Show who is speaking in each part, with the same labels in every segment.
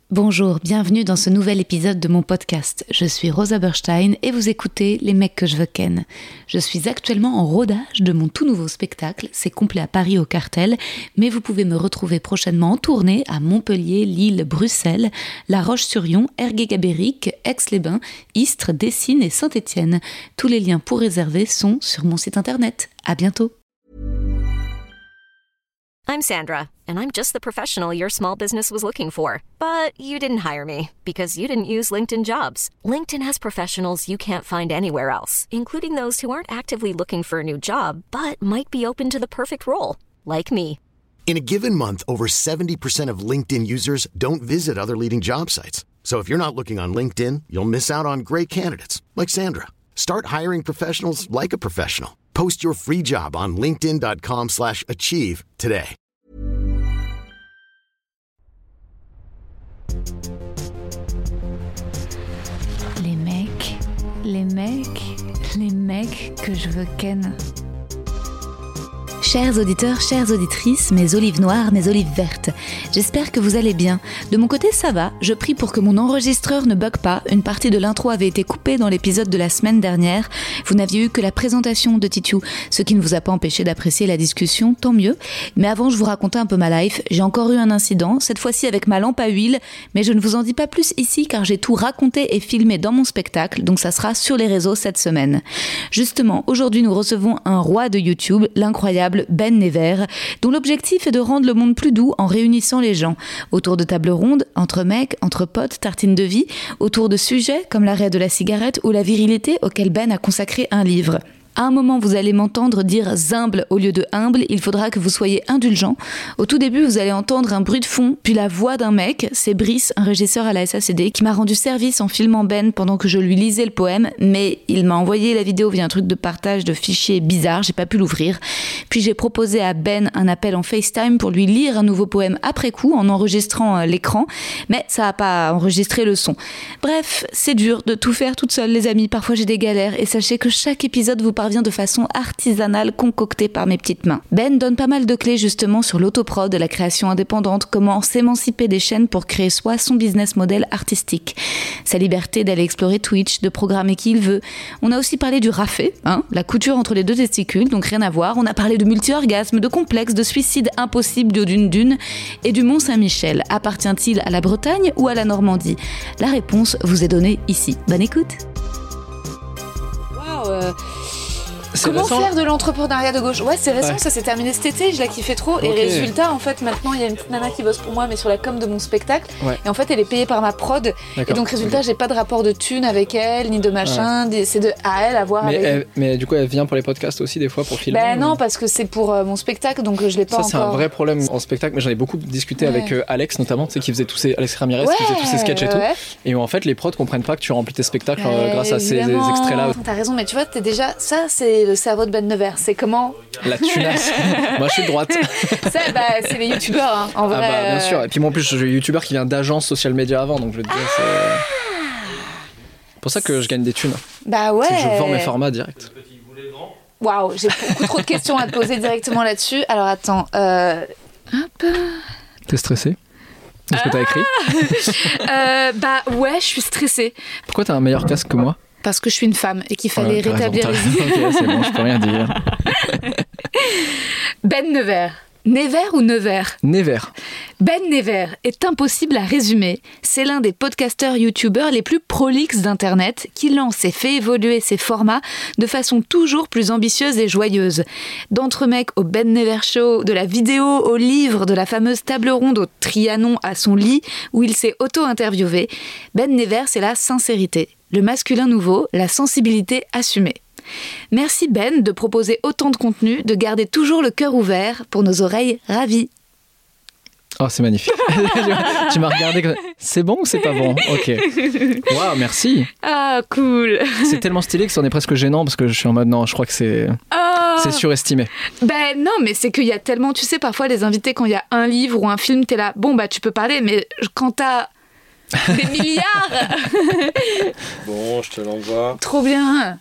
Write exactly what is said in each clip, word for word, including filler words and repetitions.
Speaker 1: Bonjour, bienvenue dans ce nouvel épisode de mon podcast. Je suis Rosa Berstein et vous écoutez Les mecs que je veux ken. Je suis actuellement en rodage de mon tout nouveau spectacle, c'est complet à Paris au Cartel, mais vous pouvez me retrouver prochainement en tournée à Montpellier, Lille, Bruxelles, La Roche-sur-Yon, Ergué-Gabéric, Aix-les-Bains, Istres, Dessines et Saint-Étienne. Tous les liens pour réserver sont sur mon site internet. À bientôt.
Speaker 2: I'm Sandra, and I'm just the professional your small business was looking for. But you didn't hire me, because you didn't use LinkedIn Jobs. LinkedIn has professionals you can't find anywhere else, including those who aren't actively looking for a new job, but might be open to the perfect role, like me.
Speaker 3: In a given month, over seventy percent of LinkedIn users don't visit other leading job sites. So if you're not looking on LinkedIn, you'll miss out on great candidates, like Sandra. Start hiring professionals like a professional. Post your free job on linkedin.com slash achieve today.
Speaker 1: Les mecs, les mecs, les mecs que je veux ken. Chers auditeurs, chères auditrices, mes olives noires, mes olives vertes, j'espère que vous allez bien. De mon côté, ça va. Je prie pour que mon enregistreur ne bug pas. Une partie de l'intro avait été coupée dans l'épisode de la semaine dernière. Vous n'aviez eu que la présentation de Titiou, ce qui ne vous a pas empêché d'apprécier la discussion, tant mieux. Mais avant, je vous racontais un peu ma life. J'ai encore eu un incident, cette fois-ci avec ma lampe à huile, mais je ne vous en dis pas plus ici car j'ai tout raconté et filmé dans mon spectacle, donc ça sera sur les réseaux cette semaine. Justement, aujourd'hui, nous recevons un roi de YouTube, l'incroyable Ben Never, dont l'objectif est de rendre le monde plus doux en réunissant les gens. Autour de tables rondes, entre mecs, entre potes, tartines de vie, autour de sujets comme l'arrêt de la cigarette ou la virilité auquel Ben a consacré un livre. À un moment, vous allez m'entendre dire zimble au lieu de humble, il faudra que vous soyez indulgents. Au tout début, vous allez entendre un bruit de fond, puis la voix d'un mec, c'est Brice, un régisseur à la S A C D, qui m'a rendu service en filmant Ben pendant que je lui lisais le poème, mais il m'a envoyé la vidéo via un truc de partage de fichiers bizarre, j'ai pas pu l'ouvrir. Puis j'ai proposé à Ben un appel en FaceTime pour lui lire un nouveau poème après coup, en enregistrant l'écran, mais ça a pas enregistré le son. Bref, c'est dur de tout faire toute seule, les amis, parfois j'ai des galères, et sachez que chaque épisode vous parle vient de façon artisanale concoctée par mes petites mains. Ben donne pas mal de clés justement sur l'autoprod, la création indépendante, comment s'émanciper des chaînes pour créer soi son business model artistique. Sa liberté d'aller explorer Twitch, de programmer qui il veut. On a aussi parlé du rafé, hein, la couture entre les deux testicules, donc rien à voir. On a parlé de multi-orgasme, de complexe, de suicide impossible de d'une dune et du Mont-Saint-Michel. Appartient-il à la Bretagne ou à la Normandie ? La réponse vous est donnée ici. Bonne écoute.
Speaker 4: Waouh euh...
Speaker 5: C'est
Speaker 4: Comment
Speaker 5: récent.
Speaker 4: faire de l'entrepreneuriat de gauche ? Ouais, c'est récent,
Speaker 5: Ouais.
Speaker 4: ça s'est terminé cet été, je la kiffais trop.
Speaker 5: Okay.
Speaker 4: Et résultat, en fait, maintenant, il y a une petite nana qui bosse pour moi, mais sur la com de mon spectacle.
Speaker 5: Ouais.
Speaker 4: Et en fait, elle est payée par ma prod.
Speaker 5: D'accord.
Speaker 4: Et donc, résultat,
Speaker 5: Okay.
Speaker 4: j'ai pas de rapport de thune avec elle, ni de machin. Ouais. C'est de, à elle à voir
Speaker 5: mais,
Speaker 4: avec
Speaker 5: elle, mais du coup, elle vient pour les podcasts aussi, des fois, pour filmer.
Speaker 4: Ben
Speaker 5: ou...
Speaker 4: non, parce que c'est pour euh, mon spectacle, donc je l'ai pas
Speaker 5: ça,
Speaker 4: encore.
Speaker 5: c'est un vrai problème en spectacle, mais j'en ai beaucoup discuté ouais. avec euh, Alex, notamment, tu sais, qui faisait tous ces. Alex Ramirez,
Speaker 4: ouais,
Speaker 5: qui faisait tous ces sketchs et tout.
Speaker 4: Ouais.
Speaker 5: Et où en fait, les prods comprennent pas que tu remplis tes spectacles
Speaker 4: ouais,
Speaker 5: euh, grâce à ces extraits-là.
Speaker 4: T'as raison, mais tu vois, t'es déjà. Ça, c'est le cerveau de Ben Never. C'est comment.
Speaker 5: La tunasse. Moi, je suis de droite.
Speaker 4: Ça, bah, c'est les youtubeurs, hein, en vrai.
Speaker 5: Ah, bah, bien sûr. Et puis, moi, en plus, je suis youtubeur qui vient d'agence social media avant, donc je veux te dire, ah c'est. pour ça que je gagne des thunes.
Speaker 4: Bah ouais.
Speaker 5: C'est que je vends mes formats direct.
Speaker 4: Waouh, j'ai beaucoup trop de questions à te poser directement là-dessus. Alors attends. Euh... Hop.
Speaker 5: T'es stressée ? Est-ce que t'as écrit ?
Speaker 4: euh, Bah ouais, je suis stressée.
Speaker 5: Pourquoi t'as un meilleur casque que moi ?
Speaker 4: Parce que je suis une femme et qu'il fallait ouais, rétablir les idées.
Speaker 5: Ok, c'est bon, je peux rien dire.
Speaker 4: Ben Never. Never ou Never ?
Speaker 5: Never.
Speaker 4: Ben Never est impossible à résumer. C'est l'un des podcasteurs youtubeurs les plus prolixes d'internet qui lance et fait évoluer ses formats de façon toujours plus ambitieuse et joyeuse. D'Entre mecs au Ben Never Show, de la vidéo au livre, de la fameuse table ronde au Trianon à son lit où il s'est auto-interviewé, Ben Never, c'est la sincérité, le masculin nouveau, la sensibilité assumée. Merci Ben de proposer autant de contenu, de garder toujours le cœur ouvert pour nos oreilles ravies.
Speaker 5: Oh, c'est magnifique. Tu m'as regardé comme... C'est bon ou c'est pas bon ? Ok. Waouh, merci.
Speaker 4: Ah, cool.
Speaker 5: C'est tellement stylé que c'en est presque gênant parce que je suis en mode non, je crois que c'est... Oh. C'est surestimé.
Speaker 4: Ben non, mais c'est qu'il y a tellement... Tu sais, parfois les invités, quand il y a un livre ou un film, t'es là, bon, bah tu peux parler, mais quand t'as des milliards...
Speaker 6: Bon, je te l'envoie.
Speaker 4: Trop bien.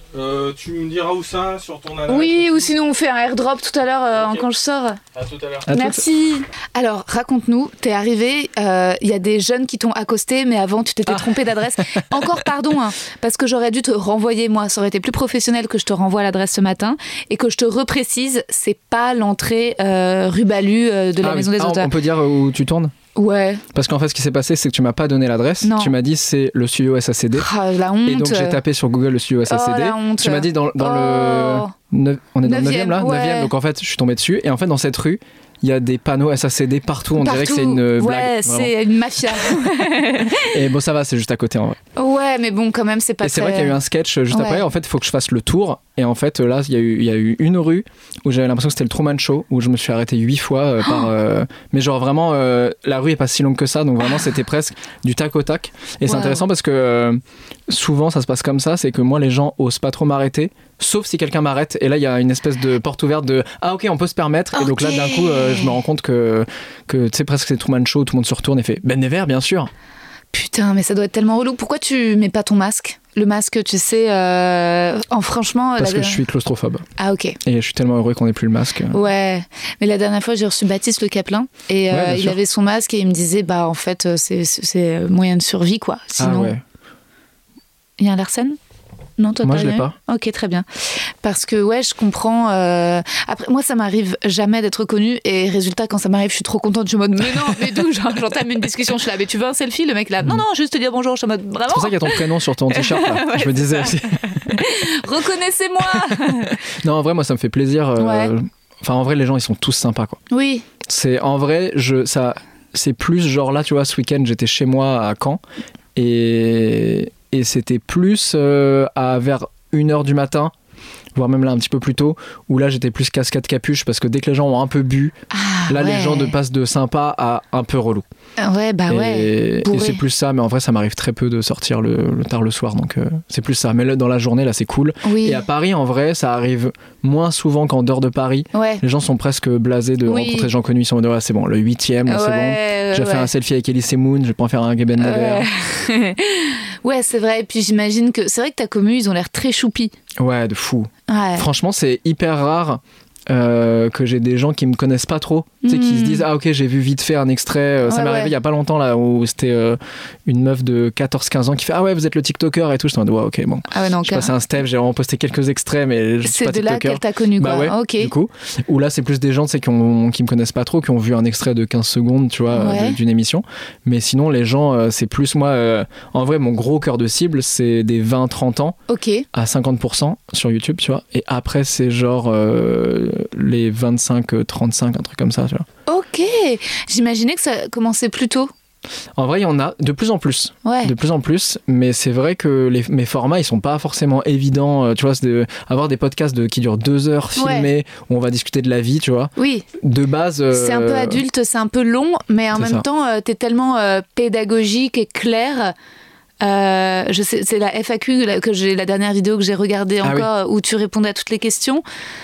Speaker 6: Euh, tu me diras où ça sur ton adresse.
Speaker 4: Oui, ou sinon on fait un airdrop tout à l'heure euh,
Speaker 6: Ok.
Speaker 4: quand je sors.
Speaker 6: À tout à l'heure.
Speaker 5: À
Speaker 4: Merci. Alors, raconte-nous, t'es arrivé, il euh, y a des jeunes qui t'ont accosté, mais avant tu t'étais
Speaker 5: Ah.
Speaker 4: trompé d'adresse. Encore pardon, hein, parce que j'aurais dû te renvoyer, moi, ça aurait été plus professionnel que je te renvoie l'adresse ce matin, et que je te reprécise, c'est pas l'entrée euh, rue Balu euh, de la
Speaker 5: Ah,
Speaker 4: Maison
Speaker 5: oui.
Speaker 4: des
Speaker 5: Ah,
Speaker 4: Auteurs.
Speaker 5: on peut dire où tu tournes?
Speaker 4: Ouais.
Speaker 5: Parce qu'en fait, ce qui s'est passé, c'est que tu m'as pas donné l'adresse.
Speaker 4: Non.
Speaker 5: Tu m'as dit c'est le studio S A C D.
Speaker 4: Ah, la honte.
Speaker 5: Et donc j'ai tapé sur Google le studio S A C D.
Speaker 4: Oh, la honte.
Speaker 5: Tu m'as dit dans, dans
Speaker 4: Oh.
Speaker 5: le. neuf- on est dans le
Speaker 4: Neuvième,
Speaker 5: neuvième là
Speaker 4: ouais.
Speaker 5: neuvième, donc en fait je suis tombé dessus. Et en fait dans cette rue, il y a des panneaux S A C D partout. On dirait que c'est une euh,
Speaker 4: Ouais,
Speaker 5: blague. vraiment.
Speaker 4: c'est une mafia.
Speaker 5: Et bon, ça va, c'est juste à côté en vrai.
Speaker 4: Ouais, mais bon, quand même, c'est pas
Speaker 5: Et c'est
Speaker 4: très...
Speaker 5: vrai qu'il y a eu un sketch juste
Speaker 4: Ouais.
Speaker 5: après. En fait, il faut que je fasse le tour. Et en fait, là, il y a eu, il y a eu une rue où j'avais l'impression que c'était le Truman Show, où je me suis arrêté huit fois euh, par. euh, Mais genre vraiment, euh, la rue est pas si longue que ça, donc vraiment, c'était presque du tac au tac. Et c'est
Speaker 4: Wow.
Speaker 5: intéressant parce que euh, souvent, ça se passe comme ça, c'est que moi, les gens osent pas trop m'arrêter. Sauf si quelqu'un m'arrête, et là il y a une espèce de porte ouverte de ah ok on peut se permettre, et donc là
Speaker 4: Ok.
Speaker 5: d'un coup euh, je me rends compte que, que tu sais presque c'est Truman Show, tout le monde se retourne et fait Ben Never bien sûr.
Speaker 4: Putain, mais ça doit être tellement relou. Pourquoi tu mets pas ton masque? Le masque, tu sais, euh... en franchement...
Speaker 5: Parce
Speaker 4: la-
Speaker 5: que je suis claustrophobe,
Speaker 4: Ah ok.
Speaker 5: et je suis tellement heureux qu'on ait plus le masque.
Speaker 4: Ouais, mais la dernière fois j'ai reçu Baptiste Le Caplin et euh,
Speaker 5: Ouais, bien
Speaker 4: il
Speaker 5: sûr.
Speaker 4: avait son masque et il me disait bah en fait euh, c'est c'est moyen de survie quoi. Sinon,
Speaker 5: Ah ouais.
Speaker 4: il y a un Larsen? Non, toi
Speaker 5: Moi,
Speaker 4: t'as
Speaker 5: je l'ai
Speaker 4: rien eu? Ok, très bien. Parce que ouais, je comprends. euh, Après, moi, ça m'arrive jamais d'être connue et résultat, quand ça m'arrive, je suis trop contente. Je suis en mode mais non, mais d'où? Genre, j'entame une discussion, je suis là, mais tu veux un selfie? Le mec là, non non, juste te dire bonjour. Je suis en mode
Speaker 5: C'est
Speaker 4: vraiment.
Speaker 5: pour ça qu'il y a ton prénom sur ton t-shirt là.
Speaker 4: Ouais,
Speaker 5: Je me disais aussi.
Speaker 4: Reconnaissez-moi.
Speaker 5: Non, en vrai, moi, ça me fait plaisir. euh,
Speaker 4: Ouais.
Speaker 5: Enfin, en vrai, les gens, ils sont tous sympas, quoi.
Speaker 4: Oui.
Speaker 5: C'est en vrai, je ça, c'est plus genre là, tu vois, ce week-end, j'étais chez moi à Caen et et c'était plus euh, à vers une heure du matin, voire même là un petit peu plus tôt, où là j'étais plus cascade capuche parce que dès que les gens ont un peu bu,
Speaker 4: Ah,
Speaker 5: là
Speaker 4: ouais.
Speaker 5: les gens de passent de sympa à un peu relou.
Speaker 4: Ouais, bah ouais.
Speaker 5: et,
Speaker 4: bourré.
Speaker 5: et c'est plus ça, mais en vrai ça m'arrive très peu de sortir le, le tard le soir, donc euh, c'est plus ça. Mais là, dans la journée là c'est cool.
Speaker 4: Oui.
Speaker 5: Et à Paris en vrai ça arrive moins souvent qu'en dehors de Paris.
Speaker 4: Ouais.
Speaker 5: Les gens sont presque blasés de
Speaker 4: Oui.
Speaker 5: rencontrer des gens connus, ils sont en mode ouais, c'est bon, le huitième, là, c'est bon.
Speaker 4: Ouais,
Speaker 5: J'ai
Speaker 4: ouais.
Speaker 5: fait un selfie avec Elise Moon, je vais pas en faire un Geben Never.
Speaker 4: Ouais, ouais c'est vrai. Et puis j'imagine que c'est vrai que ta commu, ils ont l'air très choupis.
Speaker 5: Ouais, de fou.
Speaker 4: Ouais.
Speaker 5: Franchement, c'est hyper rare euh, que j'ai des gens qui me connaissent pas trop, tu sais, qui
Speaker 4: Mm.
Speaker 5: se disent ah ok j'ai vu vite fait un extrait. Euh, ça
Speaker 4: Ouais,
Speaker 5: m'est arrivé
Speaker 4: ouais.
Speaker 5: il y a pas longtemps là où c'était euh, une meuf de quatorze quinze ans qui fait ah ouais vous êtes le TikToker et tout. Je suis en mode ouais ok bon.
Speaker 4: Ah ouais, non,
Speaker 5: J'ai passé un step, j'ai vraiment posté quelques extraits mais je suis
Speaker 4: c'est
Speaker 5: pas
Speaker 4: de là
Speaker 5: TikToker.
Speaker 4: qu'elle t'a connu, quoi.
Speaker 5: Bah ouais,
Speaker 4: Ok.
Speaker 5: du coup. Ou là, c'est plus des gens tu sais, qui, ont, qui me connaissent pas trop, qui ont vu un extrait de quinze secondes, tu vois,
Speaker 4: Ouais.
Speaker 5: de- d'une émission. Mais sinon, les gens, euh, c'est plus moi. euh, en vrai, mon gros cœur de cible, c'est des vingt trente ans
Speaker 4: Ok.
Speaker 5: à cinquante pour cent sur YouTube, tu vois. Et après, c'est genre euh, les vingt-cinq trente-cinq, un truc comme ça, tu vois.
Speaker 4: Ok. J'imaginais que ça commençait plus tôt.
Speaker 5: En vrai, il y en a de plus en plus.
Speaker 4: Ouais.
Speaker 5: De plus en plus, mais c'est vrai que les, mes formats ils sont pas forcément évidents, euh, tu vois, c'est de, avoir des podcasts de, qui durent deux heures filmés où on va discuter de la vie, tu vois,
Speaker 4: Oui.
Speaker 5: de base. euh,
Speaker 4: C'est un peu adulte, c'est un peu long, mais en
Speaker 5: c'est
Speaker 4: même
Speaker 5: ça.
Speaker 4: temps, euh, t'es tellement euh, pédagogique et clair. Euh, je sais, c'est la F A Q là, que j'ai la dernière vidéo que j'ai regardée
Speaker 5: Ah
Speaker 4: encore où tu répondais à toutes les questions.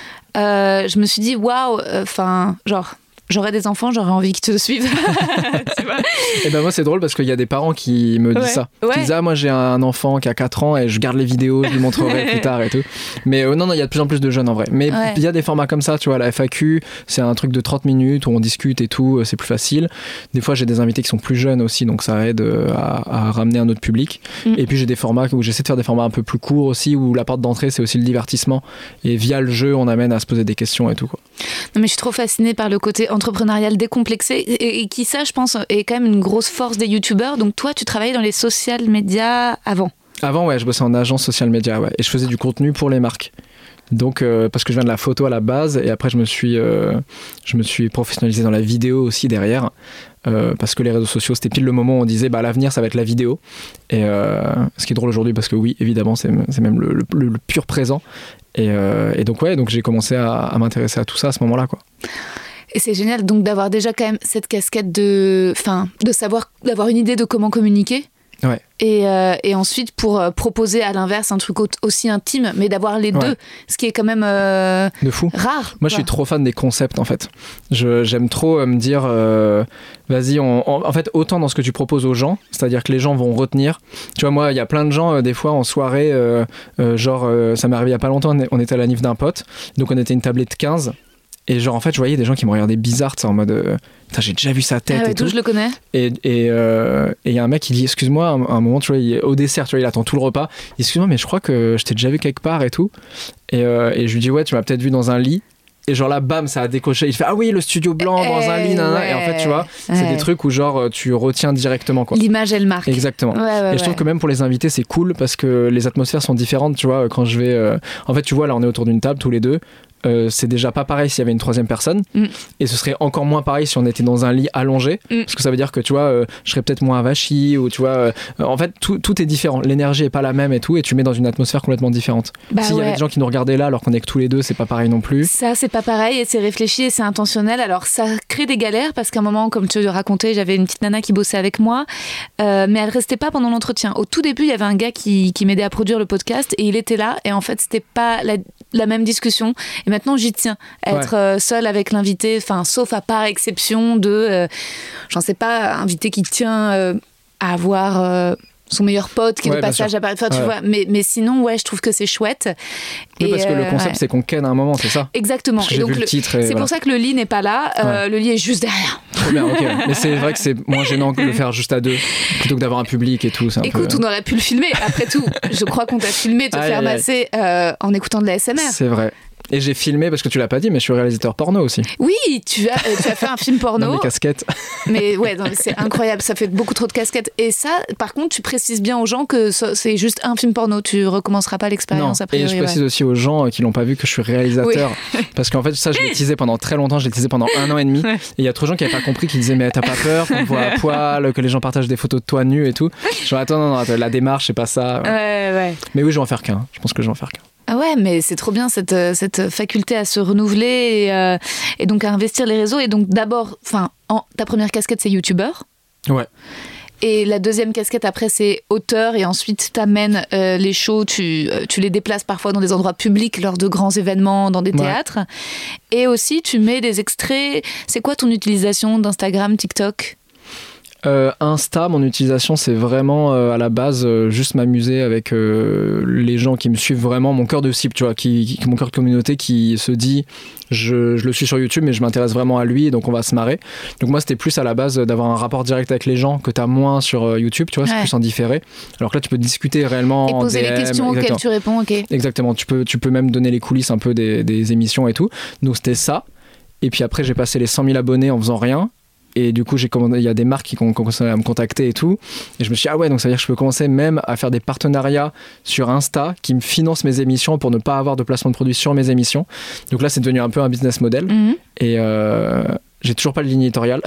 Speaker 4: Euh, je me suis dit waouh, enfin genre. J'aurais des enfants, j'aurais envie qu'ils te suivent. Tu vois.
Speaker 5: Et ben moi c'est drôle parce qu'il y a des parents qui me disent
Speaker 4: Ouais,
Speaker 5: ça.
Speaker 4: ouais.
Speaker 5: Qui disent ah moi j'ai un enfant qui a quatre ans et je garde les vidéos, je lui montrerai plus tard et tout. Mais euh, non non il y a de plus en plus de jeunes en vrai. Mais il
Speaker 4: Ouais.
Speaker 5: y a des formats comme ça, tu vois, la F A Q c'est un truc de trente minutes où on discute et tout, c'est plus facile. Des fois j'ai des invités qui sont plus jeunes aussi donc ça aide euh, à, à ramener un autre public.
Speaker 4: Mm.
Speaker 5: Et puis j'ai des formats où j'essaie de faire des formats un peu plus courts aussi où la porte d'entrée c'est aussi le divertissement et via le jeu on amène à se poser des questions et tout quoi.
Speaker 4: Non, mais je suis trop fascinée par le côté entrepreneurial décomplexé et, et qui, ça, je pense, est quand même une grosse force des youtubeurs. Donc, toi, tu travaillais dans les social médias avant.
Speaker 5: Avant, ouais, je bossais en agence social media, ouais, et je faisais du contenu pour les marques. Donc, euh, parce que je viens de la photo à la base, et après, je me suis, euh, je me suis professionnalisé dans la vidéo aussi derrière, euh, parce que les réseaux sociaux, c'était pile le moment où on disait, bah, l'avenir, ça va être la vidéo. Et euh, ce qui est drôle aujourd'hui, parce que oui, évidemment, c'est, c'est même le, le, le pur présent. Et, euh, et donc, ouais, donc j'ai commencé à, à m'intéresser à tout ça à ce moment-là, quoi.
Speaker 4: Et c'est génial donc d'avoir déjà quand même cette casquette de, enfin, de savoir, d'avoir une idée de comment communiquer.
Speaker 5: Ouais.
Speaker 4: Et, euh, et ensuite pour euh, proposer à l'inverse un truc au- aussi intime, mais d'avoir les
Speaker 5: Ouais.
Speaker 4: deux, ce qui est quand même euh,
Speaker 5: De fou.
Speaker 4: rare.
Speaker 5: Moi, je suis trop fan des concepts, en fait. Je, j'aime trop euh, me dire, euh, vas-y, on, on- en fait, autant dans ce que tu proposes aux gens, c'est-à-dire que les gens vont retenir. Tu vois, moi, il y a plein de gens, euh, des fois, en soirée, euh, euh, genre, euh, ça m'est arrivé il y a pas longtemps, on est- on était à la nif d'un pote, donc on était une tablée de quinze, et genre, en fait, je voyais des gens qui me regardaient bizarre, tu sais, en mode, euh, putain, j'ai déjà vu sa tête
Speaker 4: Ah ouais,
Speaker 5: et
Speaker 4: tout,
Speaker 5: tout.
Speaker 4: je le connais.
Speaker 5: Et il et, euh, et y a un mec qui dit, excuse-moi, à un, à un moment, tu vois, il- au dessert, tu vois, il attend tout le repas. Il dit, excuse-moi, mais je crois que je t'ai déjà vu quelque part et tout. Et, euh, et je lui dis, ouais, tu m'as peut-être vu dans un lit. Et genre là, bam, ça a décoché. Il fait, ah oui, le studio blanc dans un lit, nanana.
Speaker 4: ouais.
Speaker 5: Et en fait, tu vois, c'est
Speaker 4: Ouais.
Speaker 5: des trucs où genre tu retiens directement, quoi.
Speaker 4: L'image, elle marque.
Speaker 5: Exactement.
Speaker 4: Ouais, ouais,
Speaker 5: Et je trouve
Speaker 4: ouais.
Speaker 5: que même pour les invités, c'est cool parce que les atmosphères sont différentes, tu vois. Quand je vais. euh, En fait, tu vois, là, on est autour d'une table tous les deux. Euh, c'est déjà pas pareil s'il y avait une troisième personne.
Speaker 4: Mm.
Speaker 5: Et ce serait encore moins pareil si on était dans un lit allongé.
Speaker 4: Mm.
Speaker 5: Parce que ça veut dire que, tu vois, euh, je serais peut-être moins avachi ou, tu vois. euh, en fait, tout, tout est différent. L'énergie est pas la même et tout. Et tu mets dans une atmosphère complètement différente.
Speaker 4: Bah
Speaker 5: S'il y avait
Speaker 4: ouais.
Speaker 5: des gens qui nous regardaient là alors qu'on est que tous les deux, c'est pas pareil non plus.
Speaker 4: Ça, c'est pas pareil et c'est réfléchi et c'est intentionnel. Alors, ça crée des galères parce qu'à un moment, comme tu le racontais, j'avais une petite nana qui bossait avec moi, euh, mais elle restait pas pendant l'entretien. Au tout début, il y avait un gars qui, qui m'aidait à produire le podcast et il était là et en fait, c'était pas la, la même discussion. Et maintenant, j'y tiens. Être
Speaker 5: Ouais.
Speaker 4: euh, seule avec l'invité, enfin, sauf à part exception de, euh, j'en sais pas, invité qui tient euh, à avoir. euh, son meilleur pote qui est
Speaker 5: Ouais,
Speaker 4: de
Speaker 5: bien
Speaker 4: passage
Speaker 5: sûr.
Speaker 4: à Paris. Enfin, tu
Speaker 5: Ouais.
Speaker 4: vois, mais, mais sinon, ouais, je trouve que c'est chouette.
Speaker 5: Oui,
Speaker 4: Et,
Speaker 5: parce que le
Speaker 4: euh,
Speaker 5: concept,
Speaker 4: ouais.
Speaker 5: c'est qu'on ken à un moment, c'est ça.
Speaker 4: Exactement.
Speaker 5: Parce que
Speaker 4: Et
Speaker 5: j'ai
Speaker 4: donc,
Speaker 5: vu le
Speaker 4: le-
Speaker 5: titre et
Speaker 4: c'est
Speaker 5: voilà.
Speaker 4: pour ça que le lit n'est pas là. Euh, Le lit est juste derrière.
Speaker 5: Trop bien, ok. Mais c'est vrai que c'est moins gênant que de le faire juste à deux, plutôt que d'avoir un public et tout. C'est un
Speaker 4: Écoute,
Speaker 5: peu...
Speaker 4: on aurait pu le filmer. Après tout, je crois qu'on t'a filmé te
Speaker 5: Aïe,
Speaker 4: faire
Speaker 5: aïe, aïe.
Speaker 4: masser euh, en écoutant de la S M R.
Speaker 5: C'est vrai. Et j'ai filmé, parce que tu l'as pas dit, mais je suis réalisateur porno aussi.
Speaker 4: Oui, tu as, euh, tu as fait un film
Speaker 5: Dans
Speaker 4: porno.
Speaker 5: mes casquettes.
Speaker 4: Mais ouais, non, mais c'est incroyable. Ça fait beaucoup trop de casquettes. Et ça, par contre, tu précises bien aux gens que ça- c'est juste un film porno. Tu recommenceras pas
Speaker 5: Non.
Speaker 4: l'expérience après.
Speaker 5: Et je précise aussi aux gens qui l'ont pas vu que je suis réalisateur. Parce qu'en fait, ça, je l'ai teasé pendant très longtemps. Je l'ai teasé pendant un an et demi.
Speaker 4: Ouais.
Speaker 5: Et il y a trop de gens qui avaient pas compris, qui disaient, mais t'as pas peur qu'on te voit à poil, que les gens partagent des photos de toi nu et tout. Je dis, attends, non, non, attends, la démarche, c'est pas ça.
Speaker 4: Ouais, ouais.
Speaker 5: Mais oui, je vais en faire qu'un. Je pense que je vais en faire qu'un.
Speaker 4: Ah ouais, mais c'est trop bien cette, euh, cette faculté à se renouveler et, euh, et donc à investir les réseaux. Et donc d'abord, enfin, en- ta première casquette, c'est youtubeur.
Speaker 5: Ouais.
Speaker 4: Et la deuxième casquette après c'est auteur et ensuite t'amènes euh, les shows, tu, euh, tu les déplaces parfois dans des endroits publics lors de grands événements, dans des
Speaker 5: Ouais.
Speaker 4: théâtres. Et aussi tu mets des extraits. C'est quoi ton utilisation d'Instagram, TikTok ?
Speaker 5: Euh, Insta, mon utilisation, c'est vraiment euh, à la base euh, juste m'amuser avec euh, les gens qui me suivent vraiment, mon cœur de cible, tu vois, qui, qui- mon cœur de communauté qui se dit je, je le suis sur YouTube, mais je m'intéresse vraiment à lui, donc on va se marrer. Donc moi, c'était plus à la base d'avoir un rapport direct avec les gens que tu as moins sur euh, YouTube, tu vois, c'est
Speaker 4: Ouais.
Speaker 5: plus en différé. Alors que là, tu peux discuter réellement
Speaker 4: Et
Speaker 5: en
Speaker 4: poser
Speaker 5: D M,
Speaker 4: les questions auxquelles
Speaker 5: exactement.
Speaker 4: tu réponds, ok.
Speaker 5: Exactement, tu peux, tu peux même donner les coulisses un peu des, des émissions et tout. Donc c'était ça. Et puis après, j'ai passé les cent mille abonnés en faisant rien. Et du coup, j'ai commandé, il y a des marques qui ont commencé à me contacter et tout. Et je me suis dit, ah ouais, donc ça veut dire que je peux commencer même à faire des partenariats sur Insta qui me financent mes émissions pour ne pas avoir de placement de produits sur mes émissions. Donc là, c'est devenu un peu un business model.
Speaker 4: Mhm.
Speaker 5: Et euh, j'ai toujours pas de ligne éditoriale.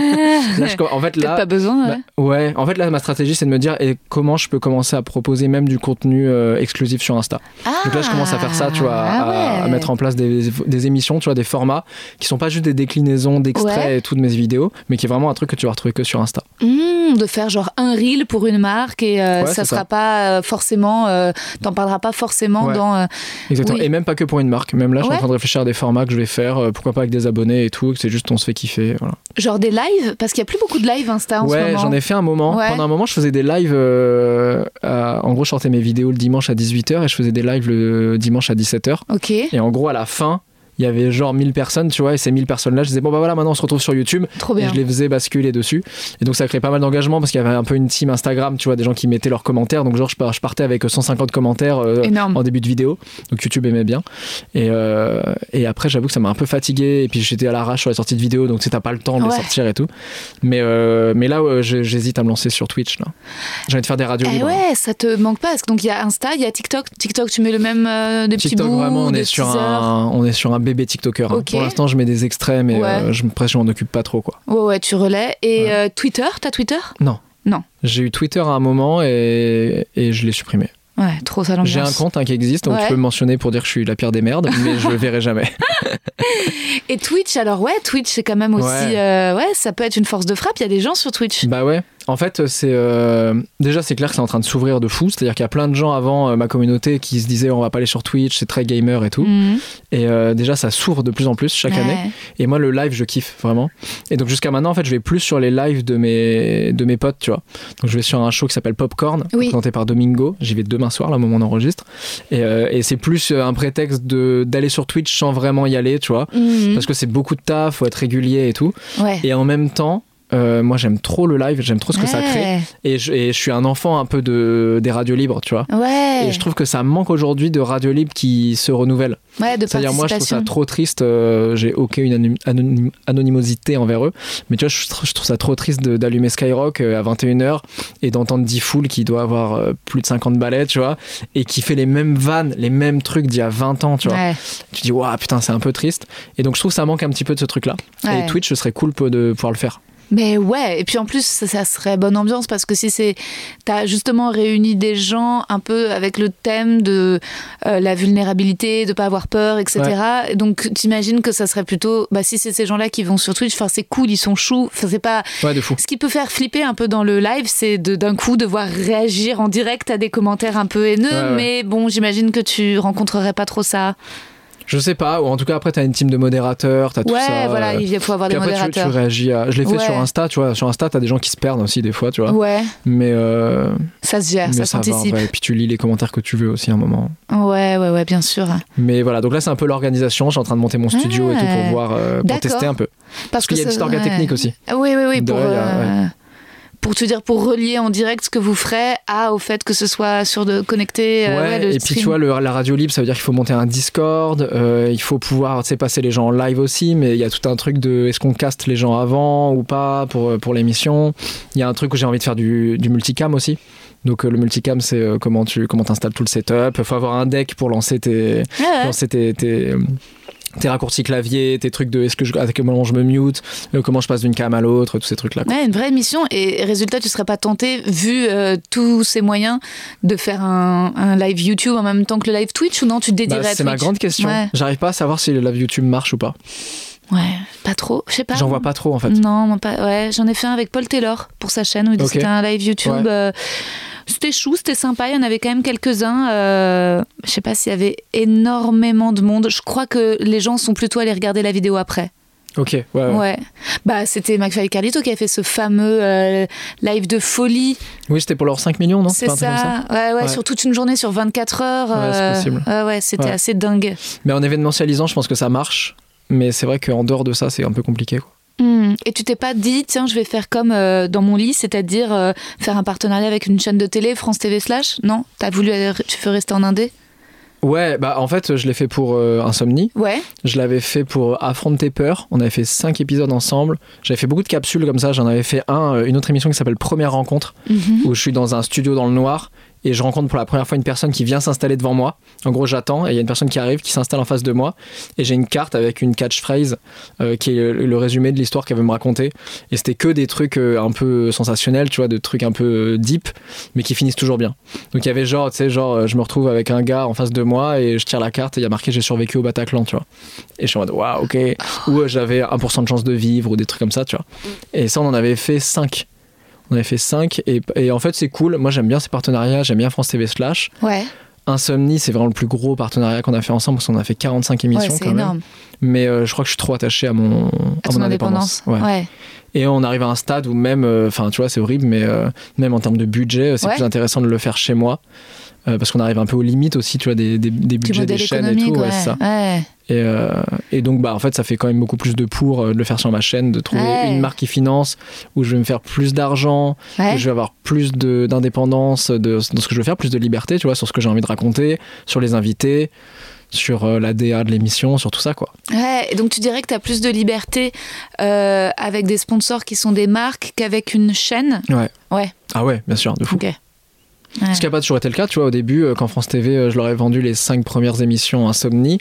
Speaker 5: Là, je- en fait,
Speaker 4: Peut-être
Speaker 5: là,
Speaker 4: pas besoin.
Speaker 5: bah,
Speaker 4: ouais.
Speaker 5: ouais, en fait, là, ma stratégie, c'est de me dire et comment je peux commencer à proposer même du contenu euh, exclusif sur Insta. Donc là, je commence à faire ça, tu vois,
Speaker 4: Ah,
Speaker 5: à, à
Speaker 4: ouais.
Speaker 5: mettre en place des, des émissions, tu vois, des formats qui sont pas juste des déclinaisons d'extraits
Speaker 4: Ouais.
Speaker 5: et tout de mes vidéos, mais qui est vraiment un truc que tu vas retrouver que sur Insta.
Speaker 4: Mmh, de faire genre un reel pour une marque et euh,
Speaker 5: Ouais,
Speaker 4: ça
Speaker 5: c'est
Speaker 4: sera
Speaker 5: ça.
Speaker 4: pas euh, forcément, euh, t'en parleras pas forcément
Speaker 5: Ouais.
Speaker 4: dans. euh,
Speaker 5: Exactement.
Speaker 4: Oui.
Speaker 5: Et même pas que pour une marque. Même là, je suis
Speaker 4: Ouais.
Speaker 5: en train de réfléchir à des formats que je vais faire, euh, pourquoi pas avec des abonnés et tout, que c'est juste on se fait kiffer. Voilà.
Speaker 4: genre des lives, parce qu'il y a plus beaucoup de lives Insta en ce
Speaker 5: Ouais,
Speaker 4: moment.
Speaker 5: j'en ai fait un moment.
Speaker 4: Ouais.
Speaker 5: Pendant un moment, je faisais des lives. euh, à- en gros, je sortais mes vidéos le dimanche à dix-huit heures et je faisais des lives le dimanche à dix-sept heures.
Speaker 4: Ok.
Speaker 5: Et en gros, à la fin, il y avait genre mille personnes, tu vois, et ces mille personnes-là, je disais, bon bah voilà, maintenant on se retrouve sur YouTube.
Speaker 4: Trop
Speaker 5: Et
Speaker 4: bien.
Speaker 5: je les faisais basculer dessus. Et donc ça crée pas mal d'engagement parce qu'il y avait un peu une team Instagram, tu vois, des gens qui mettaient leurs commentaires. Donc genre, je par- je partais avec cent cinquante commentaires euh,
Speaker 4: Énorme.
Speaker 5: en début de vidéo. Donc YouTube aimait bien. Et, euh, et après, j'avoue que ça m'a un peu fatigué. Et puis j'étais à l'arrache sur les sorties de vidéos, donc tu sais, t'as pas le temps de les
Speaker 4: Ouais.
Speaker 5: sortir et tout. Mais, euh, mais là, euh, j'ai- j'hésite à me lancer sur Twitch. Là. J'ai envie de faire des radios
Speaker 4: Eh
Speaker 5: libres.
Speaker 4: ouais, ça te manque pas. Parce que donc il y a Insta, il y a TikTok. TikTok, tu mets le même euh, des petits
Speaker 5: TikTok,
Speaker 4: bouts,
Speaker 5: vraiment, on
Speaker 4: des
Speaker 5: est, sur
Speaker 4: teasers.
Speaker 5: un, on est sur un bébé TikToker. hein.
Speaker 4: Ok.
Speaker 5: Pour l'instant, je mets des extraits, mais
Speaker 4: Ouais.
Speaker 5: euh, je me presse, je m'en occupe pas trop. Quoi.
Speaker 4: Ouais, ouais, tu relais. Et
Speaker 5: Ouais.
Speaker 4: euh, Twitter, t'as Twitter ?
Speaker 5: Non.
Speaker 4: Non.
Speaker 5: J'ai eu Twitter à un moment et, et je l'ai supprimé.
Speaker 4: Ouais, trop ça l'ambiance.
Speaker 5: J'ai un compte hein, qui existe, donc
Speaker 4: Ouais.
Speaker 5: tu peux me mentionner pour dire que je suis la pire des merdes, mais je le verrai jamais.
Speaker 4: Et Twitch, alors ouais, Twitch c'est quand même aussi,
Speaker 5: Ouais.
Speaker 4: euh, ouais, ça peut être une force de frappe. Il y a des gens sur Twitch.
Speaker 5: Bah ouais. En fait, c'est euh, déjà c'est clair que c'est en train de s'ouvrir de fou. C'est-à-dire qu'il y a plein de gens avant euh, ma communauté qui se disaient on va pas aller sur Twitch, c'est très gamer et tout.
Speaker 4: Mmh.
Speaker 5: Et euh, déjà ça s'ouvre de plus en plus chaque
Speaker 4: Ouais.
Speaker 5: année. Et moi le live je kiffe vraiment. Et donc jusqu'à maintenant en fait je vais plus sur les lives de mes de mes potes, tu vois. Donc je vais sur un show qui s'appelle Popcorn,
Speaker 4: Oui.
Speaker 5: présenté par Domingo. J'y vais demain soir là au moment où on enregistre. Et, euh, et c'est plus un prétexte de d'aller sur Twitch sans vraiment y aller, tu vois.
Speaker 4: Mmh.
Speaker 5: Parce que c'est beaucoup de taf, faut être régulier et tout.
Speaker 4: Ouais.
Speaker 5: Et en même temps, euh, moi j'aime trop le live, j'aime trop ce que ça crée.
Speaker 4: Ouais.
Speaker 5: Et je, et je suis un enfant un peu de, des radios libres, tu vois.
Speaker 4: Ouais.
Speaker 5: Et je trouve que ça manque aujourd'hui de radios libres qui se renouvellent.
Speaker 4: Ouais, de
Speaker 5: C'est-à-dire, moi je trouve ça
Speaker 4: participation.
Speaker 5: trop triste, euh, j'ai aucune anonym- anonym- anonymosité envers eux. Mais tu vois, je, tr- je trouve ça trop triste de- d'allumer Skyrock euh, à vingt et une heures et d'entendre D-Fool qui doit avoir euh, plus de cinquante balais, tu vois, et qui fait les mêmes vannes, les mêmes trucs d'il y a vingt ans, tu vois.
Speaker 4: Ouais.
Speaker 5: Tu dis, waouh, putain, c'est un peu triste. Et donc je trouve que ça manque un petit peu de ce truc-là.
Speaker 4: Ouais.
Speaker 5: Et Twitch, ce serait cool peu de pouvoir le faire.
Speaker 4: Mais ouais, et puis en plus, ça, ça serait bonne ambiance parce que si c'est. T'as justement réuni des gens un peu avec le thème de euh, la vulnérabilité, de pas avoir peur, et cetera. Et donc t'imagines que ça serait plutôt. Bah, si c'est ces gens-là qui vont sur Twitch, enfin, c'est cool, ils sont choux. Enfin, c'est pas.
Speaker 5: Ouais, de fou.
Speaker 4: Ce qui peut faire flipper un peu dans le live, c'est de, d'un coup devoir réagir en direct à des commentaires un peu haineux.
Speaker 5: Ouais, ouais.
Speaker 4: Mais bon, j'imagine que tu rencontrerais pas trop ça.
Speaker 5: Je sais pas, ou en tout cas après t'as une team de modérateurs, t'as tout
Speaker 4: Ouais,
Speaker 5: ça.
Speaker 4: voilà,
Speaker 5: euh,
Speaker 4: il faut avoir
Speaker 5: puis
Speaker 4: des
Speaker 5: après, tu-
Speaker 4: modérateurs.
Speaker 5: Tu, réagis à... Je l'ai fait
Speaker 4: Ouais.
Speaker 5: sur Insta, tu vois. Sur Insta, t'as des gens qui se perdent aussi des fois, tu vois.
Speaker 4: Ouais,
Speaker 5: Mais, euh,
Speaker 4: ça se gère,
Speaker 5: mais
Speaker 4: ça
Speaker 5: ça va,
Speaker 4: s'anticipe.
Speaker 5: ouais. Et puis tu lis les commentaires que tu veux aussi à un moment.
Speaker 4: Ouais, ouais, ouais, bien sûr.
Speaker 5: Mais voilà, donc là c'est un peu l'organisation. Je suis en train de monter mon studio et tout pour
Speaker 4: Ouais.
Speaker 5: voir, euh, pour
Speaker 4: D'accord.
Speaker 5: tester un peu. Parce qu'il y a une
Speaker 4: ça-
Speaker 5: petite orga
Speaker 4: ouais.
Speaker 5: technique aussi.
Speaker 4: Ah oui, oui, oui,
Speaker 5: De
Speaker 4: pour,
Speaker 5: vrai, il y a-
Speaker 4: euh, pour te dire, pour relier en direct ce que vous ferez à, au fait que ce soit sur de connecter. euh,
Speaker 5: Ouais,
Speaker 4: ouais, le
Speaker 5: et puis
Speaker 4: stream.
Speaker 5: tu vois, le- la radio libre, ça veut dire qu'il faut monter un Discord, euh, il faut pouvoir, tu sais, passer les gens en live aussi, mais il y a tout un truc de est-ce qu'on caste les gens avant ou pas pour, pour l'émission. Il y a un truc où j'ai envie de faire du, du multicam aussi. Donc euh, le multicam, c'est euh, comment tu comment t'installes tout le setup. Il faut avoir un deck pour lancer tes,
Speaker 4: Ouais, ouais.
Speaker 5: lancer tes, tes, tes raccourcis clavier, tes trucs de est-ce que je, à quel moment je me mute, euh, comment je passe d'une cam à l'autre, tous ces trucs-là. quoi.
Speaker 4: Ouais, une vraie émission. Et résultat, tu serais pas tenté, vu euh, tous ces moyens, de faire un, un live YouTube en même temps que le live Twitch ou non, tu te dédierais
Speaker 5: Bah,
Speaker 4: à
Speaker 5: c'est ma
Speaker 4: Twitch.
Speaker 5: grande question.
Speaker 4: Ouais.
Speaker 5: J'arrive pas à savoir si le live YouTube marche ou pas.
Speaker 4: Ouais, pas trop. Je sais pas.
Speaker 5: J'en vois pas trop en fait.
Speaker 4: Non, moi pas. Ouais, j'en ai fait un avec Paul Taylor pour sa chaîne où il
Speaker 5: Ok.
Speaker 4: c'était un live YouTube.
Speaker 5: Ouais.
Speaker 4: euh, c'était chou, c'était sympa. Il y en avait quand même quelques-uns. Euh, je sais pas s'il y avait énormément de monde. Je crois que les gens sont plutôt allés regarder la vidéo après.
Speaker 5: Ok, ouais. ouais.
Speaker 4: Ouais. Bah, c'était McFly et Carlito qui a fait ce fameux euh, live de folie.
Speaker 5: Oui, c'était pour leurs cinq millions, non
Speaker 4: C'est
Speaker 5: pas un truc comme
Speaker 4: ça. Ouais, ouais,
Speaker 5: Ouais.
Speaker 4: sur toute une journée, sur vingt-quatre heures.
Speaker 5: Ouais, c'est
Speaker 4: euh,
Speaker 5: possible.
Speaker 4: Ouais, ouais, c'était
Speaker 5: Ouais.
Speaker 4: assez dingue.
Speaker 5: Mais en événementialisant, je pense que ça marche. Mais c'est vrai qu'en dehors de ça, c'est un peu compliqué. Quoi.
Speaker 4: Hmm. Et tu t'es pas dit, tiens, je vais faire comme euh, dans mon lit, c'est-à-dire euh, faire un partenariat avec une chaîne de télé, France T V slash? Non? T'as voulu, aller- tu veux rester en indé?
Speaker 5: Ouais, bah en fait, je l'ai fait pour euh, Insomnie.
Speaker 4: Ouais.
Speaker 5: Je l'avais fait pour Affronte tes peurs. On avait fait cinq épisodes ensemble. J'avais fait beaucoup de capsules comme ça. J'en avais fait un, euh, une autre émission qui s'appelle Première Rencontre,
Speaker 4: Mhm.
Speaker 5: où je suis dans un studio dans le noir et je rencontre pour la première fois une personne qui vient s'installer devant moi. En gros, j'attends et il y a une personne qui arrive, qui s'installe en face de moi et j'ai une carte avec une catchphrase euh, qui est le, le résumé de l'histoire qu'elle veut me raconter. Et c'était que des trucs euh, un peu sensationnels, tu vois, de trucs un peu euh, deep, mais qui finissent toujours bien. Donc il y avait genre, tu sais, genre, euh, je me retrouve avec un gars en face de moi et je tire la carte et il y a marqué j'ai survécu au Bataclan, tu vois. Et je suis en mode waouh, ok. Ou euh, j'avais un pour cent de chance de vivre ou des trucs comme ça, tu vois. Et ça, on en avait fait cinq. On avait fait cinq et, et en fait c'est cool, moi j'aime bien ces partenariats, j'aime bien France T V slash.
Speaker 4: Ouais.
Speaker 5: Insomnie c'est vraiment le plus gros partenariat qu'on a fait ensemble parce qu'on a fait quarante-cinq émissions
Speaker 4: Ouais, c'est
Speaker 5: quand même.
Speaker 4: énorme.
Speaker 5: Mais euh, je crois que je suis trop attaché à mon,
Speaker 4: À
Speaker 5: à
Speaker 4: ton
Speaker 5: mon
Speaker 4: indépendance.
Speaker 5: indépendance. Ouais.
Speaker 4: Ouais.
Speaker 5: Et on arrive à un stade où même, enfin tu vois c'est horrible mais euh, même en termes de budget c'est
Speaker 4: Ouais.
Speaker 5: plus intéressant de le faire chez moi. Euh, parce qu'on arrive un peu aux limites aussi tu vois des, des, des
Speaker 4: Du
Speaker 5: budgets des
Speaker 4: modèle
Speaker 5: chaînes et
Speaker 4: économique,
Speaker 5: tout.
Speaker 4: ouais.
Speaker 5: Ouais, c'est ça.
Speaker 4: Ouais.
Speaker 5: Et, euh, et donc, bah, en fait, ça fait quand même beaucoup plus de pour euh, de le faire sur ma chaîne, de trouver
Speaker 4: Ouais.
Speaker 5: une marque qui finance, où je vais me faire plus d'argent,
Speaker 4: Ouais.
Speaker 5: où je vais avoir plus de, d'indépendance de, dans ce que je veux faire, plus de liberté, tu vois, sur ce que j'ai envie de raconter, sur les invités, sur euh, la D A de l'émission, sur tout ça, quoi.
Speaker 4: Ouais, et donc tu dirais que tu as plus de liberté euh, avec des sponsors qui sont des marques qu'avec une chaîne?
Speaker 5: Ouais.
Speaker 4: Ouais.
Speaker 5: Ah ouais, bien sûr, de fou.
Speaker 4: Ok. Ouais.
Speaker 5: Ce qui n'a pas toujours été le cas, tu vois, au début, euh, quand France T V, euh, je leur ai vendu les cinq premières émissions Insomnie,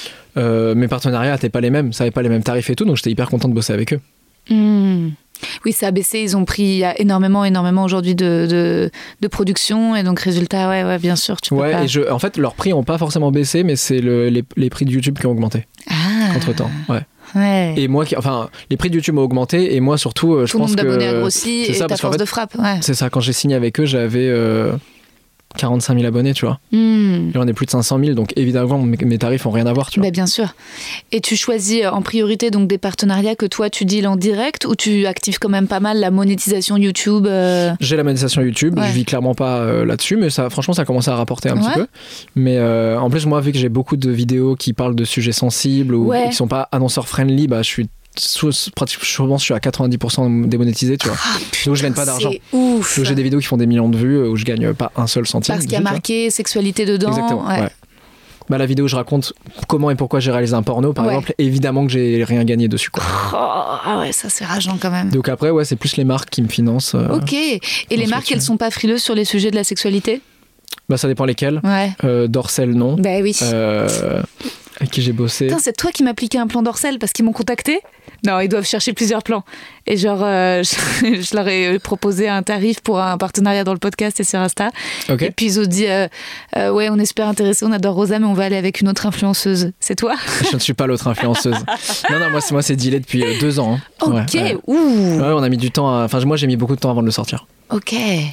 Speaker 5: euh, mes partenariats n'étaient pas les mêmes, ça n'avait pas les mêmes tarifs et tout, donc j'étais hyper content de bosser avec eux.
Speaker 4: Hmm. Oui, ça a baissé. Ils ont pris il y a énormément, énormément aujourd'hui de, de, de production. Et donc, résultat, ouais, ouais, bien sûr, tu peux
Speaker 5: Ouais,
Speaker 4: pas...
Speaker 5: et je, en fait, leurs prix n'ont pas forcément baissé, mais c'est le, les, les prix de YouTube qui ont augmenté
Speaker 4: Ah.
Speaker 5: entre temps. Ouais.
Speaker 4: Ouais.
Speaker 5: Et moi, qui, enfin, les prix de YouTube ont augmenté et moi surtout, euh, je
Speaker 4: Ton
Speaker 5: pense
Speaker 4: nombre
Speaker 5: que
Speaker 4: d'abonnés a grossi
Speaker 5: c'est
Speaker 4: et
Speaker 5: ça,
Speaker 4: ta
Speaker 5: parce qu'en
Speaker 4: force
Speaker 5: fait,
Speaker 4: de frappe. Ouais.
Speaker 5: c'est ça. Quand j'ai signé avec eux, j'avais euh, quarante-cinq mille abonnés, tu vois.
Speaker 4: Mm.
Speaker 5: Là, on est plus de cinq cent mille, donc évidemment, mes, mes tarifs ont rien à voir, tu vois.
Speaker 4: Bah, bien sûr. Et tu choisis en priorité donc des partenariats que toi tu deals en direct ou tu actives quand même pas mal la monétisation YouTube euh...
Speaker 5: J'ai la monétisation YouTube,
Speaker 4: Ouais.
Speaker 5: je vis clairement pas euh, là-dessus, mais ça, franchement, ça a commencé à rapporter un
Speaker 4: Ouais.
Speaker 5: petit peu. Mais euh, en plus, moi, vu que j'ai beaucoup de vidéos qui parlent de sujets sensibles ou
Speaker 4: Ouais.
Speaker 5: qui sont pas annonceurs friendly, bah, je suis sous, pratiquement, je pense, je suis à quatre-vingt-dix pour cent démonétisé, tu vois.
Speaker 4: Ah,
Speaker 5: Donc, je gagne pas d'argent.
Speaker 4: c'est ouf.
Speaker 5: Donc, j'ai des vidéos qui font des millions de vues euh, où je gagne pas un seul centime.
Speaker 4: Parce qu'il y a
Speaker 5: dessus, tu vois.
Speaker 4: marqué sexualité dedans.
Speaker 5: Exactement.
Speaker 4: Ouais.
Speaker 5: Ouais. Bah, la vidéo où je raconte comment et pourquoi j'ai réalisé un porno, par
Speaker 4: Ouais.
Speaker 5: exemple, évidemment que j'ai rien gagné dessus, quoi.
Speaker 4: Oh, ah ouais, ça c'est rageant quand même.
Speaker 5: Donc après, ouais, c'est plus les marques qui me financent. euh,
Speaker 4: Ok. Et les
Speaker 5: pense
Speaker 4: marques,
Speaker 5: là-dessus.
Speaker 4: elles sont pas frileuses sur les sujets de la sexualité?
Speaker 5: Bah, ça dépend lesquelles.
Speaker 4: Ouais.
Speaker 5: Euh, Dorsel, non.
Speaker 4: Bah oui.
Speaker 5: Euh, avec qui j'ai bossé.
Speaker 4: Putain, c'est toi qui m'appliquais un plan Dorsel parce qu'ils m'ont contacté? Non, ils doivent chercher plusieurs plans. Et genre, euh, je, je leur ai proposé un tarif pour un partenariat dans le podcast et sur Insta.
Speaker 5: Ok.
Speaker 4: Et puis ils ont dit euh, euh, ouais, on est super intéressés, on adore Rosa, mais on va aller avec une autre influenceuse. C'est toi?
Speaker 5: Je ne suis pas l'autre influenceuse. Non, non, moi, c'est, moi, c'est dealé depuis euh, deux ans. hein.
Speaker 4: Ok,
Speaker 5: Ouais, ouais.
Speaker 4: ouh.
Speaker 5: Ouais, on a mis du temps. à- Enfin, moi, j'ai mis beaucoup de temps avant de le sortir.
Speaker 4: Ok.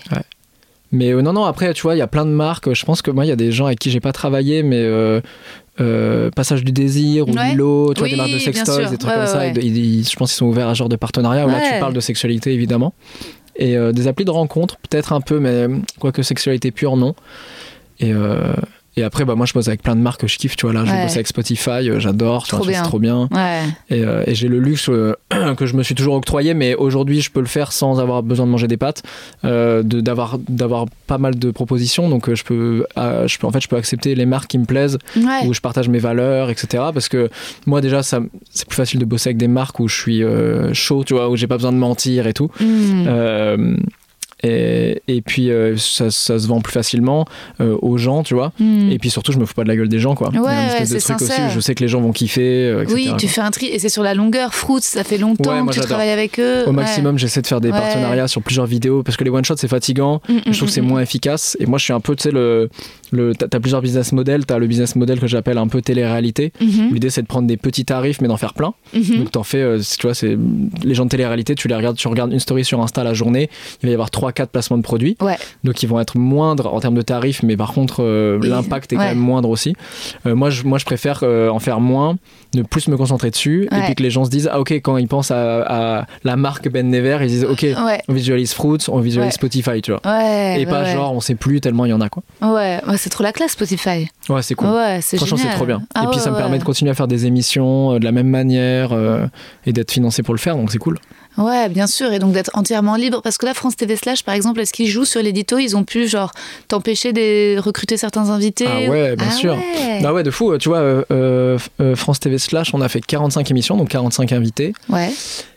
Speaker 5: Mais euh, non, non, après, tu vois, il y a plein de marques. Je pense que moi, il y a des gens avec qui j'ai pas travaillé, mais euh, euh, Passage du Désir ou
Speaker 4: Ouais.
Speaker 5: Lilo, tu vois,
Speaker 4: Oui,
Speaker 5: des marques de
Speaker 4: bien
Speaker 5: sextoys,
Speaker 4: sûr.
Speaker 5: des trucs
Speaker 4: Ouais,
Speaker 5: comme
Speaker 4: ouais,
Speaker 5: ça.
Speaker 4: ouais.
Speaker 5: Ils- ils- je pense qu'ils sont ouverts à ce genre de partenariat où là,
Speaker 4: Ouais.
Speaker 5: tu parles de sexualité, évidemment. Et euh, des applis de rencontre, peut-être un peu, mais quoique sexualité pure, non. Et, euh, et après, bah, moi, je bosse avec plein de marques que je kiffe. Tu vois, là, je
Speaker 4: Ouais.
Speaker 5: bosse avec Spotify, euh, j'adore. Tu
Speaker 4: Trop
Speaker 5: vois,
Speaker 4: bien.
Speaker 5: c'est trop bien.
Speaker 4: Ouais.
Speaker 5: Et, euh, et j'ai le luxe euh, que je me suis toujours octroyé, mais aujourd'hui je peux le faire sans avoir besoin de manger des pâtes, euh, de, d'avoir, d'avoir pas mal de propositions. Donc euh, je peux, euh, je peux, en fait, je peux accepter les marques qui me plaisent,
Speaker 4: Ouais.
Speaker 5: où je partage mes valeurs, et cetera. Parce que moi déjà, ça, c'est plus facile de bosser avec des marques où je suis euh, chaud, tu vois, où j'ai pas besoin de mentir et tout.
Speaker 4: Mm.
Speaker 5: Euh, et, et puis euh, ça, ça se vend plus facilement euh, aux gens, tu vois.
Speaker 4: Mm.
Speaker 5: Et puis surtout, je me fous pas de la gueule des gens, quoi. Il y a
Speaker 4: Ouais,
Speaker 5: une espèce
Speaker 4: ouais,
Speaker 5: de
Speaker 4: c'est
Speaker 5: truc aussi
Speaker 4: sincère.
Speaker 5: où je sais que les gens vont kiffer, euh, et cetera.
Speaker 4: Oui, tu
Speaker 5: quoi.
Speaker 4: fais un tri et c'est sur la longueur. Fruits, ça fait longtemps
Speaker 5: Ouais, moi,
Speaker 4: que tu
Speaker 5: j'adore.
Speaker 4: travailles avec eux.
Speaker 5: Au
Speaker 4: Ouais.
Speaker 5: maximum, j'essaie de faire des
Speaker 4: Ouais.
Speaker 5: partenariats sur plusieurs vidéos parce que les one-shots, c'est fatigant.
Speaker 4: Mm,
Speaker 5: Je trouve que c'est
Speaker 4: mm,
Speaker 5: moins efficace. Et moi, je suis un peu, tu sais, le, le, t'as, t'as plusieurs business models. T'as le business model que j'appelle un peu télé-réalité.
Speaker 4: Mhm.
Speaker 5: L'idée, c'est de prendre des petits tarifs, mais d'en faire plein.
Speaker 4: Mhm.
Speaker 5: Donc, t'en fais, euh, tu vois, c'est les gens de télé-réalité, tu les regardes, tu regardes une story sur Insta la journée, il va y avoir trois quatre placements de produits.
Speaker 4: Ouais.
Speaker 5: Donc, ils vont être moindres en termes de tarifs, mais par contre, euh,
Speaker 4: Et-
Speaker 5: l'impact est
Speaker 4: ouais.
Speaker 5: quand même moindre aussi. Euh, moi, je, moi, je préfère euh, en faire moins, ne plus me concentrer dessus,
Speaker 4: Ouais.
Speaker 5: et puis que les gens se disent, ah, ok, quand ils pensent à, à la marque Ben Never, ils disent, ok,
Speaker 4: Ouais.
Speaker 5: on visualise Fruits, on visualise
Speaker 4: Ouais.
Speaker 5: Spotify, tu vois.
Speaker 4: Ouais.
Speaker 5: Et
Speaker 4: ouais,
Speaker 5: pas
Speaker 4: ouais.
Speaker 5: genre, on sait plus tellement il y en a, quoi.
Speaker 4: Ouais, ouais, c'est trop la classe Spotify.
Speaker 5: Ouais, c'est cool.
Speaker 4: Ouais, c'est
Speaker 5: Franchement,
Speaker 4: génial.
Speaker 5: c'est trop bien.
Speaker 4: Ah
Speaker 5: et puis,
Speaker 4: ouais,
Speaker 5: ça me
Speaker 4: ouais.
Speaker 5: permet de continuer à faire des émissions euh, de la même manière euh, et d'être financé pour le faire, donc c'est cool.
Speaker 4: Ouais, bien sûr, et donc d'être entièrement libre. Parce que là, France T V Slash, par exemple, est-ce qu'ils jouent sur l'édito? Ils ont pu, genre, t'empêcher de recruter certains invités?
Speaker 5: Ah ouais, bien
Speaker 4: Ah
Speaker 5: sûr.
Speaker 4: ouais.
Speaker 5: Bah ouais, de fou. Tu vois, euh, euh, euh, France T V Slash, on a fait quarante-cinq émissions, donc quarante-cinq invités.
Speaker 4: Ouais.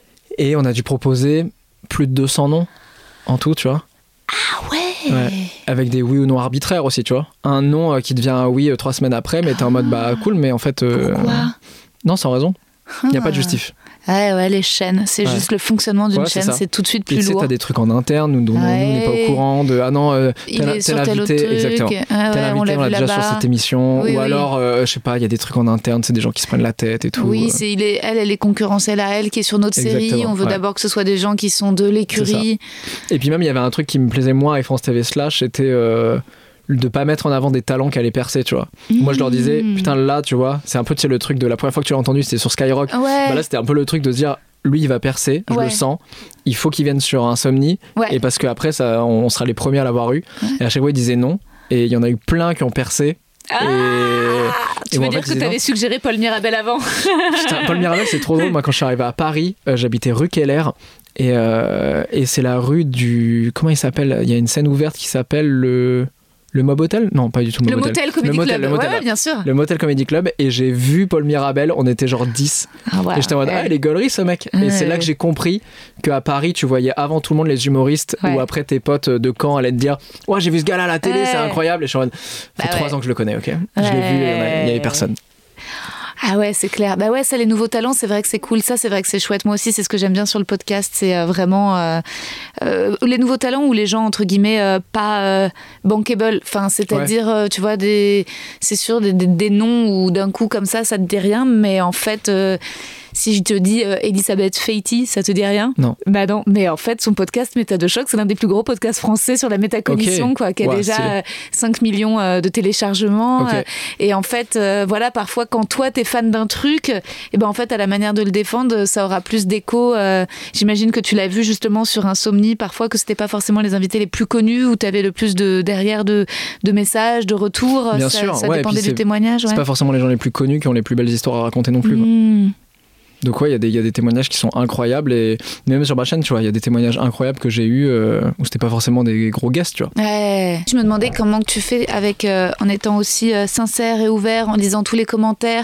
Speaker 5: Et on a dû proposer plus de deux cents noms en tout, tu vois.
Speaker 4: Ah ouais.
Speaker 5: Ouais. Avec des oui ou non arbitraires aussi, tu vois. Un non euh, qui devient un oui euh, trois semaines après, mais t'es en mode bah cool, mais en fait. euh,
Speaker 4: Pourquoi?
Speaker 5: Non, sans raison. Il n'y a pas de justif.
Speaker 4: Ouais, ouais, les chaînes. C'est
Speaker 5: Ouais.
Speaker 4: juste le fonctionnement d'une
Speaker 5: Ouais, c'est
Speaker 4: chaîne,
Speaker 5: ça.
Speaker 4: c'est tout de suite
Speaker 5: Et
Speaker 4: plus
Speaker 5: tu sais,
Speaker 4: lourd.
Speaker 5: t'as des trucs en interne où dont nous, on n'est pas
Speaker 4: Ouais.
Speaker 5: au courant de ah non, euh,
Speaker 4: Il
Speaker 5: tel,
Speaker 4: est
Speaker 5: tel
Speaker 4: sur tel autre
Speaker 5: invité,
Speaker 4: truc.
Speaker 5: exactement.
Speaker 4: Ah
Speaker 5: Tel
Speaker 4: ouais, on
Speaker 5: invité,
Speaker 4: l'a
Speaker 5: on l'a
Speaker 4: vu
Speaker 5: déjà sur
Speaker 4: là-bas.
Speaker 5: cette émission.
Speaker 4: Oui,
Speaker 5: ou
Speaker 4: oui.
Speaker 5: alors, euh, je sais pas, il y a des trucs en interne, c'est des gens qui se prennent la tête et tout.
Speaker 4: Oui,
Speaker 5: euh.
Speaker 4: c'est, il est, elle, elle est concurrentielle à elle qui est sur notre série.
Speaker 5: Exactement,
Speaker 4: On veut
Speaker 5: ouais.
Speaker 4: d'abord que ce soit des gens qui sont de l'écurie.
Speaker 5: Et puis même, il y avait un truc qui me plaisait moins avec France T V Slash, c'était euh, de pas mettre en avant des talents qui allaient percer, tu vois. Moi, je leur disais,
Speaker 4: Mmh.
Speaker 5: putain, là, tu vois, c'est un peu, tu sais, le truc de la première fois que tu l'as entendu, c'était sur Skyrock.
Speaker 4: Ouais.
Speaker 5: Bah là, c'était un peu le truc de se dire, lui, il va percer, je
Speaker 4: Ouais.
Speaker 5: le sens. Il faut qu'il vienne sur Insomnie.
Speaker 4: Ouais.
Speaker 5: Et parce qu'après, ça, on sera les premiers à l'avoir eu. Et à chaque fois, il disait non. Et il y en a eu plein qui ont percé.
Speaker 4: Ah,
Speaker 5: et...
Speaker 4: tu
Speaker 5: et
Speaker 4: veux
Speaker 5: moi, en
Speaker 4: dire
Speaker 5: fait,
Speaker 4: que
Speaker 5: je
Speaker 4: tu avais
Speaker 5: disais
Speaker 4: suggéré Paul Mirabel avant?
Speaker 5: Putain, Paul Mirabel, c'est trop drôle. Moi, quand je suis arrivé à Paris, euh, j'habitais rue Keller. Et, euh, et c'est la rue du. Comment il s'appelle? Il y a une scène ouverte qui s'appelle le. Le Mob Hotel? Non, pas du tout le
Speaker 4: Le
Speaker 5: Mob
Speaker 4: Motel Comedy
Speaker 5: le motel,
Speaker 4: Club.
Speaker 5: Le motel,
Speaker 4: ouais, ouais, bien sûr.
Speaker 5: le Motel Comedy Club. Et j'ai vu Paul Mirabel, on était genre dix.
Speaker 4: Ah, ouais.
Speaker 5: Et j'étais en mode,
Speaker 4: Ouais.
Speaker 5: ah, il est gaulerie ce mec.
Speaker 4: Ouais.
Speaker 5: Et c'est là que j'ai compris qu'à Paris, tu voyais avant tout le monde les humoristes,
Speaker 4: Ouais.
Speaker 5: ou après tes potes de Caen allaient te dire, ouais, j'ai vu ce gars-là à la télé,
Speaker 4: Ouais.
Speaker 5: c'est incroyable. Et je suis en mode, ça fait
Speaker 4: Bah
Speaker 5: trois
Speaker 4: ouais.
Speaker 5: ans que je le connais, ok? Je l'ai vu, il y en a- il y avait personne.
Speaker 4: Ah ouais, c'est clair. Bah ouais, ça, les nouveaux talents, c'est vrai que c'est cool. Ça, c'est vrai que c'est chouette. Moi aussi, c'est ce que j'aime bien sur le podcast. C'est euh, vraiment euh, euh, les nouveaux talents où les gens, entre guillemets, euh, pas euh, bankable. Enfin, c'est-à-dire, euh, tu vois, des, c'est sûr, des, des, des noms où d'un coup, comme ça, ça te dit rien. Mais en fait, euh, Si je te dis euh, Elisabeth Faity, ça te dit rien ?
Speaker 5: Non.
Speaker 4: Bah non, mais en fait, son podcast Méta de choc, c'est l'un des plus gros podcasts français sur la métacognition,
Speaker 5: okay.
Speaker 4: quoi, qui a
Speaker 5: wow,
Speaker 4: déjà
Speaker 5: stylé.
Speaker 4: euh, cinq millions euh, de téléchargements.
Speaker 5: Okay.
Speaker 4: Euh, et en fait, euh, voilà, parfois, quand toi, t'es fan d'un truc, et ben en fait, à la manière de le défendre, ça aura plus d'écho. Euh, j'imagine que tu l'as vu justement sur Insomnie, parfois, que c'était pas forcément les invités les plus connus, où t'avais le plus de, derrière de, de messages, de retours.
Speaker 5: Bien
Speaker 4: ça,
Speaker 5: sûr,
Speaker 4: ça
Speaker 5: ouais,
Speaker 4: dépendait du
Speaker 5: c'est,
Speaker 4: témoignage. Ouais.
Speaker 5: C'est pas forcément les gens les plus connus qui ont les plus belles histoires à raconter non plus. Quoi.
Speaker 4: Mmh.
Speaker 5: Donc ouais, il y, y a des témoignages qui sont incroyables et même sur ma chaîne, tu vois, il y a des témoignages incroyables que j'ai eus euh, où c'était pas forcément des gros guests, tu vois.
Speaker 4: Ouais. Je me demandais comment tu fais avec, euh, en étant aussi euh, sincère et ouvert, en lisant tous les commentaires,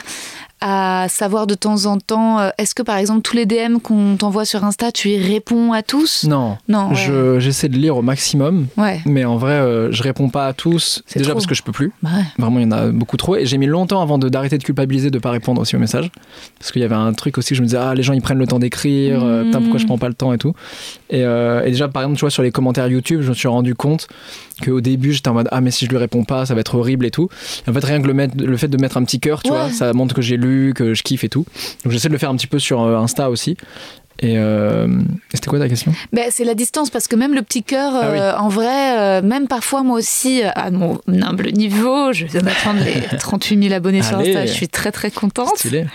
Speaker 4: à savoir de temps en temps, euh, est-ce que par exemple tous les D M qu'on t'envoie sur Insta, tu y réponds à tous ?
Speaker 5: Non,
Speaker 4: non ouais.
Speaker 5: je, j'essaie de lire au maximum,
Speaker 4: ouais.
Speaker 5: mais en vrai, euh, je réponds pas à tous,
Speaker 4: c'est
Speaker 5: déjà
Speaker 4: trop.
Speaker 5: Parce que je peux plus,
Speaker 4: bah ouais.
Speaker 5: Vraiment il y en a beaucoup trop, et j'ai mis longtemps avant de, d'arrêter de culpabiliser de pas répondre aussi aux messages, parce qu'il y avait un truc aussi, je me disais, ah les gens ils prennent le temps d'écrire, mmh. euh, putain pourquoi je prends pas le temps et tout, et, euh, et déjà par exemple tu vois sur les commentaires YouTube, je me suis rendu compte qu'au début j'étais en mode, ah mais si je lui réponds pas, ça va être horrible et tout, et en fait rien que le, mettre, le fait de mettre un petit cœur, tu ouais. vois, ça montre que j'ai lu, que je kiffe et tout. Donc j'essaie de le faire un petit peu sur Insta aussi. Et euh, c'était quoi ta question ?
Speaker 4: Ben, c'est la distance, parce que même le petit cœur, ah oui. euh, en vrai, euh, même parfois moi aussi, à mon humble niveau, je viens d'atteindre les trente-huit mille abonnés sur Insta, je suis très très contente.
Speaker 5: Stylé.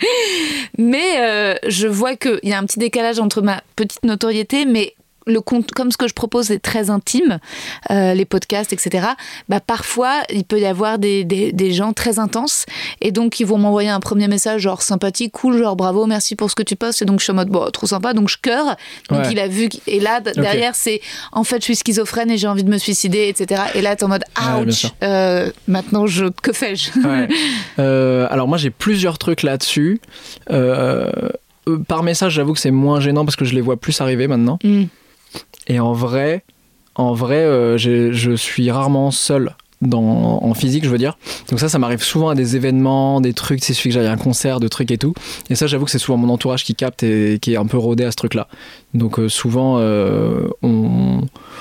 Speaker 4: Mais euh, je vois qu'il y a un petit décalage entre ma petite notoriété, mais le compte, comme ce que je propose est très intime, euh, les podcasts, et cetera, bah parfois, il peut y avoir des, des, des gens très intenses, et donc ils vont m'envoyer un premier message genre sympathique, cool, genre bravo, merci pour ce que tu postes, et donc je suis en mode, bon, trop sympa, donc je cœur, donc ouais. il a vu, et là, d- okay. derrière, c'est, en fait, je suis schizophrène et j'ai envie de me suicider, et cetera, et là, t'es en mode, ouch, ouais, euh, maintenant, je, que fais-je ?
Speaker 5: ouais. euh, Alors moi, j'ai plusieurs trucs là-dessus. Euh, euh, par message, j'avoue que c'est moins gênant, parce que je les vois plus arriver maintenant. Mm. Et en vrai, en vrai euh, je suis rarement seul dans, en physique, je veux dire. Donc ça, ça m'arrive souvent à des événements, des trucs, tu sais, il suffit que j'aille à un concert, de trucs et tout. Et ça, j'avoue que c'est souvent mon entourage qui capte et qui est un peu rodé à ce truc-là. Donc euh, souvent, euh, on...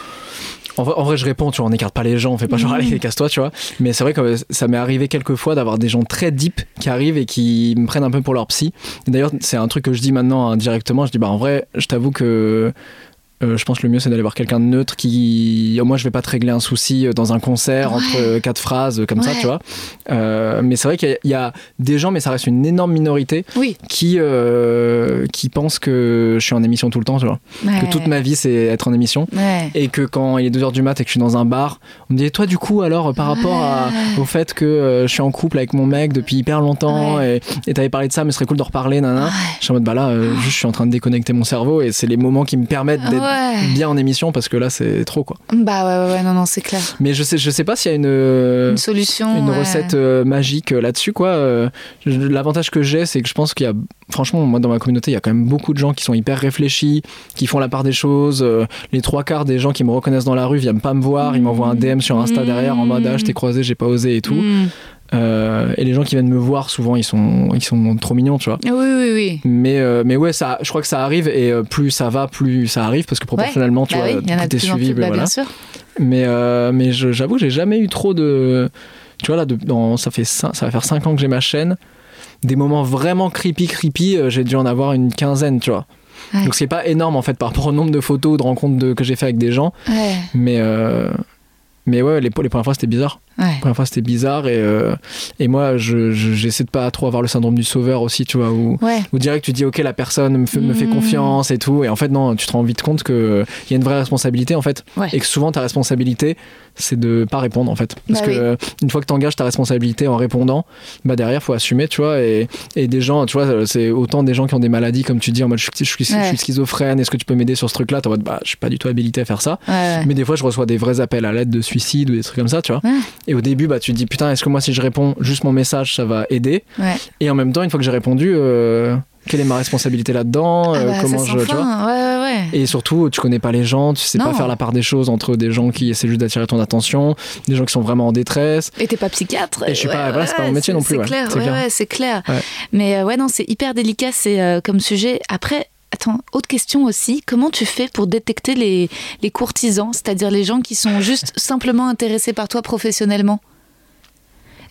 Speaker 5: En vrai, en vrai, je réponds, tu vois, on n'écarte pas les gens, on fait pas genre, allez, casse-toi, tu vois. Mais c'est vrai que ça m'est arrivé quelques fois d'avoir des gens très deep qui arrivent et qui me prennent un peu pour leur psy. Et d'ailleurs, c'est un truc que je dis maintenant hein, directement. Je dis, bah en vrai, je t'avoue que... Euh, je pense que le mieux c'est d'aller voir quelqu'un de neutre qui, au moins je vais pas te régler un souci dans un concert ouais. entre quatre phrases comme ouais. ça, tu vois. Euh, mais c'est vrai qu'il y a, il y a des gens, mais ça reste une énorme minorité
Speaker 4: oui.
Speaker 5: qui euh, qui pensent que je suis en émission tout le temps, tu vois. Ouais. Que toute ma vie c'est être en émission
Speaker 4: ouais.
Speaker 5: et que quand il est deux heures du mat et que je suis dans un bar, on me dit toi du coup alors par rapport à, au fait que euh, je suis en couple avec mon mec depuis hyper longtemps ouais. et, et t'avais parlé de ça, mais ce serait cool de reparler, nanana. Ouais. Je suis en mode bah là, euh, juste je suis en train de déconnecter mon cerveau et c'est les moments qui me permettent d'être ouais. bien en émission parce que là c'est trop quoi.
Speaker 4: Bah ouais ouais, ouais non non c'est clair.
Speaker 5: Mais je sais je sais pas s'il y a une
Speaker 4: une solution,
Speaker 5: une
Speaker 4: ouais.
Speaker 5: recette euh, magique là-dessus quoi. Euh, l'avantage que j'ai c'est que je pense qu'il y a franchement moi dans ma communauté il y a quand même beaucoup de gens qui sont hyper réfléchis, qui font la part des choses. Euh, les trois quarts des gens qui me reconnaissent dans la rue viennent pas me voir, mmh. ils m'envoient un D M sur Insta mmh. derrière en mode ah je t'ai croisé j'ai pas osé et tout. Mmh. Euh, et les gens qui viennent me voir souvent ils sont ils sont trop mignons tu vois.
Speaker 4: Oui oui oui.
Speaker 5: Mais euh, mais ouais ça je crois que ça arrive et euh, plus ça va plus ça arrive parce que proportionnellement ouais, tu
Speaker 4: bah
Speaker 5: vois
Speaker 4: oui, tout est suivi bah, voilà. Bien sûr.
Speaker 5: Mais euh, mais je, j'avoue que j'ai jamais eu trop de tu vois là de, dans, ça fait cinq, ça va faire cinq ans que j'ai ma chaîne, des moments vraiment creepy creepy euh, j'ai dû en avoir une quinzaine tu vois. Ouais. Donc c'est pas énorme en fait par rapport au nombre de photos ou de rencontres de, que j'ai fait avec des gens.
Speaker 4: Ouais.
Speaker 5: Mais euh, mais ouais les, les premières fois c'était bizarre.
Speaker 4: Ouais.
Speaker 5: La première fois c'était bizarre et, euh, et moi je, je, j'essaie de pas trop avoir le syndrome du sauveur aussi tu vois où,
Speaker 4: ouais.
Speaker 5: où direct tu dis ok la personne me fait, mmh. me fait confiance et tout et en fait non tu te rends vite compte qu'il y a une vraie responsabilité en fait
Speaker 4: ouais.
Speaker 5: et que souvent ta responsabilité c'est de pas répondre en fait parce
Speaker 4: bah
Speaker 5: que
Speaker 4: oui.
Speaker 5: une fois que t'engages ta responsabilité en répondant bah derrière faut assumer tu vois et, et des gens tu vois c'est autant des gens qui ont des maladies comme tu dis en mode je, je, je, ouais. je suis schizophrène est-ce que tu peux m'aider sur ce truc là t'es en mode bah je suis pas du tout habilité à faire ça
Speaker 4: ouais.
Speaker 5: mais des fois je reçois des vrais appels à l'aide de suicide ou des trucs comme ça tu vois
Speaker 4: ouais.
Speaker 5: et au début bah tu te dis putain est-ce que moi si je réponds juste mon message ça va aider
Speaker 4: ouais.
Speaker 5: et en même temps une fois que j'ai répondu euh, quelle est ma responsabilité là-dedans
Speaker 4: ah
Speaker 5: euh,
Speaker 4: bah,
Speaker 5: comment je tu vois
Speaker 4: ouais, ouais, ouais.
Speaker 5: et surtout tu connais pas les gens tu sais
Speaker 4: non.
Speaker 5: pas faire la part des choses entre des gens qui essaient juste d'attirer ton attention des gens qui sont vraiment en détresse
Speaker 4: et t'es pas psychiatre
Speaker 5: et je suis
Speaker 4: ouais,
Speaker 5: pas
Speaker 4: ouais,
Speaker 5: voilà c'est pas mon métier
Speaker 4: c'est,
Speaker 5: non plus
Speaker 4: c'est
Speaker 5: ouais.
Speaker 4: clair
Speaker 5: c'est
Speaker 4: ouais,
Speaker 5: clair
Speaker 4: ouais, c'est clair
Speaker 5: ouais.
Speaker 4: mais euh, ouais non c'est hyper délicat c'est euh, comme sujet après. Attends, autre question aussi, comment tu fais pour détecter les, les courtisans, c'est-à-dire les gens qui sont juste simplement intéressés par toi professionnellement ?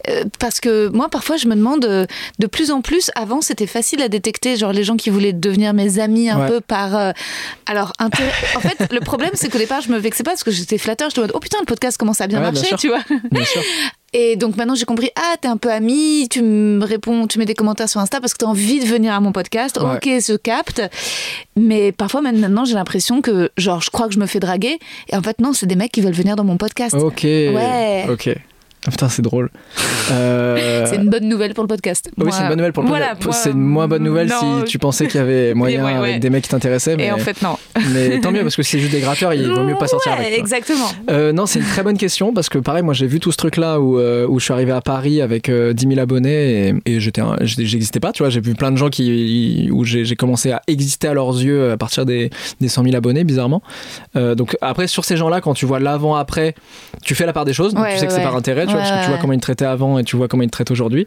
Speaker 4: Euh, parce que moi, parfois, je me demande, euh, de plus en plus, avant, c'était facile à détecter, genre les gens qui voulaient devenir mes amis un
Speaker 5: Ouais.
Speaker 4: peu par... euh, alors, intérêt... en fait, le problème, c'est qu'au départ, je me vexais pas parce que j'étais flatteur. Je me disais, oh putain, le podcast commence à bien
Speaker 5: Ouais, bien
Speaker 4: marcher,
Speaker 5: sûr.
Speaker 4: tu vois.
Speaker 5: Bien sûr.
Speaker 4: Et donc maintenant j'ai compris, ah t'es un peu ami, tu me réponds, tu mets des commentaires sur Insta parce que t'as envie de venir à mon podcast,
Speaker 5: Ouais.
Speaker 4: ok, se capte. Mais parfois même maintenant j'ai l'impression que genre je crois que je me fais draguer et en fait non, c'est des mecs qui veulent venir dans mon podcast.
Speaker 5: Ok.
Speaker 4: Ouais.
Speaker 5: Ok. Ah, putain, c'est drôle. Euh...
Speaker 4: C'est une bonne nouvelle pour le podcast.
Speaker 5: Oui,
Speaker 4: Moi-
Speaker 5: c'est une bonne nouvelle pour le
Speaker 4: voilà,
Speaker 5: podcast.
Speaker 4: moi-
Speaker 5: C'est une moins bonne nouvelle
Speaker 4: non,
Speaker 5: si tu pensais qu'il y avait moyen
Speaker 4: ouais, ouais.
Speaker 5: avec des mecs qui t'intéressaient. Mais...
Speaker 4: Et en fait non.
Speaker 5: mais tant mieux parce que si c'est juste des gratteurs, il vaut mieux pas sortir
Speaker 4: Ouais,
Speaker 5: avec. Quoi.
Speaker 4: exactement.
Speaker 5: Euh, non, c'est une très bonne question parce que pareil, moi j'ai vu tout ce truc-là où, euh, où je suis arrivé à Paris avec euh, dix mille abonnés et, et j'étais, un- j'étais- j'existais pas, tu vois. J'ai vu plein de gens qui, où j'ai, j'ai commencé à exister à leurs yeux à partir des, des cent mille abonnés, bizarrement. Euh, donc après, sur ces gens-là, quand tu vois l'avant-après, tu fais la part des choses. Donc
Speaker 4: Ouais,
Speaker 5: tu sais que
Speaker 4: ouais,
Speaker 5: c'est par intérêt, tu vois,
Speaker 4: ouais,
Speaker 5: parce que tu vois
Speaker 4: ouais.
Speaker 5: comment ils te traitaient avant et tu vois comment ils te traitent aujourd'hui.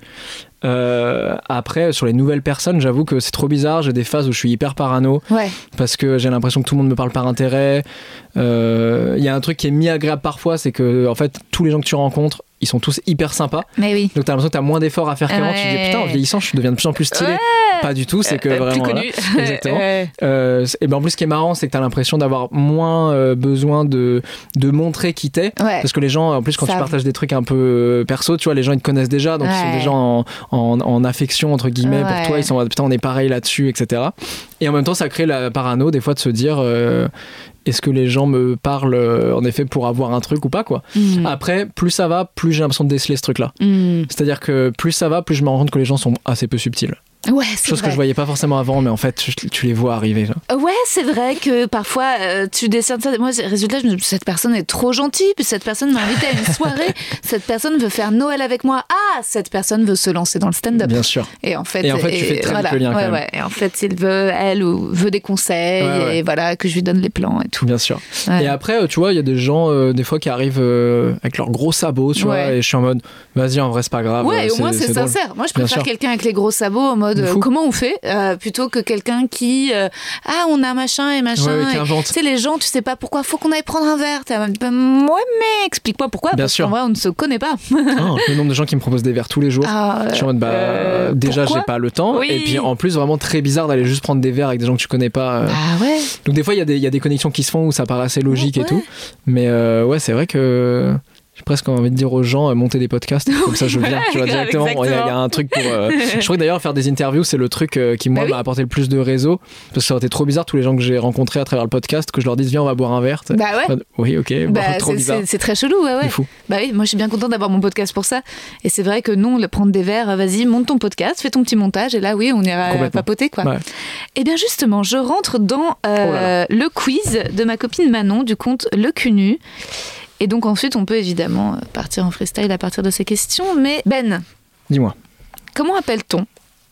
Speaker 5: Euh, après, sur les nouvelles personnes, j'avoue que c'est trop bizarre. J'ai des phases où je suis hyper parano
Speaker 4: Ouais.
Speaker 5: parce que j'ai l'impression que tout le monde me parle par intérêt. Il euh, y a un truc qui est mi-agréable parfois, c'est que en fait, tous les gens que tu rencontres, ils sont tous hyper sympas.
Speaker 4: Mais oui.
Speaker 5: Donc t'as l'impression que t'as moins d'efforts à faire qu'avant. Tu te dis
Speaker 4: Ouais.
Speaker 5: putain, en vieillissant, je deviens de plus en plus stylé.
Speaker 4: Ouais.
Speaker 5: Pas du tout, c'est que
Speaker 4: Euh,
Speaker 5: vraiment.
Speaker 4: plus
Speaker 5: voilà.
Speaker 4: connu.
Speaker 5: Exactement.
Speaker 4: Ouais.
Speaker 5: Euh, et ben en plus, ce qui est marrant, c'est que t'as l'impression d'avoir moins euh, besoin de, de montrer qui t'es.
Speaker 4: Ouais.
Speaker 5: Parce que les gens, en plus, quand
Speaker 4: Ça-
Speaker 5: tu partages des trucs un peu euh, perso, tu vois, les gens ils te connaissent déjà, donc ils sont
Speaker 4: Ouais.
Speaker 5: déjà en, en, en affection, entre guillemets,
Speaker 4: Ouais.
Speaker 5: pour toi. Ils sont en mode, putain, on est pareil là-dessus, et cetera. Et en même temps, ça crée la parano, des fois, de se dire. Euh, est-ce que les gens me parlent euh, en effet pour avoir un truc ou pas quoi.
Speaker 4: Mm.
Speaker 5: Après, plus ça va, plus j'ai l'impression de déceler ce truc-là.
Speaker 4: Mm.
Speaker 5: C'est-à-dire que plus ça va, plus je me rends compte que les gens sont assez peu subtils.
Speaker 4: Ouais, c'est
Speaker 5: Chose
Speaker 4: vrai.
Speaker 5: que je voyais pas forcément avant, mais en fait, tu, tu les vois arriver. Là.
Speaker 4: Ouais, c'est vrai que parfois euh, tu décernes ça. Moi, résultat, je me dis, cette personne est trop gentille, puis cette personne m'a invité à une soirée, cette personne veut faire Noël avec moi. Ah, cette personne veut se lancer dans le stand-up.
Speaker 5: Bien sûr.
Speaker 4: Et en fait,
Speaker 5: Et en fait, tu fais très vite le lien, quand
Speaker 4: ouais,
Speaker 5: même.
Speaker 4: ouais. Et en fait, il veut, elle, ou veut des conseils,
Speaker 5: Ouais, ouais.
Speaker 4: et voilà, que je lui donne les plans et tout.
Speaker 5: Bien sûr.
Speaker 4: Ouais.
Speaker 5: Et après, euh, tu vois, il y a des gens, euh, des fois, qui arrivent euh, avec leurs gros sabots, tu vois,
Speaker 4: Ouais.
Speaker 5: et je suis en mode, vas-y, en vrai, c'est pas grave.
Speaker 4: Ouais,
Speaker 5: euh,
Speaker 4: au moins c'est
Speaker 5: drôle.
Speaker 4: sincère. Moi, je
Speaker 5: Bien
Speaker 4: préfère
Speaker 5: sûr.
Speaker 4: quelqu'un avec les gros sabots en mode
Speaker 5: De
Speaker 4: euh,
Speaker 5: fou.
Speaker 4: comment on fait euh, plutôt que quelqu'un qui euh, ah on a machin et machin.
Speaker 5: Ouais, ouais, qui
Speaker 4: et-
Speaker 5: invente.
Speaker 4: Tu sais, les gens, tu sais pas pourquoi, faut qu'on aille prendre un verre. T'es en mode, bah, ouais, mais explique-moi pourquoi.
Speaker 5: Bien
Speaker 4: parce
Speaker 5: sûr.
Speaker 4: qu'en vrai, on ne se connaît pas.
Speaker 5: Oh, le nombre de gens qui me proposent des verres tous les jours.
Speaker 4: Ah,
Speaker 5: Je suis en mode, bah,
Speaker 4: euh,
Speaker 5: déjà,
Speaker 4: pourquoi
Speaker 5: j'ai pas le temps.
Speaker 4: Oui.
Speaker 5: Et puis, en plus, vraiment très bizarre d'aller juste prendre des verres avec des gens que tu connais pas. euh.
Speaker 4: Ah ouais.
Speaker 5: Donc, des fois, il y, a des- il y a des connexions qui se font où ça paraît assez logique
Speaker 4: Ouais.
Speaker 5: et tout. Mais euh, ouais, c'est vrai que j'ai presque envie de dire aux gens, euh, montez des podcasts. Comme ça, je viens. Tu vois,
Speaker 4: grave,
Speaker 5: directement. Il y, a- il y a un truc pour. euh, Je crois que d'ailleurs, faire des interviews, c'est le truc euh, qui, moi,
Speaker 4: Bah oui.
Speaker 5: m'a apporté le plus de réseau. Parce que ça aurait été trop bizarre, tous les gens que j'ai rencontrés à travers le podcast, que je leur dise, viens, on va boire un verre.
Speaker 4: Bah ouais.
Speaker 5: Oui, ok. Bon,
Speaker 4: Bah,
Speaker 5: trop
Speaker 4: c'est-
Speaker 5: bizarre.
Speaker 4: c'est c'est très chelou, ouais, ouais.
Speaker 5: C'est fou.
Speaker 4: Bah oui, moi je suis bien contente d'avoir mon podcast pour ça. Et c'est vrai que non, le prendre des verres, vas-y, monte ton podcast, fais ton petit montage, et là, oui, on ira
Speaker 5: Complètement.
Speaker 4: papoter, quoi.
Speaker 5: Ouais.
Speaker 4: Et bien justement, je rentre dans euh,
Speaker 5: Oh là
Speaker 4: le quiz de ma copine Manon du compte Le Cunu. Et donc ensuite, on peut évidemment partir en freestyle à partir de ces questions. Mais Ben,
Speaker 5: Dis-moi.
Speaker 4: comment appelle-t-on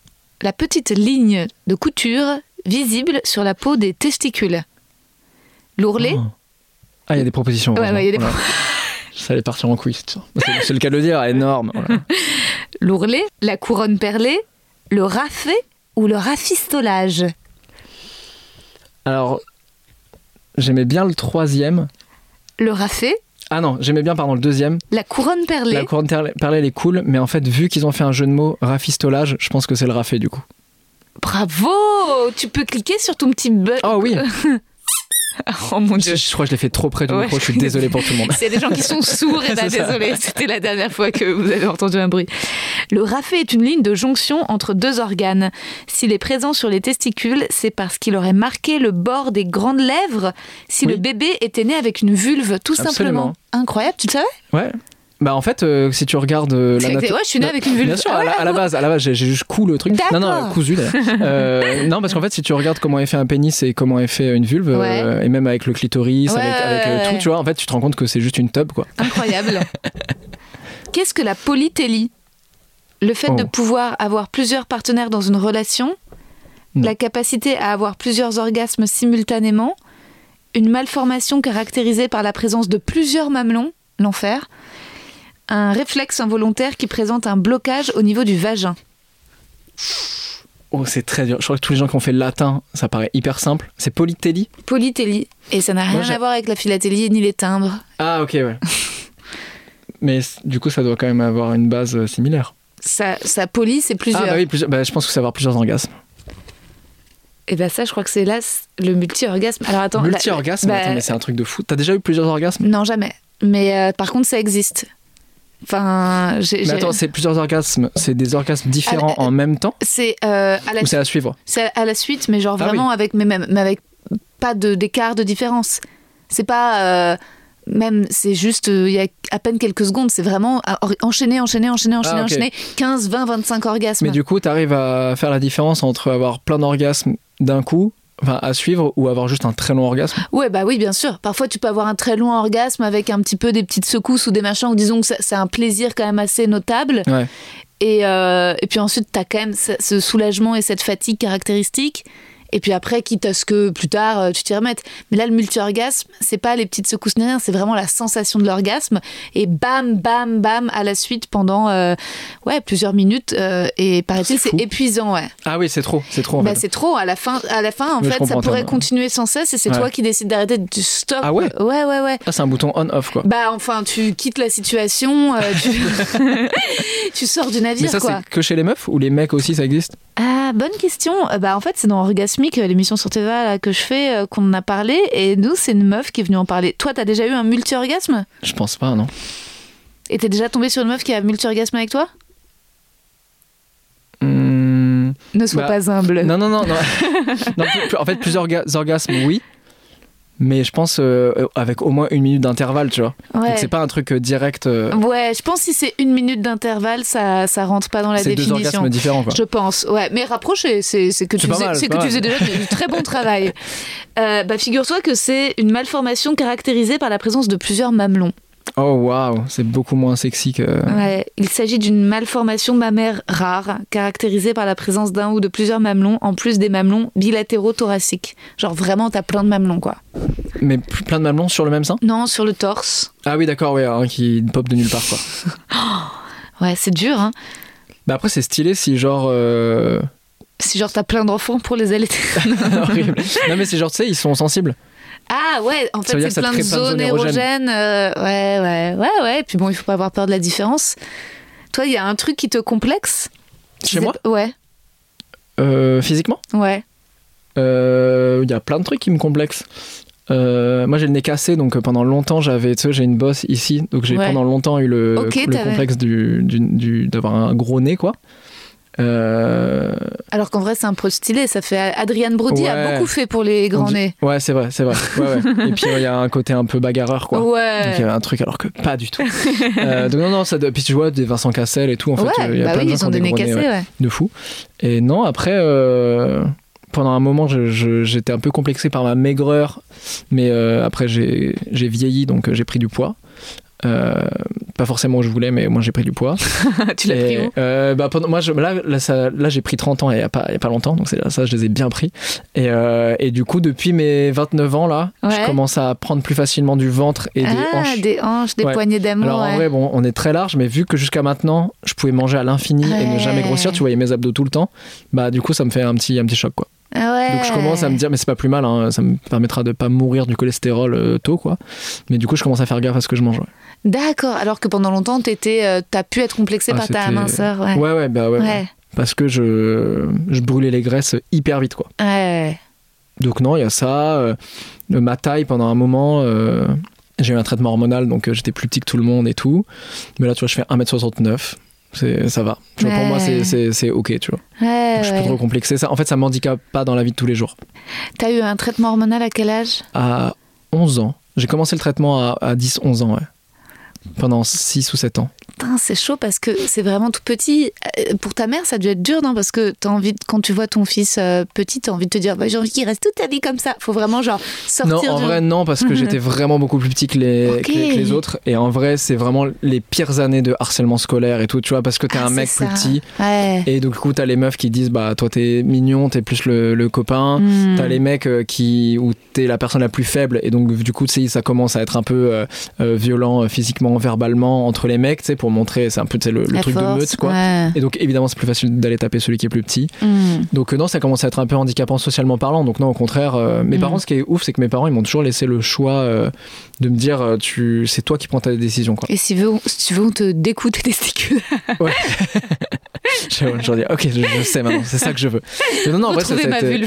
Speaker 4: la petite ligne de couture visible sur la peau des testicules? L'ourlet?
Speaker 5: Oh. Ah, il y a des propositions.
Speaker 4: Ouais,
Speaker 5: heureusement.
Speaker 4: ouais, il y a des
Speaker 5: Voilà. Ça allait partir en quiz. ça. C'est, c'est le cas de le dire, énorme. Voilà.
Speaker 4: L'ourlet, la couronne perlée, le raffet ou le rafistolage?
Speaker 5: Alors, j'aimais bien le troisième.
Speaker 4: Le raffet,
Speaker 5: Ah non, j'aimais bien, pardon, le deuxième.
Speaker 4: la couronne perlée.
Speaker 5: La couronne perlée, perlée, elle est cool, mais en fait, vu qu'ils ont fait un jeu de mots, rafistolage, je pense que c'est le rafet du coup.
Speaker 4: Bravo! Tu peux cliquer sur ton petit button.
Speaker 5: Oh oui,
Speaker 4: Oh mon
Speaker 5: je,
Speaker 4: dieu.
Speaker 5: je crois que je l'ai fait trop près du
Speaker 4: Ouais.
Speaker 5: micro, je suis désolé pour tout le monde.
Speaker 4: S'il y a des gens qui sont sourds, et ben
Speaker 5: C'est ça.
Speaker 4: désolé, c'était la dernière fois que vous avez entendu un bruit. Le raffet est une ligne de jonction entre deux organes. S'il est présent sur les testicules, c'est parce qu'il aurait marqué le bord des grandes lèvres si
Speaker 5: Oui.
Speaker 4: le bébé était né avec une vulve, tout
Speaker 5: Absolument.
Speaker 4: simplement. Incroyable, tu le savais?
Speaker 5: Ouais. Bah en fait, euh, si tu regardes euh,
Speaker 4: C'est
Speaker 5: la
Speaker 4: que-
Speaker 5: nato-
Speaker 4: ouais, je suis née avec une vulve.
Speaker 5: Bien sûr,
Speaker 4: Ah
Speaker 5: à, la,
Speaker 4: ouais,
Speaker 5: à la base, à la base, j'ai, j'ai juste cool le truc. Non, non,
Speaker 4: D'accord.
Speaker 5: cousu d'ailleurs. Euh, non, parce qu'en fait, si tu regardes comment est fait un pénis et comment est fait une vulve,
Speaker 4: Ouais.
Speaker 5: euh, et même avec le clitoris,
Speaker 4: Ouais,
Speaker 5: avec, avec, euh,
Speaker 4: ouais,
Speaker 5: tout,
Speaker 4: ouais.
Speaker 5: tu vois, en fait, tu te rends compte que c'est juste une tub, quoi.
Speaker 4: Incroyable. Qu'est-ce que la polytélie? Le fait
Speaker 5: Oh.
Speaker 4: de pouvoir avoir plusieurs partenaires dans une relation,
Speaker 5: Non.
Speaker 4: la capacité à avoir plusieurs orgasmes simultanément, une malformation caractérisée par la présence de plusieurs mamelons, l'enfer, un réflexe involontaire qui présente un blocage au niveau du vagin.
Speaker 5: Oh, c'est très dur. Je crois que tous les gens qui ont fait le latin, ça paraît hyper simple. C'est polytélie?
Speaker 4: Polytélie. Et ça n'a rien
Speaker 5: Moi, j'ai-
Speaker 4: à voir avec la philatélie ni les timbres.
Speaker 5: Ah, ok, ouais. Mais du coup, ça doit quand même avoir une base euh, similaire.
Speaker 4: Ça, ça polie, c'est plusieurs.
Speaker 5: Ah bah oui, plusieurs, bah, je pense que ça va avoir plusieurs orgasmes.
Speaker 4: Et bah ça, je crois que c'est là le multi-orgasme. Alors attends.
Speaker 5: Multi-orgasme
Speaker 4: bah,
Speaker 5: attends, mais c'est un truc de fou. T'as déjà eu plusieurs orgasmes?
Speaker 4: Non, jamais. Mais euh, par contre, ça existe. Enfin, j'ai,
Speaker 5: mais
Speaker 4: j'ai...
Speaker 5: attends, c'est plusieurs orgasmes, c'est des orgasmes différents la, en même temps
Speaker 4: c'est, euh, à la
Speaker 5: ou c'est à suivre?
Speaker 4: C'est à la suite, mais genre
Speaker 5: ah
Speaker 4: vraiment
Speaker 5: oui.
Speaker 4: avec, mais, même, mais avec pas de, d'écart de différence. C'est pas... Euh, même, c'est juste, il euh, y a à peine quelques secondes, c'est vraiment enchaîner, enchaîner, enchaîner, enchaîner, ah, okay. enchaîner, quinze, vingt, vingt-cinq orgasmes.
Speaker 5: Mais du coup, t'arrives à faire la différence entre avoir plein d'orgasmes d'un coup, enfin à suivre, ou avoir juste un très long orgasme?
Speaker 4: Ouais, bah oui, bien sûr. Parfois, tu peux avoir un très long orgasme avec un petit peu des petites secousses ou des machins, ou disons que c'est un plaisir quand même assez notable.
Speaker 5: Ouais.
Speaker 4: Et, euh, et puis ensuite, t'as quand même ce soulagement et cette fatigue caractéristique. Et puis après, quitte à ce que plus tard, tu t'y remettes. Mais là, le multi-orgasme, c'est pas les petites secousses ni rien, c'est vraiment la sensation de l'orgasme. Et bam, bam, bam, à la suite pendant euh, ouais, plusieurs minutes. Euh, et paraît-il, c'est, c'est épuisant, ouais.
Speaker 5: Ah oui, c'est trop, c'est trop en
Speaker 4: bah,
Speaker 5: fait.
Speaker 4: C'est trop. À la fin, à la fin en
Speaker 5: oui,
Speaker 4: fait, ça pourrait toi, continuer sans cesse et c'est ouais. toi qui décides d'arrêter, tu stop.
Speaker 5: Ah ouais?
Speaker 4: Ouais, ouais, ouais.
Speaker 5: Ah, c'est un bouton on-off, quoi.
Speaker 4: Bah, enfin, tu quittes la situation, euh, tu... tu sors du navire,
Speaker 5: mais ça,
Speaker 4: quoi.
Speaker 5: C'est que chez les meufs ou les mecs aussi, ça existe?
Speaker 4: Ah, bonne question. Bah, en fait, c'est dans Orgasmique, l'émission sur T V A là, que je fais, euh, qu'on en a parlé. Et nous, c'est une meuf qui est venue en parler. Toi, t'as déjà eu un multi-orgasme?
Speaker 5: Je pense pas, non.
Speaker 4: Et t'es déjà tombé sur une meuf qui a un multi-orgasme avec toi?
Speaker 5: mmh,
Speaker 4: Ne sois
Speaker 5: bah,
Speaker 4: pas humble.
Speaker 5: Non, non, non. non. non plus, en fait, plusieurs orga- orgasmes, oui. Mais je pense euh, avec au moins une minute d'intervalle, tu vois.
Speaker 4: Ouais.
Speaker 5: Donc c'est pas un truc euh, direct. Euh...
Speaker 4: Ouais, je pense que si c'est une minute d'intervalle, ça, ça rentre pas dans la
Speaker 5: c'est
Speaker 4: définition.
Speaker 5: C'est deux orgasmes différents, quoi.
Speaker 4: Je pense, ouais. Mais rapproché, c'est, c'est que,
Speaker 5: c'est
Speaker 4: tu faisais,
Speaker 5: mal,
Speaker 4: c'est que
Speaker 5: tu
Speaker 4: faisais déjà du très bon travail. Euh, bah, figure-toi que c'est une malformation caractérisée par la présence de plusieurs mamelons.
Speaker 5: Oh waouh, c'est beaucoup moins sexy que...
Speaker 4: Ouais, il s'agit d'une malformation mammaire rare, caractérisée par la présence d'un ou de plusieurs mamelons, en plus des mamelons bilatéraux thoraciques. Genre vraiment, t'as plein de mamelons, quoi.
Speaker 5: Mais plein de mamelons sur le même sein?
Speaker 4: Non, sur le torse.
Speaker 5: Ah oui, d'accord, ouais, un qui pop de nulle part, quoi.
Speaker 4: Ouais, c'est dur, hein.
Speaker 5: Bah après, c'est stylé si genre... Euh...
Speaker 4: Si genre t'as plein d'enfants pour les allaiter.
Speaker 5: Horrible. Non mais c'est genre, tu sais, ils sont sensibles.
Speaker 4: Ah ouais, en fait c'est plein de zones érogènes. Euh, ouais, ouais, ouais, ouais. Et puis bon, il faut pas avoir peur de la différence. Toi, il y a un truc qui te complexe?
Speaker 5: Chez moi?
Speaker 4: Ouais.
Speaker 5: Euh, physiquement?
Speaker 4: Ouais.
Speaker 5: Il euh, y a plein de trucs qui me complexent. Euh, moi j'ai le nez cassé, donc pendant longtemps j'avais, tu sais, j'ai une bosse ici, donc j'ai ouais. pendant longtemps eu le,
Speaker 4: okay,
Speaker 5: le complexe du, du, du, d'avoir un gros nez, quoi. Euh...
Speaker 4: Alors qu'en vrai c'est un peu stylé, ça fait Adrienne Brody ouais. a beaucoup fait pour les grands
Speaker 5: dit...
Speaker 4: nez.
Speaker 5: Ouais, c'est vrai, c'est vrai. Ouais, ouais. Et puis il ouais, y a un côté un peu bagarreur, quoi.
Speaker 4: Ouais.
Speaker 5: Donc il y a un truc alors que pas du tout. euh, donc non non, ça puis tu vois des Vincent Cassel et tout, en fait, il
Speaker 4: ouais,
Speaker 5: y a
Speaker 4: bah
Speaker 5: plein
Speaker 4: oui,
Speaker 5: de gens
Speaker 4: ils ont des nez cassés,
Speaker 5: ouais,
Speaker 4: ouais.
Speaker 5: de fou. Et non, après euh... pendant un moment je, je, j'étais un peu complexé par ma maigreur, mais euh, après j'ai, j'ai vieilli, donc j'ai pris du poids. Euh, pas forcément où je voulais, mais moi j'ai pris du poids.
Speaker 4: Tu l'as
Speaker 5: et,
Speaker 4: pris où
Speaker 5: euh, bah, pendant, moi, je, là, là, ça, là j'ai pris trente ans il n'y a, a pas longtemps, donc c'est, ça je les ai bien pris. Et, euh, et du coup, depuis mes vingt-neuf ans, là, ouais. je commence à prendre plus facilement du ventre et
Speaker 4: ah,
Speaker 5: des hanches.
Speaker 4: des hanches, des
Speaker 5: ouais.
Speaker 4: poignées d'amour.
Speaker 5: Alors
Speaker 4: ouais.
Speaker 5: en vrai, bon, on est très large, mais vu que jusqu'à maintenant, je pouvais manger à l'infini ouais. et ne jamais grossir, tu voyais mes abdos tout le temps, bah du coup, ça me fait un petit, un petit choc, quoi.
Speaker 4: Ouais.
Speaker 5: Donc je commence à me dire, mais c'est pas plus mal, hein, ça me permettra de pas mourir du cholestérol euh, tôt, quoi. Mais du coup, je commence à faire gaffe à ce que je mange. Ouais.
Speaker 4: D'accord, alors que pendant longtemps, t'étais, euh, t'as pu être complexé ah, par ta minceur. Ouais,
Speaker 5: ouais, ouais, bah ouais, ouais. ouais. Parce que je, je brûlais les graisses hyper vite, quoi.
Speaker 4: Ouais.
Speaker 5: Donc non, il y a ça. Euh, ma taille, pendant un moment, euh, j'ai eu un traitement hormonal, donc euh, j'étais plus petit que tout le monde et tout. Mais là, tu vois, je fais un mètre soixante-neuf. C'est, ça va. Tu vois, ouais. Pour moi, c'est, c'est, c'est ok, tu vois.
Speaker 4: Ouais,
Speaker 5: je suis
Speaker 4: ouais.
Speaker 5: plus trop complexé. Ça, en fait, ça m'handicape pas dans la vie de tous les jours.
Speaker 4: T'as eu un traitement hormonal à quel âge?
Speaker 5: À onze ans. J'ai commencé le traitement à, à dix onze ans, ouais. Pendant six ou sept ans.
Speaker 4: Putain, c'est chaud parce que c'est vraiment tout petit. Pour ta mère, ça a dû être dur, non? Parce que t'as envie de, quand tu vois ton fils euh, petit, t'as envie de te dire bah, j'ai envie qu'il reste toute ta vie comme ça. Faut vraiment genre sortir.
Speaker 5: Non, en
Speaker 4: du...
Speaker 5: vrai, non, parce que j'étais vraiment beaucoup plus petit que les, okay. que les, que les autres. Et en vrai, c'est vraiment les pires années de harcèlement scolaire et tout, tu vois, parce que t'es ah, un mec
Speaker 4: ça.
Speaker 5: plus petit.
Speaker 4: Ouais.
Speaker 5: Et donc, du coup, t'as les meufs qui disent bah, toi, t'es mignon, t'es plus le, le copain. Mm. T'as les mecs euh, qui, où t'es la personne la plus faible. Et donc, du coup, tu sais, ça commence à être un peu euh, euh, violent euh, physiquement, verbalement entre les mecs, tu sais, pour montrer, c'est un peu le, le truc
Speaker 1: force,
Speaker 5: de meute quoi.
Speaker 1: Ouais.
Speaker 5: Et donc évidemment c'est plus facile d'aller taper celui qui est plus petit.
Speaker 1: Mm.
Speaker 5: Donc euh, non, ça commence à être un peu handicapant socialement parlant. Donc non, au contraire, euh, mes
Speaker 1: Mm.
Speaker 5: parents, ce qui est ouf, c'est que mes parents ils m'ont toujours laissé le choix euh, de me dire euh, tu, c'est toi qui prends ta décision quoi.
Speaker 1: Et si, veut, si tu veux, on te découte tes testicules.
Speaker 5: Ouais. je, je leur dis ok, je, je sais maintenant, c'est ça que je veux. Mais non non, en vrai, ça,
Speaker 1: Retrouver ma
Speaker 5: c'était...
Speaker 1: vulve.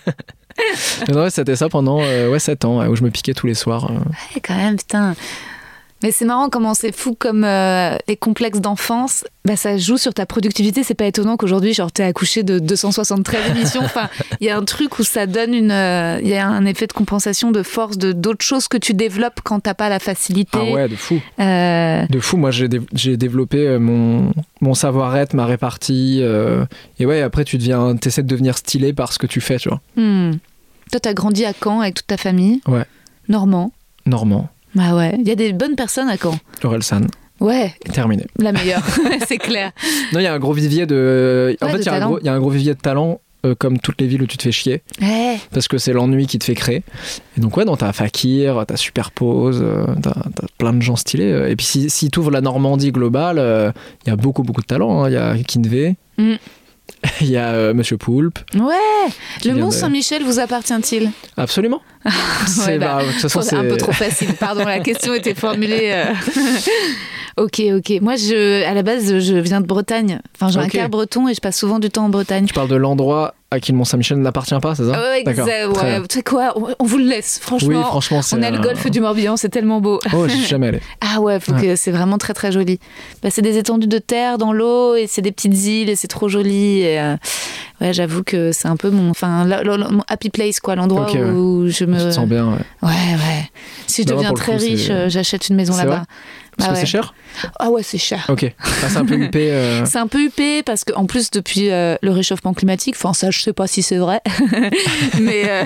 Speaker 5: non, non, ouais, c'était ça pendant euh, ouais, sept ans, ouais, où je me piquais tous les soirs. euh.
Speaker 1: Ouais, quand même, putain. Mais c'est marrant comment c'est fou comme euh, les complexes d'enfance, bah ça joue sur ta productivité. C'est pas étonnant qu'aujourd'hui, genre, t'es accouché de deux cent soixante-treize émissions. Enfin, il y a un truc où ça donne une, il euh, y a un effet de compensation de force de d'autres choses que tu développes quand t'as pas la facilité.
Speaker 5: Ah ouais, de fou.
Speaker 1: Euh...
Speaker 5: De fou. Moi, j'ai, dé- j'ai développé euh, mon mon savoir-être, ma répartie. Euh, et ouais, après, tu deviens, t'essaies de devenir stylé par ce que tu fais, tu vois.
Speaker 1: Hmm. Toi, t'as grandi à Caen avec toute ta famille.
Speaker 5: Ouais.
Speaker 1: Normand.
Speaker 5: Normand.
Speaker 1: Bah ouais. Il y a des bonnes personnes à Caen.
Speaker 5: Orelsan.
Speaker 1: Ouais.
Speaker 5: Terminé.
Speaker 1: La meilleure. C'est clair.
Speaker 5: Non, il y a un gros vivier de. En
Speaker 1: Ouais,
Speaker 5: fait,
Speaker 1: de
Speaker 5: il y a un
Speaker 1: talent.
Speaker 5: gros, il y a un gros vivier de talent. Euh, comme toutes les villes où tu te fais chier,
Speaker 1: Ouais.
Speaker 5: parce que c'est l'ennui qui te fait créer. Et donc ouais, non, t'as Fakir, t'as Superpose, euh, t'as, t'as plein de gens stylés. euh. Et puis si, si t'ouvres la Normandie globale, il euh, y a beaucoup beaucoup de talents. Il hein. y a Kinvey, il
Speaker 1: Mm.
Speaker 5: y a euh, Monsieur Poulpe.
Speaker 1: Ouais.
Speaker 5: Qui
Speaker 1: Le
Speaker 5: vient
Speaker 1: Mont
Speaker 5: de-
Speaker 1: Saint-Michel vous appartient-il?
Speaker 5: Absolument. C'est,
Speaker 1: Ouais, bah,
Speaker 5: bah, de toute façon,
Speaker 1: c'est un
Speaker 5: c'est-
Speaker 1: peu trop facile. Pardon, la question était formulée. euh. ok, ok. Moi, je, à la base, je viens de Bretagne. Enfin, j'ai
Speaker 5: Ok.
Speaker 1: un quart breton et je passe souvent du temps en Bretagne.
Speaker 5: Tu parles de l'endroit à qui le Mont-Saint-Michel n'appartient pas, c'est ça?
Speaker 1: Ah ouais,
Speaker 5: D'accord.
Speaker 1: exact,
Speaker 5: Très
Speaker 1: ouais.
Speaker 5: bien.
Speaker 1: Tu sais quoi, on, on vous le laisse. Franchement,
Speaker 5: Oui, franchement, c'est
Speaker 1: on a le
Speaker 5: un-
Speaker 1: golfe du Morbihan, c'est tellement beau.
Speaker 5: Oh, j'y suis jamais allé.
Speaker 1: Ah ouais, faut
Speaker 5: Ouais.
Speaker 1: que c'est vraiment très très joli. Bah, c'est des étendues de terre dans l'eau et c'est des petites îles et c'est trop joli. Et, euh, ouais, j'avoue que c'est un peu mon, enfin, la- la- mon happy place quoi, l'endroit
Speaker 5: Ok, ouais.
Speaker 1: où je me.
Speaker 5: Tu te sens bien, ouais.
Speaker 1: Ouais, ouais. Si je
Speaker 5: Non,
Speaker 1: deviens
Speaker 5: pour le
Speaker 1: très
Speaker 5: coup, c'est-
Speaker 1: riche, euh, j'achète une maison
Speaker 5: C'est
Speaker 1: là-bas.
Speaker 5: vrai Parce
Speaker 1: Bah
Speaker 5: que
Speaker 1: ouais.
Speaker 5: c'est cher?
Speaker 1: Ah ouais, c'est cher.
Speaker 5: Ok. Ah, c'est un peu huppé. euh.
Speaker 1: C'est un peu huppé parce qu'en plus, depuis euh, le réchauffement climatique, enfin ça, je sais pas si c'est vrai, mais euh,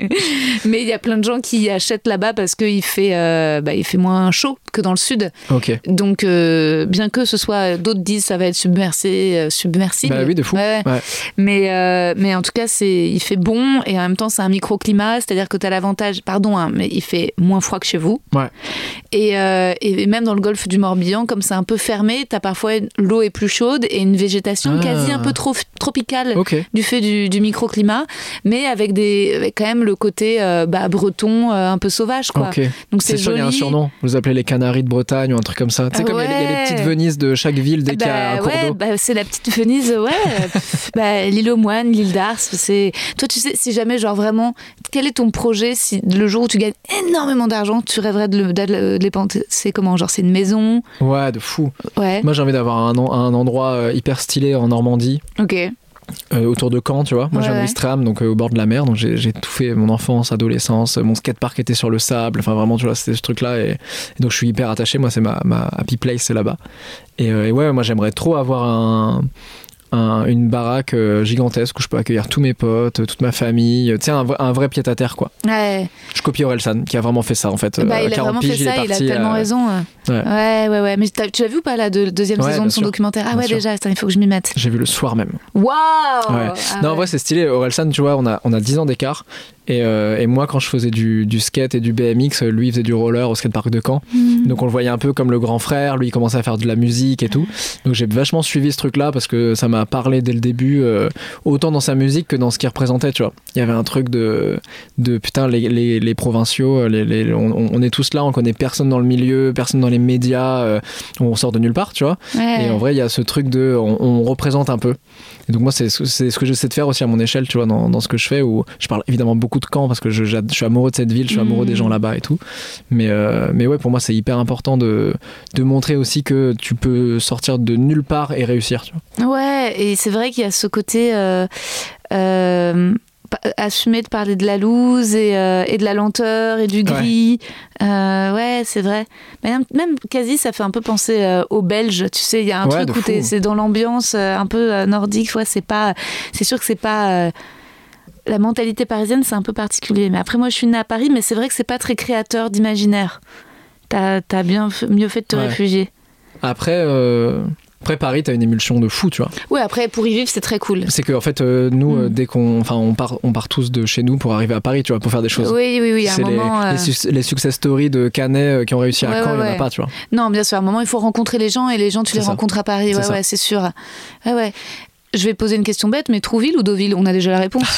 Speaker 1: mais il y a plein de gens qui achètent là-bas parce qu'il fait, euh, bah, il fait moins chaud que dans le sud.
Speaker 5: Ok.
Speaker 1: Donc, euh, bien que ce soit, d'autres disent ça va être submersé, euh, submersible.
Speaker 5: Bah oui, de fou.
Speaker 1: Ouais.
Speaker 5: Ouais.
Speaker 1: Mais, euh, mais en tout cas, c'est, il fait bon et en même temps, c'est un microclimat, c'est-à-dire que tu as l'avantage, pardon, hein, mais il fait moins froid que chez vous.
Speaker 5: Ouais.
Speaker 1: Et, euh, et même dans le golfe du Morbihan, comme c'est un peu fermé, tu as parfois l'eau est plus chaude et une végétation
Speaker 5: Ah.
Speaker 1: quasi un peu trop tropicale
Speaker 5: Ok.
Speaker 1: du fait du, du microclimat, mais avec, des, avec quand même le côté euh, bah, breton euh, un peu sauvage. Quoi.
Speaker 5: Ok.
Speaker 1: Donc c'est,
Speaker 5: C'est sûr, il y a un
Speaker 1: joli.
Speaker 5: surnom. Vous appelez les Canaries de Bretagne ou un truc comme ça. Tu sais,
Speaker 1: Ah
Speaker 5: comme il y, a les- il y a les
Speaker 1: ouais.
Speaker 5: petites Venice de chaque ville dès
Speaker 1: Ah
Speaker 5: qu'il y a un
Speaker 1: bah
Speaker 5: cours
Speaker 1: ouais,
Speaker 5: d'eau.
Speaker 1: bah c'est la petite Venise, ouais. Pff, bah, l'île aux moines, l'île d'Ars, c'est. Toi, tu sais, si jamais, genre vraiment, quel est ton projet si le jour où tu gagnes énormément d'argent, tu rêverais de le, de le dépenser? C'est comment? Genre, c'est une maison?
Speaker 5: Ouais, de fou.
Speaker 1: Ouais.
Speaker 5: Moi, j'ai envie d'avoir un, en- un endroit euh, hyper stylé en Normandie,
Speaker 1: Ok.
Speaker 5: euh, autour de Caen, tu vois. Moi,
Speaker 1: Ouais,
Speaker 5: j'ai un
Speaker 1: ouais.
Speaker 5: Ouistreham, donc euh, au bord de la mer. Donc, j'ai, j'ai tout fait mon enfance, adolescence. Mon skatepark était sur le sable. Enfin, vraiment, tu vois, c'était ce truc-là. Et, et donc, je suis hyper attaché. Moi, c'est ma, ma happy place, c'est là-bas. Et, euh, et ouais, moi, j'aimerais trop avoir un. un- une baraque euh, gigantesque où je peux accueillir tous mes potes, toute ma famille, tu sais, un, vrai- un vrai pied-à-terre quoi.
Speaker 1: Ouais.
Speaker 5: Je copie Orelsan qui a vraiment fait ça en fait.
Speaker 1: Bah,
Speaker 5: Euh,
Speaker 1: il a
Speaker 5: quarante
Speaker 1: vraiment fait
Speaker 5: piges,
Speaker 1: ça,
Speaker 5: il est
Speaker 1: il a
Speaker 5: parti,
Speaker 1: tellement
Speaker 5: euh,
Speaker 1: raison.
Speaker 5: ouais.
Speaker 1: Ouais, ouais, ouais. Mais t'as- tu l'as vu ou pas la de- deuxième
Speaker 5: Ouais,
Speaker 1: saison
Speaker 5: bien
Speaker 1: de son
Speaker 5: sûr.
Speaker 1: documentaire? Ah
Speaker 5: Bien
Speaker 1: ouais,
Speaker 5: sûr.
Speaker 1: déjà, attends, il faut que je m'y mette.
Speaker 5: J'ai vu le soir même.
Speaker 1: Waouh!
Speaker 5: Ouais.
Speaker 1: Ah
Speaker 5: non, en
Speaker 1: ouais.
Speaker 5: vrai, c'est stylé. Orelsan, tu vois, on a, on a dix ans d'écart. Et, euh, et moi, quand je faisais du, du skate et du B M X, lui, il faisait du roller au skatepark de Caen.
Speaker 1: Mm.
Speaker 5: Donc, on le voyait un peu comme le grand frère. Lui, il commençait à faire de la musique et tout. Donc, j'ai vachement suivi ce truc-là parce que ça m'a parlé dès le début, euh, autant dans sa musique que dans ce qu'il représentait, tu vois. Il y avait un truc de, de putain, les, les, les provinciaux, les, les, on, on est tous là, on connaît personne dans le milieu, personne dans les médias, euh, on sort de nulle part, tu vois.
Speaker 1: Ouais.
Speaker 5: Et en vrai, il y a ce truc de. On, on représente un peu. Et donc, moi, c'est, c'est ce que j'essaie de faire aussi à mon échelle, tu vois, dans, dans ce que je fais, où je parle évidemment beaucoup de Caen parce que je, je suis amoureux de cette ville, je suis amoureux
Speaker 1: Mmh.
Speaker 5: des gens là-bas et tout. Mais, euh, mais ouais, pour moi, c'est hyper important de, de montrer aussi que tu peux sortir de nulle part et réussir, tu vois.
Speaker 1: Ouais, et c'est vrai qu'il y a ce côté euh, euh, pa- assumer de parler de la loose et, euh, et de la lenteur et du gris. Ouais, euh, ouais c'est vrai. Mais même, même quasi, ça fait un peu penser euh, aux Belges. Tu sais, il y a un
Speaker 5: Ouais,
Speaker 1: truc
Speaker 5: de
Speaker 1: où t'es-
Speaker 5: fou.
Speaker 1: c'est dans l'ambiance euh, un peu euh, nordique. Ouais, c'est pas. C'est sûr que c'est pas. euh, la mentalité parisienne, c'est un peu particulier. Mais après, moi, je suis née à Paris, mais c'est vrai que c'est pas très créateur d'imaginaire. T'as, t'as bien f- mieux fait de te
Speaker 5: Ouais.
Speaker 1: réfugier.
Speaker 5: Après, euh, Après, Paris, t'as une émulsion de fou, tu vois.
Speaker 4: Ouais, après, pour y vivre, c'est très cool.
Speaker 5: C'est que, en fait, euh, nous,
Speaker 4: Mm.
Speaker 5: euh, dès qu'on. Enfin, on part, on part tous de chez nous pour arriver à Paris, tu vois, pour faire des choses.
Speaker 4: Oui, oui, oui, à un
Speaker 5: C'est les,
Speaker 4: moment... euh,
Speaker 5: les, su- les success stories de Canet euh, qui ont réussi à
Speaker 4: Ouais,
Speaker 5: Caen, il
Speaker 4: ouais,
Speaker 5: n'y en a
Speaker 4: ouais.
Speaker 5: pas, tu vois.
Speaker 4: Non, bien sûr, à un moment, il faut rencontrer les gens et les gens, tu
Speaker 5: C'est
Speaker 4: les
Speaker 5: ça.
Speaker 4: rencontres à Paris.
Speaker 5: C'est
Speaker 4: Ouais,
Speaker 5: ça.
Speaker 4: ouais, c'est sûr. Ouais, ouais. Je vais poser une question bête, mais Trouville ou Deauville? On a déjà la réponse.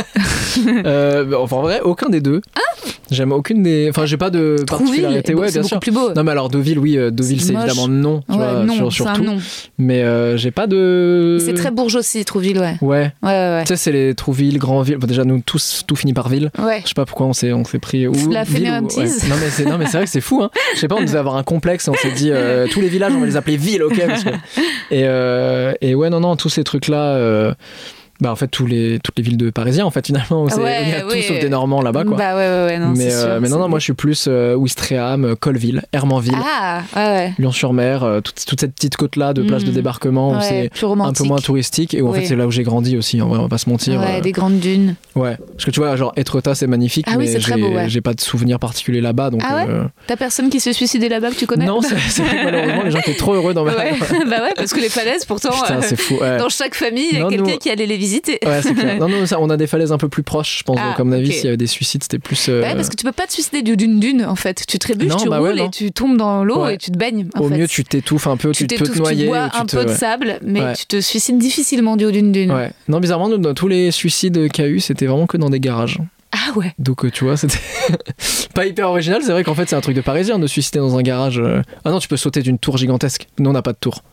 Speaker 5: euh, bah, enfin, en vrai, aucun des deux. J'aime aucune des. Enfin, j'ai pas de
Speaker 4: Trouville,
Speaker 5: particularité.
Speaker 4: eh ben,
Speaker 5: Ouais,
Speaker 4: c'est
Speaker 5: bien
Speaker 4: beaucoup
Speaker 5: sûr.
Speaker 4: plus beau.
Speaker 5: Non, mais alors, Deauville, oui, euh, Deauville,
Speaker 4: C'est
Speaker 5: c'est
Speaker 4: moche.
Speaker 5: évidemment non, tu
Speaker 4: Ouais,
Speaker 5: vois,
Speaker 4: non,
Speaker 5: sur,
Speaker 4: c'est un
Speaker 5: surtout.
Speaker 4: non.
Speaker 5: Mais euh, j'ai pas de.
Speaker 4: C'est très bourgeois aussi, Trouville, ouais.
Speaker 5: Ouais.
Speaker 4: Ouais, ouais,
Speaker 5: Tu sais, c'est les Trouville, Grandville. Bon, déjà, nous, tous, tout finit par ville.
Speaker 4: ouais. Ouais.
Speaker 5: Je sais pas pourquoi on s'est, on s'est pris. Ou,
Speaker 4: La
Speaker 5: ville ou-
Speaker 4: fainéantise.
Speaker 5: ouais. Non, mais c'est, non, mais c'est vrai que c'est fou. Hein. Je sais pas, on devait avoir un complexe et on s'est dit euh, tous les villages, on va les appeler villes, ok parce que... et, euh, et ouais, non, non, tous ces trucs-là. Euh... Bah, en fait, tous les, toutes les villes de Parisiens, en fait, finalement, c'est,
Speaker 4: Ouais,
Speaker 5: il y a
Speaker 4: oui.
Speaker 5: tout sauf des Normands là-bas, quoi.
Speaker 4: Bah ouais, ouais, ouais, non,
Speaker 5: mais,
Speaker 4: c'est
Speaker 5: euh,
Speaker 4: sûr.
Speaker 5: mais non, non,
Speaker 4: c'est-
Speaker 5: moi je suis plus euh, Ouistreham, Colleville, Hermanville,
Speaker 4: Ah, ouais, ouais.
Speaker 5: Lyon-sur-Mer, euh, toute, toute cette petite côte-là de place
Speaker 4: Mm.
Speaker 5: de débarquement où
Speaker 4: Ouais,
Speaker 5: c'est
Speaker 4: plus
Speaker 5: un
Speaker 4: romantique.
Speaker 5: peu moins touristique et où en
Speaker 4: Oui.
Speaker 5: fait c'est là où j'ai grandi aussi, en vrai, on va pas se mentir.
Speaker 4: Ouais,
Speaker 5: euh,
Speaker 4: des grandes dunes.
Speaker 5: ouais. Parce que tu vois, genre Étretat c'est magnifique,
Speaker 4: Ah oui,
Speaker 5: mais
Speaker 4: c'est très
Speaker 5: j'ai,
Speaker 4: beau, ouais.
Speaker 5: j'ai pas de souvenirs particuliers là-bas. Donc,
Speaker 4: Ah ouais
Speaker 5: euh,
Speaker 4: T'as personne qui s'est suicidé là-bas que tu connais?
Speaker 5: non, c'est, c'est vrai que malheureusement les gens étaient trop heureux dans ma
Speaker 4: Ouais. Bah ouais, parce que les falaises, pourtant,
Speaker 5: Putain,
Speaker 4: euh,
Speaker 5: c'est fou. Ouais.
Speaker 4: dans chaque famille, il y a
Speaker 5: Non,
Speaker 4: quelqu'un
Speaker 5: nous-
Speaker 4: qui allait les visiter.
Speaker 5: Ouais, c'est clair. Non, non, ça, on a des falaises un peu plus proches, je pense.
Speaker 4: Ah,
Speaker 5: donc, à mon avis,
Speaker 4: ok.
Speaker 5: s'il y avait des suicides, c'était plus. euh,
Speaker 4: Ouais, parce que tu peux pas te suicider d'une dune, en fait. Tu trébuches,
Speaker 5: Non,
Speaker 4: tu
Speaker 5: bah
Speaker 4: roules
Speaker 5: ouais, non.
Speaker 4: et tu tombes dans l'eau
Speaker 5: Ouais.
Speaker 4: et tu te baignes. En
Speaker 5: Au
Speaker 4: fait.
Speaker 5: mieux, tu t'étouffes un peu,
Speaker 4: tu
Speaker 5: tu, tu peux
Speaker 4: t'étouffes,
Speaker 5: te noyer.
Speaker 4: tu bois
Speaker 5: ou tu
Speaker 4: un
Speaker 5: te-
Speaker 4: peu de
Speaker 5: ouais.
Speaker 4: sable, mais
Speaker 5: Ouais.
Speaker 4: tu te suicides difficilement du haut d'une dune.
Speaker 5: Ouais. Non, bizarrement, nous, dans tous les suicides qu'il y a eu, c'était vraiment que dans des garages.
Speaker 4: Ah ouais.
Speaker 5: Donc, euh, tu vois, c'était pas hyper original. C'est vrai qu'en fait, c'est un truc de parisien de se suicider dans un garage. euh. Ah non, tu peux sauter d'une tour gigantesque. Nous, on n'a pas de tour.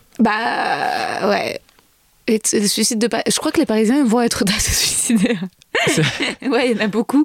Speaker 4: Bah ouais. Et t- les suicides de Paris. Je crois que les Parisiens vont être à se suicider.
Speaker 5: C'est-
Speaker 4: Ouais, il y en a beaucoup.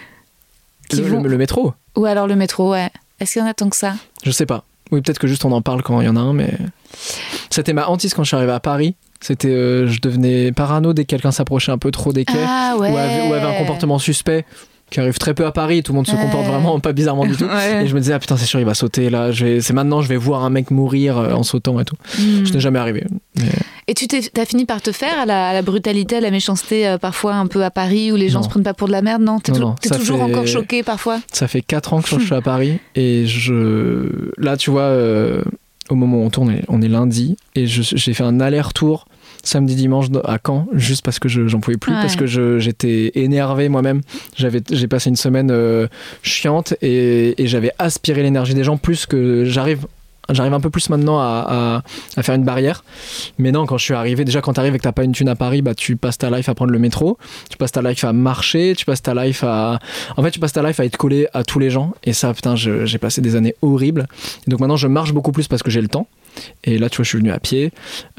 Speaker 4: Qui
Speaker 5: Le,
Speaker 4: vont...
Speaker 5: le- le métro,
Speaker 4: Ou alors le métro, ouais. Est-ce qu'il y en a tant que ça?
Speaker 5: je sais pas. Oui, peut-être que juste on en parle quand il y en a un, mais. C'était ma hantise quand je suis arrivé à Paris. C'était, euh, je devenais parano dès que quelqu'un s'approchait un peu trop des quais.
Speaker 4: Ah ouais.
Speaker 5: ou, avait, ou avait un comportement suspect qui arrive très peu à Paris, tout le monde se
Speaker 4: Ouais.
Speaker 5: comporte vraiment pas bizarrement du tout.
Speaker 4: Ouais.
Speaker 5: Et je me disais, ah putain, c'est sûr, il va sauter là, je vais- c'est maintenant, je vais voir un mec mourir euh, en sautant et tout.
Speaker 4: Hmm.
Speaker 5: Je n'ai jamais arrivé. Mais...
Speaker 4: Et tu t'es, t'as fini par te faire à la, à la brutalité, à la méchanceté, euh, parfois un peu à Paris, où les gens
Speaker 5: Non.
Speaker 4: se prennent pas pour de la merde, non? T'es,
Speaker 5: Non,
Speaker 4: tou-
Speaker 5: non,
Speaker 4: t'es
Speaker 5: ça
Speaker 4: toujours
Speaker 5: fait-
Speaker 4: encore choqué parfois?
Speaker 5: Ça fait quatre ans que je suis à Paris et je. Là, tu vois, euh, au moment où on tourne, on est lundi et je- j'ai fait un aller-retour samedi dimanche à Caen juste parce que je, j'en pouvais plus,
Speaker 4: Ouais.
Speaker 5: parce que je, j'étais énervé moi-même. J'avais, j'ai passé une semaine euh, chiante et, et j'avais aspiré l'énergie des gens plus que j'arrive. J'arrive un peu plus maintenant à, à, à faire une barrière. Mais non, quand je suis arrivé, déjà quand tu arrives et que t'as pas une thune à Paris, bah, tu passes ta life à prendre le métro, tu passes ta life à marcher, tu passes ta life à... En fait, tu passes ta life à être collé à tous les gens. Et ça, putain, je- j'ai passé des années horribles. Et donc maintenant, je marche beaucoup plus parce que j'ai le temps. Et là, tu vois, je suis venu à pied.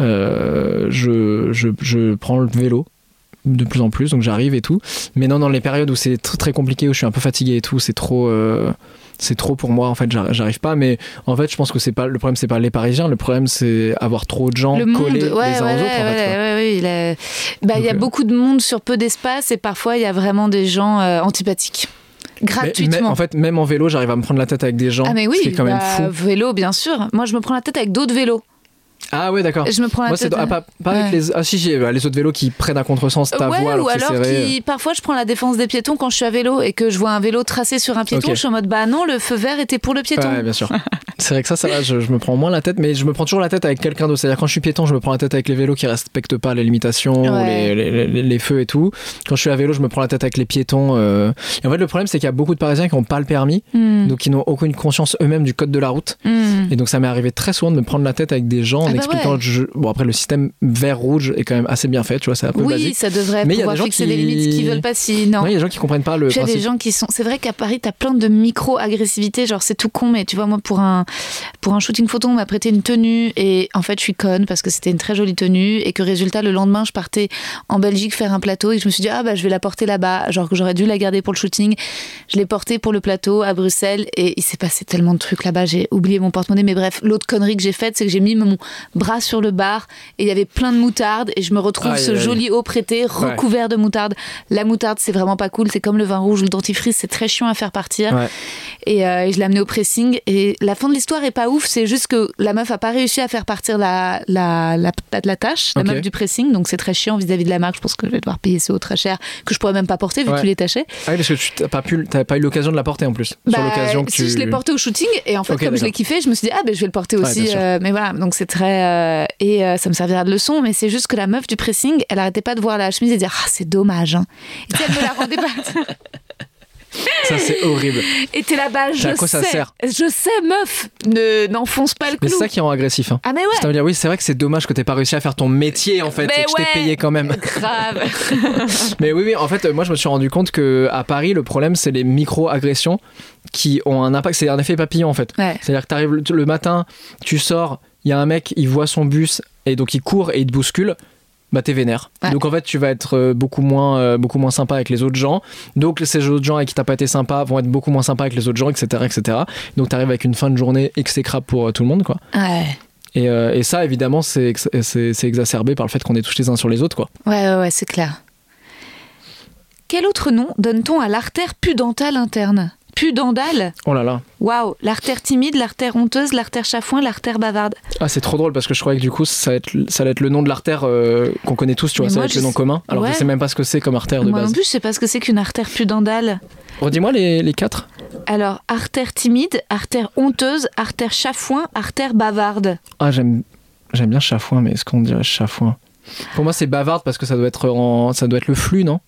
Speaker 5: Euh, je, je, je prends le vélo de plus en plus, donc j'arrive et tout. Mais non, dans les périodes où c'est très, très compliqué, où je suis un peu fatigué et tout, c'est trop... euh, c'est trop pour moi, en fait, j'arri- j'arrive pas. Mais en fait, je pense que c'est pas le problème, c'est pas les Parisiens. Le problème, c'est avoir trop de gens
Speaker 4: Le monde,
Speaker 5: collés
Speaker 4: ouais,
Speaker 5: les uns
Speaker 4: ouais,
Speaker 5: aux autres. en
Speaker 4: ouais,
Speaker 5: fait, quoi.
Speaker 4: ouais, ouais, il a- Bah, il y a
Speaker 5: Donc, euh,
Speaker 4: beaucoup de monde sur peu d'espace et parfois il y a vraiment des gens euh, antipathiques.
Speaker 5: Mais-
Speaker 4: Gratuitement.
Speaker 5: mais en fait, même en vélo, j'arrive à me prendre la tête avec des gens.
Speaker 4: ah mais oui,
Speaker 5: ce qui est quand même
Speaker 4: bah,
Speaker 5: fou.
Speaker 4: vélo bien sûr. Moi je me prends la tête avec d'autres vélos.
Speaker 5: Ah ouais, d'accord.
Speaker 4: Je me prends la
Speaker 5: Moi, c'est
Speaker 4: tête.
Speaker 5: ah, pas, pas
Speaker 4: Ouais.
Speaker 5: avec les. Ah si, si, bah, les autres vélos qui prennent à contresens ta
Speaker 4: ouais,
Speaker 5: voie alors
Speaker 4: ou
Speaker 5: que c'est
Speaker 4: alors
Speaker 5: serré.
Speaker 4: qui, parfois je prends la défense des piétons quand je suis à vélo et que je vois un vélo tracé sur un piéton,
Speaker 5: Ok.
Speaker 4: je suis en mode bah non, le feu vert était pour le piéton.
Speaker 5: Ouais, bien sûr. C'est vrai que ça, ça va, je, je me prends moins la tête, mais je me prends toujours la tête avec quelqu'un d'autre. C'est-à-dire, quand je suis piéton, je me prends la tête avec les vélos qui respectent pas les limitations, ou
Speaker 4: Ouais.
Speaker 5: les, les, les- les feux et tout. Quand je suis à vélo, je me prends la tête avec les piétons. euh. Et en fait, le problème, c'est qu'il y a beaucoup de Parisiens qui n'ont pas le permis,
Speaker 4: Hmm.
Speaker 5: donc qui n'ont aucune conscience eux-mêmes du code de la route.
Speaker 4: Hmm.
Speaker 5: Et donc, ça m'est arrivé très souvent de me prendre la tête avec des gens en
Speaker 4: Ah bah
Speaker 5: expliquant.
Speaker 4: ouais.
Speaker 5: que je- Bon, après, le système vert-rouge est quand même assez bien fait, tu vois, c'est un peu
Speaker 4: Oui,
Speaker 5: basique.
Speaker 4: ça devrait
Speaker 5: Mais il y a
Speaker 4: pouvoir
Speaker 5: des gens
Speaker 4: fixer
Speaker 5: qui-
Speaker 4: des limites qu'ils veulent pas si non.
Speaker 5: Non, il y a des gens qui comprennent pas le
Speaker 4: Puis il y a
Speaker 5: principe.
Speaker 4: des gens qui sont. C'est vrai qu'à Paris, t'as plein de micro-agressivité. Genre, c'est tout con, mais tu vois, moi, pour un, pour un shooting photo, on m'a prêté une tenue et en fait, je suis conne parce que c'était une très jolie tenue et que résultat, le lendemain, je partais en Belgique faire un plateau et je me suis dit, ah bah, je vais la porter là-bas. Genre, que j'aurais dû la garder pour le shooting. Je l'ai portée pour le plateau à Bruxelles et il s'est passé tellement de trucs là-bas. J'ai oublié mon porte-monnaie, mais bref, l'autre connerie que j'ai faite, c'est que j'ai mis mon bras sur le bar et il y avait plein de moutarde et je me retrouve
Speaker 5: Aïe,
Speaker 4: ce
Speaker 5: aïe.
Speaker 4: joli haut prêté recouvert de moutarde. La moutarde, c'est vraiment pas cool. C'est comme le vin rouge ou le dentifrice, c'est très chiant à faire partir.
Speaker 5: Ouais.
Speaker 4: Et, euh, et je l'ai amené au pressing. Et la fin l'histoire est pas ouf, c'est juste que la meuf a pas réussi à faire partir la, la, la, la, la tâche, la
Speaker 5: Ok.
Speaker 4: meuf du pressing, donc c'est très chiant vis-à-vis de la marque. Je pense que je vais devoir payer ce haut très cher, que je pourrais même pas porter vu
Speaker 5: Ouais.
Speaker 4: que tu l'es taché.
Speaker 5: Ah oui, parce que tu t'as pas, pu, t'avais pas eu l'occasion de la porter en plus. Sur
Speaker 4: Bah,
Speaker 5: l'occasion que
Speaker 4: si
Speaker 5: tu...
Speaker 4: je l'ai porté au shooting, et en fait,
Speaker 5: Ok,
Speaker 4: comme je
Speaker 5: d'accord.
Speaker 4: l'ai kiffé, je me suis dit, ah ben je vais le porter
Speaker 5: Ouais,
Speaker 4: aussi.
Speaker 5: bien sûr.
Speaker 4: euh, mais voilà, donc c'est très. euh, et euh, ça me servira de leçon, mais c'est juste que la meuf du pressing, elle arrêtait pas de voir la chemise et de dire, ah c'est dommage. Hein. Et tu sais, elle me la rendait pas.
Speaker 5: Ça, c'est horrible.
Speaker 4: Et t'es là-bas, je
Speaker 5: C'est à quoi
Speaker 4: sais.
Speaker 5: ça sert
Speaker 4: Je sais, meuf, ne, n'enfonce pas le
Speaker 5: Mais
Speaker 4: clou.
Speaker 5: c'est ça qui rend agressif. Hein.
Speaker 4: Ah mais ouais.
Speaker 5: Ça veut dire, oui, c'est vrai que c'est dommage que t'aies pas réussi à faire ton métier en fait,
Speaker 4: Mais
Speaker 5: et que je
Speaker 4: ouais.
Speaker 5: t'ai payé quand même.
Speaker 4: Grave.
Speaker 5: Mais oui, oui, en fait, moi je me suis rendu compte que à Paris, le problème c'est les micro-agressions qui ont un impact. C'est un effet papillon en fait.
Speaker 4: Ouais.
Speaker 5: C'est-à-dire que t'arrives le, le matin, tu sors, il y a un mec, il voit son bus et donc il court et il te bouscule. Bah t'es vénère.
Speaker 4: Ouais.
Speaker 5: Donc en fait tu vas être euh, beaucoup moins, euh, beaucoup moins sympa avec les autres gens. Donc ces autres gens avec qui t'as pas été sympa vont être beaucoup moins sympas avec les autres gens, et cetera, et cetera. Donc t'arrives avec une fin de journée exécrable pour euh, tout le monde, quoi.
Speaker 4: Ouais.
Speaker 5: Et, euh, et ça évidemment c'est, ex- c'est, c'est exacerbé par le fait qu'on est tous les uns sur les autres, quoi.
Speaker 4: Ouais, ouais, ouais, c'est clair. Quel autre nom donne-t-on à l'artère pudendale interne? Pudendale?
Speaker 5: Oh là là.
Speaker 4: Waouh, l'artère timide, l'artère honteuse, l'artère chafouin, l'artère bavarde.
Speaker 5: Ah, c'est trop drôle parce que je croyais que du coup ça allait être, ça allait être le nom de l'artère euh, qu'on connaît tous, tu vois,
Speaker 4: Mais
Speaker 5: ça
Speaker 4: moi,
Speaker 5: allait être
Speaker 4: je
Speaker 5: le nom
Speaker 4: sais-
Speaker 5: commun. Alors
Speaker 4: Ouais.
Speaker 5: je sais même pas ce que c'est comme artère de
Speaker 4: Moi
Speaker 5: base.
Speaker 4: non plus, je sais pas ce que c'est qu'une artère pudendale.
Speaker 5: Redis-moi les, les quatre.
Speaker 4: Alors, artère timide, artère honteuse, artère chafouin, artère bavarde.
Speaker 5: Ah, j'aime, j'aime bien chafouin, mais est-ce qu'on dirait chafouin? Pour moi c'est bavarde parce que ça doit être, en, ça doit être le flux, non?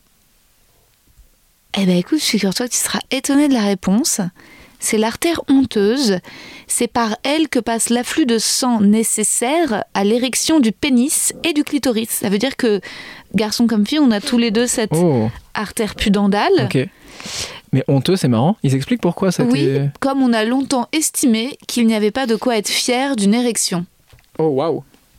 Speaker 4: Eh ben écoute, figure-toi que tu seras étonné de la réponse. C'est l'artère honteuse. C'est par elle que passe l'afflux de sang nécessaire à l'érection du pénis et du clitoris. Ça veut dire que, garçon comme fille, on a tous les deux cette
Speaker 5: Oh,
Speaker 4: artère pudendale.
Speaker 5: ok. Mais honteux, c'est marrant. Ils expliquent pourquoi ça
Speaker 4: Oui,
Speaker 5: t'est-
Speaker 4: comme on a longtemps estimé qu'il n'y avait pas de quoi être fier d'une érection.
Speaker 5: Oh, waouh.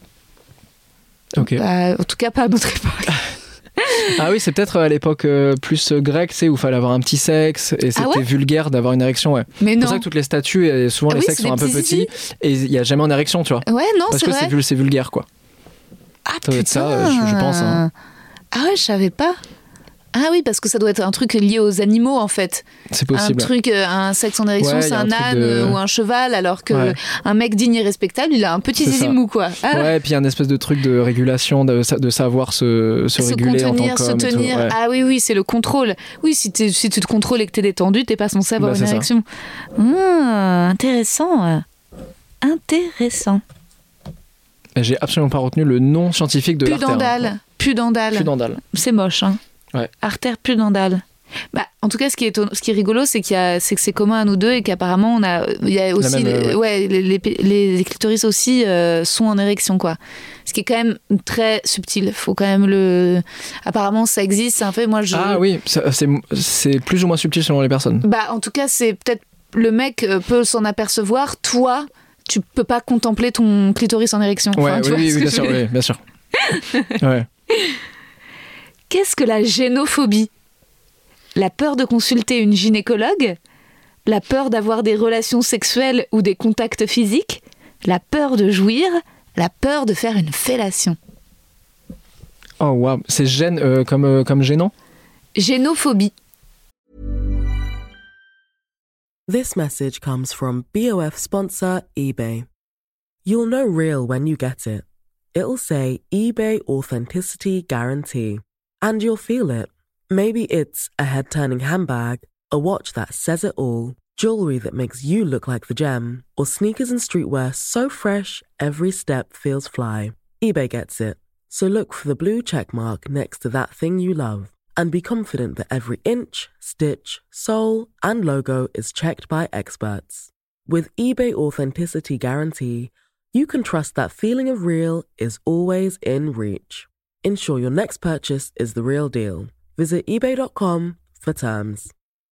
Speaker 5: Ok.
Speaker 4: Bah, en tout cas, pas à notre époque.
Speaker 5: Ah oui, c'est peut-être à l'époque euh, plus euh, grecque, c'est où il fallait avoir un petit sexe et c'était
Speaker 4: Ah ouais
Speaker 5: vulgaire d'avoir une érection, ouais.
Speaker 4: Mais
Speaker 5: C'est
Speaker 4: non.
Speaker 5: pour ça que toutes les statues, et souvent
Speaker 4: Ah
Speaker 5: les
Speaker 4: oui,
Speaker 5: sexes
Speaker 4: c'est
Speaker 5: sont un
Speaker 4: des
Speaker 5: peu
Speaker 4: petits
Speaker 5: petits et il n'y a jamais en érection, tu vois.
Speaker 4: Ouais, non,
Speaker 5: Parce
Speaker 4: c'est
Speaker 5: que
Speaker 4: vrai.
Speaker 5: c'est, vul- c'est vulgaire, quoi.
Speaker 4: Ah
Speaker 5: Ça doit être ça, euh, je- je pense, hein.
Speaker 4: Ah ouais, je savais pas. Ah oui, parce que ça doit être un truc lié aux animaux en fait.
Speaker 5: C'est possible.
Speaker 4: Un truc, euh, un sexe en érection,
Speaker 5: Ouais,
Speaker 4: c'est
Speaker 5: y a
Speaker 4: un
Speaker 5: un truc
Speaker 4: âne
Speaker 5: de-
Speaker 4: euh, ou un cheval, alors que
Speaker 5: Ouais.
Speaker 4: un mec digne et respectable, il a un petit
Speaker 5: C'est
Speaker 4: zizi
Speaker 5: ça.
Speaker 4: mou quoi. Ah,
Speaker 5: Ouais, et puis il y a une espèce de truc de régulation, de, sa- de savoir se, se,
Speaker 4: se
Speaker 5: réguler en tant
Speaker 4: contenir, se
Speaker 5: qu'homme. et tout,
Speaker 4: tenir.
Speaker 5: ouais.
Speaker 4: Ah oui, oui, c'est le contrôle. Oui, si, t'es- si tu te contrôles et que t'es détendu, t'es pas censé avoir
Speaker 5: Bah,
Speaker 4: une
Speaker 5: c'est ça.
Speaker 4: érection. Ah, intéressant. Intéressant.
Speaker 5: Et J'ai absolument pas retenu le nom scientifique de l'artère.
Speaker 4: Pudendale. Pudendale.
Speaker 5: Pudendale.
Speaker 4: C'est moche, hein.
Speaker 5: Ouais.
Speaker 4: Artère pudendale. Bah, en tout cas, ce qui est, éton- ce qui est rigolo, c'est, qu'il y a, c'est que c'est commun à nous deux et qu'apparemment, on a, il y a aussi,
Speaker 5: même, euh,
Speaker 4: les, ouais, les, les, les clitoris aussi euh, sont en érection, quoi. Ce qui est quand même très subtil. Faut quand même le. Apparemment, ça existe. C'est un fait. Moi, je.
Speaker 5: Ah oui, ça- c'est, c'est plus ou moins subtil selon les personnes.
Speaker 4: Bah, en tout cas, c'est peut-être le mec euh, peut s'en apercevoir. Toi, tu peux pas contempler ton clitoris en érection.
Speaker 5: Ouais,
Speaker 4: Enfin, tu
Speaker 5: oui,
Speaker 4: vois
Speaker 5: oui,
Speaker 4: ce
Speaker 5: oui,
Speaker 4: que
Speaker 5: bien
Speaker 4: je
Speaker 5: sûr,
Speaker 4: veux dire.
Speaker 5: oui, bien sûr. Ouais.
Speaker 4: Qu'est-ce que la génophobie? La peur de consulter une gynécologue? La peur d'avoir des relations sexuelles ou des contacts physiques? La peur de jouir? La peur de faire une fellation?
Speaker 5: Oh waouh, c'est gêne euh, comme, euh, comme gênant.
Speaker 4: Génophobie.
Speaker 7: This message comes from B O F sponsor eBay. You'll know real when you get it. It'll say eBay Authenticity Guarantee. And you'll feel it. Maybe it's a head-turning handbag, a watch that says it all, jewelry that makes you look like the gem, or sneakers and streetwear so fresh every step feels fly. eBay gets it. So look for the blue check mark next to that thing you love. And be confident that every inch, stitch, sole, and logo is checked by experts. With eBay Authenticity Guarantee, you can trust that feeling of real is always in reach. Ensure your next purchase is the real deal. Visit ebay dot com for terms.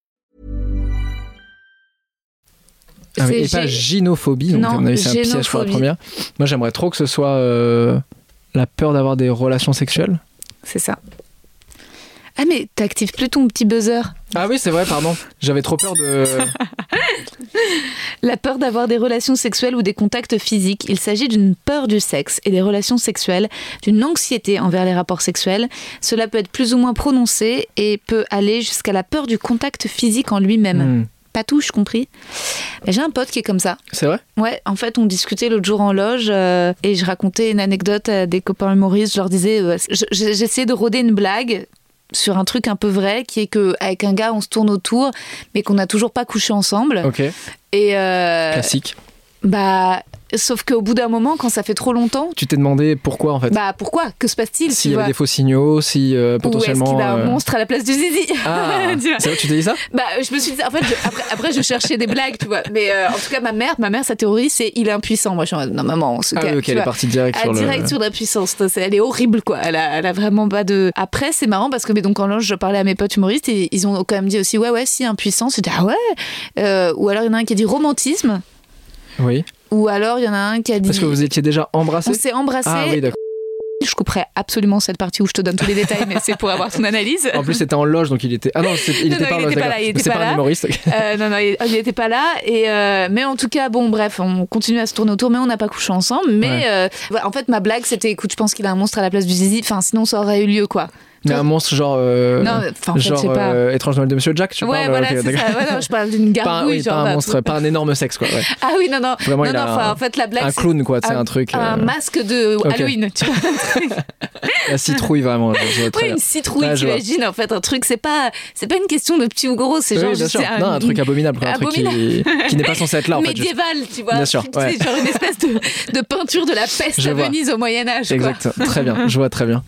Speaker 5: Ah,
Speaker 4: C'est
Speaker 5: et pas
Speaker 4: gé-
Speaker 5: gynophobie, donc
Speaker 4: Non,
Speaker 5: à mon avis c'est un piège pour la
Speaker 4: génophobie.
Speaker 5: première. Moi j'aimerais trop que ce soit euh, la peur d'avoir des relations sexuelles.
Speaker 4: C'est ça. Ah mais t'actives plus ton petit buzzer.
Speaker 5: Ah oui, c'est vrai, pardon. J'avais trop peur de...
Speaker 4: La peur d'avoir des relations sexuelles ou des contacts physiques. Il s'agit d'une peur du sexe et des relations sexuelles, d'une anxiété envers les rapports sexuels. Cela peut être plus ou moins prononcé et peut aller jusqu'à la peur du contact physique en lui-même.
Speaker 5: Hmm.
Speaker 4: pas touche compris. Et j'ai un pote qui est comme ça.
Speaker 5: C'est vrai ?
Speaker 4: Ouais, en fait, on discutait l'autre jour en loge euh, et je racontais une anecdote à des copains humoristes. Je leur disais, euh, je- je- j'essayais de rôder une blague sur un truc un peu vrai, qui est qu'avec un gars, on se tourne autour, mais qu'on n'a toujours pas couché ensemble.
Speaker 5: Ok,
Speaker 4: Et euh,
Speaker 5: classique.
Speaker 4: bah, sauf qu'au bout d'un moment, quand ça fait trop longtemps,
Speaker 5: Tu t'es demandé pourquoi en fait ?
Speaker 4: bah pourquoi ? Que se passe-t-il
Speaker 5: S'il
Speaker 4: tu
Speaker 5: y avait
Speaker 4: vois
Speaker 5: des faux signaux, si euh,
Speaker 4: Ou est-ce
Speaker 5: potentiellement.
Speaker 4: qu'il a un
Speaker 5: euh,
Speaker 4: monstre à la place du zizi
Speaker 5: Ah,
Speaker 4: Tu vois.
Speaker 5: c'est vrai que tu t'es dit ça ?
Speaker 4: Bah, je me suis dit, en fait, je- après, après, je cherchais des blagues, tu vois. Mais euh, en tout cas, ma mère, ma mère, sa théorie, c'est il est impuissant. Moi, je suis en mode, non, maman, on se
Speaker 5: Ah
Speaker 4: calme,
Speaker 5: oui, ok,
Speaker 4: tu
Speaker 5: elle est
Speaker 4: vois.
Speaker 5: partie direct
Speaker 4: Ah,
Speaker 5: sur le.
Speaker 4: direct sur l'impuissance. C'est- Elle est horrible, quoi. Elle a, elle a vraiment pas de. Après, c'est marrant parce que, mais donc, en loge, je parlais à mes potes humoristes et ils ont quand même dit aussi, ouais, ouais, si, impuissance. C'était, ah ouais. Euh, ou alors, il y en a un qui a dit romantisme.
Speaker 5: Oui.
Speaker 4: Ou alors, il y en a un qui a dit.
Speaker 5: Parce que vous étiez déjà embrassés.
Speaker 4: On s'est embrassés.
Speaker 5: Ah oui, d'accord.
Speaker 4: Je couperai absolument cette partie où je te donne tous les détails, mais c'est pour avoir ton analyse.
Speaker 5: En plus, c'était en loge, donc il était. Ah non, c'est- il
Speaker 4: Non,
Speaker 5: était
Speaker 4: non,
Speaker 5: pas en
Speaker 4: il
Speaker 5: loge,
Speaker 4: était pas
Speaker 5: d'accord.
Speaker 4: là, il était
Speaker 5: C'est
Speaker 4: pas
Speaker 5: pas un
Speaker 4: là.
Speaker 5: humoriste. ok.
Speaker 4: Euh, non, non, il n'était pas là. Et euh, mais en tout cas, bon, bref, on continue à se tourner autour, mais on n'a pas couché ensemble. Mais
Speaker 5: Ouais.
Speaker 4: euh, voilà, en fait, ma blague, c'était, écoute, je pense qu'il a un monstre à la place du zizi. Enfin, sinon, ça aurait eu lieu, quoi.
Speaker 5: Mais un monstre genre. euh,
Speaker 4: Non, enfin, en fait,
Speaker 5: genre
Speaker 4: je sais pas.
Speaker 5: euh, étrange Noël de Monsieur Jack, tu
Speaker 4: Ouais,
Speaker 5: parles
Speaker 4: voilà,
Speaker 5: ok,
Speaker 4: c'est
Speaker 5: d'accord.
Speaker 4: ça. Ouais, non, je parle d'une
Speaker 5: Pas un,
Speaker 4: gargouille.
Speaker 5: oui,
Speaker 4: genre,
Speaker 5: pas un
Speaker 4: bah,
Speaker 5: monstre, pas un énorme sexe, quoi. Ouais.
Speaker 4: Ah oui, non, non.
Speaker 5: Vraiment,
Speaker 4: non,
Speaker 5: il
Speaker 4: non,
Speaker 5: a
Speaker 4: enfin,
Speaker 5: un-
Speaker 4: en fait, la blague,
Speaker 5: Un
Speaker 4: c'est
Speaker 5: clown, quoi, c'est un truc.
Speaker 4: un
Speaker 5: euh,
Speaker 4: masque de
Speaker 5: ok.
Speaker 4: Halloween, tu vois.
Speaker 5: La citrouille, vraiment. je vois très
Speaker 4: Oui,
Speaker 5: bien.
Speaker 4: une citrouille,
Speaker 5: Ouais, je vois.
Speaker 4: t'imagines, en fait, un truc, c'est pas, c'est pas une question de petit ou gros, c'est
Speaker 5: Oui,
Speaker 4: genre
Speaker 5: bien
Speaker 4: juste
Speaker 5: sûr. Non, un truc abominable, quoi, un truc qui,
Speaker 4: Abominable.
Speaker 5: qui n'est pas censé être là, en fait. juste.
Speaker 4: médiéval, tu vois.
Speaker 5: Bien sûr,
Speaker 4: Tu sais,
Speaker 5: ouais.
Speaker 4: genre une espèce de, de peinture de la peste
Speaker 5: Je
Speaker 4: à
Speaker 5: vois.
Speaker 4: Venise au Moyen-Âge, quoi.
Speaker 5: Exact, très bien, je vois très bien.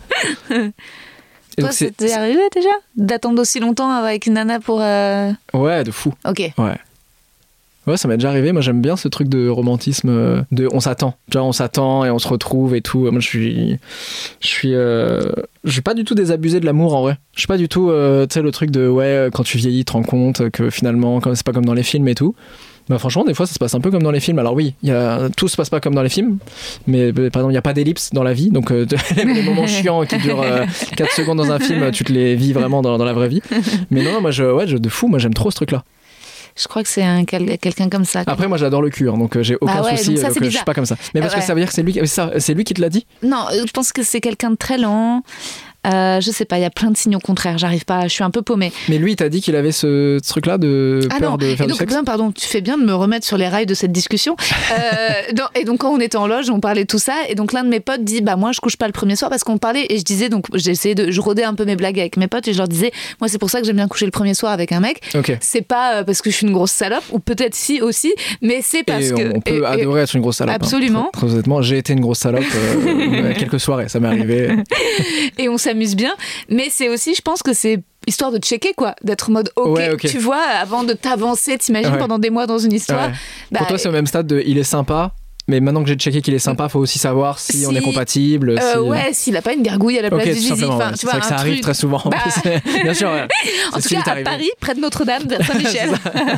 Speaker 5: Et
Speaker 4: Toi,
Speaker 5: donc, c'est-
Speaker 4: c'était arrivé déjà d'attendre aussi longtemps avec une nana pour. euh,
Speaker 5: Ouais, de fou.
Speaker 4: Ok.
Speaker 5: Ouais. Ouais, ça m'est déjà arrivé. Moi, j'aime bien ce truc de romantisme. euh, De, on s'attend. Genre, on s'attend et on se retrouve et tout. Moi, je suis, je suis, euh, je suis pas du tout désabusé de l'amour en vrai. Je suis pas du tout, euh, tu sais, le truc de ouais, quand tu vieillis, tu te rends compte que finalement, comme c'est pas comme dans les films et tout. Bah franchement, des fois, ça se passe un peu comme dans les films. Alors oui, il y a, tout se passe pas comme dans les films, mais euh, par exemple, il n'y a pas d'ellipse dans la vie. Donc, euh, les moments chiants qui durent euh, quatre secondes dans un film, tu te les vis vraiment dans, dans la vraie vie. Mais non, non, moi, je, ouais, je, de fou, moi, j'aime trop ce truc-là.
Speaker 4: Je crois que c'est un, quel- quelqu'un comme ça.
Speaker 5: Après, moi, j'adore le cul, hein, donc euh, j'ai aucun
Speaker 4: Bah ouais,
Speaker 5: souci
Speaker 4: donc ça,
Speaker 5: euh,
Speaker 4: c'est
Speaker 5: que je
Speaker 4: bizarre.
Speaker 5: suis pas comme ça. Mais parce
Speaker 4: Ouais.
Speaker 5: que ça veut dire que c'est lui, qui- c'est ça, c'est lui qui te l'a dit.
Speaker 4: Non, euh, je pense que c'est quelqu'un de très lent. Euh, je sais pas, il y a plein de signaux contraires. J'arrive pas, je suis un peu paumée.
Speaker 5: Mais lui, il t'a dit qu'il avait ce truc-là de
Speaker 4: Ah
Speaker 5: peur
Speaker 4: non,
Speaker 5: de
Speaker 4: et
Speaker 5: faire
Speaker 4: donc,
Speaker 5: du sexe.
Speaker 4: bien, pardon, tu fais bien de me remettre sur les rails de cette discussion. Euh, non, et donc, quand on était en loge, on parlait de tout ça, et donc l'un de mes potes dit, bah moi, je couche pas le premier soir parce qu'on parlait, et je disais, donc, j'ai essayé de, je rodais un peu mes blagues avec mes potes, et je leur disais, moi, c'est pour ça que j'aime bien coucher le premier soir avec un mec.
Speaker 5: Ok.
Speaker 4: C'est pas euh, parce que je suis une grosse salope, ou peut-être si aussi, mais c'est parce
Speaker 5: Et
Speaker 4: que.
Speaker 5: on peut
Speaker 4: et- et-
Speaker 5: adorer être une grosse salope. hein.
Speaker 4: Absolument.
Speaker 5: Très, très honnêtement, j'ai été une grosse salope euh, quelques soirées, ça m'est arrivé.
Speaker 4: et on s'amuse bien, mais c'est aussi, je pense que c'est histoire de checker, quoi, d'être en mode ok,
Speaker 5: Ouais, ok.
Speaker 4: tu vois, avant de t'avancer, t'imagines
Speaker 5: Ouais.
Speaker 4: pendant des mois dans une histoire.
Speaker 5: Ouais.
Speaker 4: Bah,
Speaker 5: Pour toi, c'est au même stade de il est sympa, mais maintenant que j'ai checké qu'il est sympa, faut aussi savoir si, on est
Speaker 4: Si-
Speaker 5: compatible.
Speaker 4: euh,
Speaker 5: si...
Speaker 4: ouais, s'il a pas une gargouille à la
Speaker 5: Ok,
Speaker 4: place
Speaker 5: tout
Speaker 4: du zizi,
Speaker 5: simplement.
Speaker 4: enfin,
Speaker 5: ouais.
Speaker 4: tu
Speaker 5: C'est
Speaker 4: vois,
Speaker 5: vrai que
Speaker 4: un
Speaker 5: ça arrive
Speaker 4: truc-
Speaker 5: très souvent. en
Speaker 4: Bah,
Speaker 5: plus. Bien sûr. Ouais.
Speaker 4: En
Speaker 5: C'est
Speaker 4: tout
Speaker 5: ce qui
Speaker 4: cas,
Speaker 5: m'est
Speaker 4: à
Speaker 5: arrivé.
Speaker 4: Paris, près de Notre-Dame, vers Saint-Michel.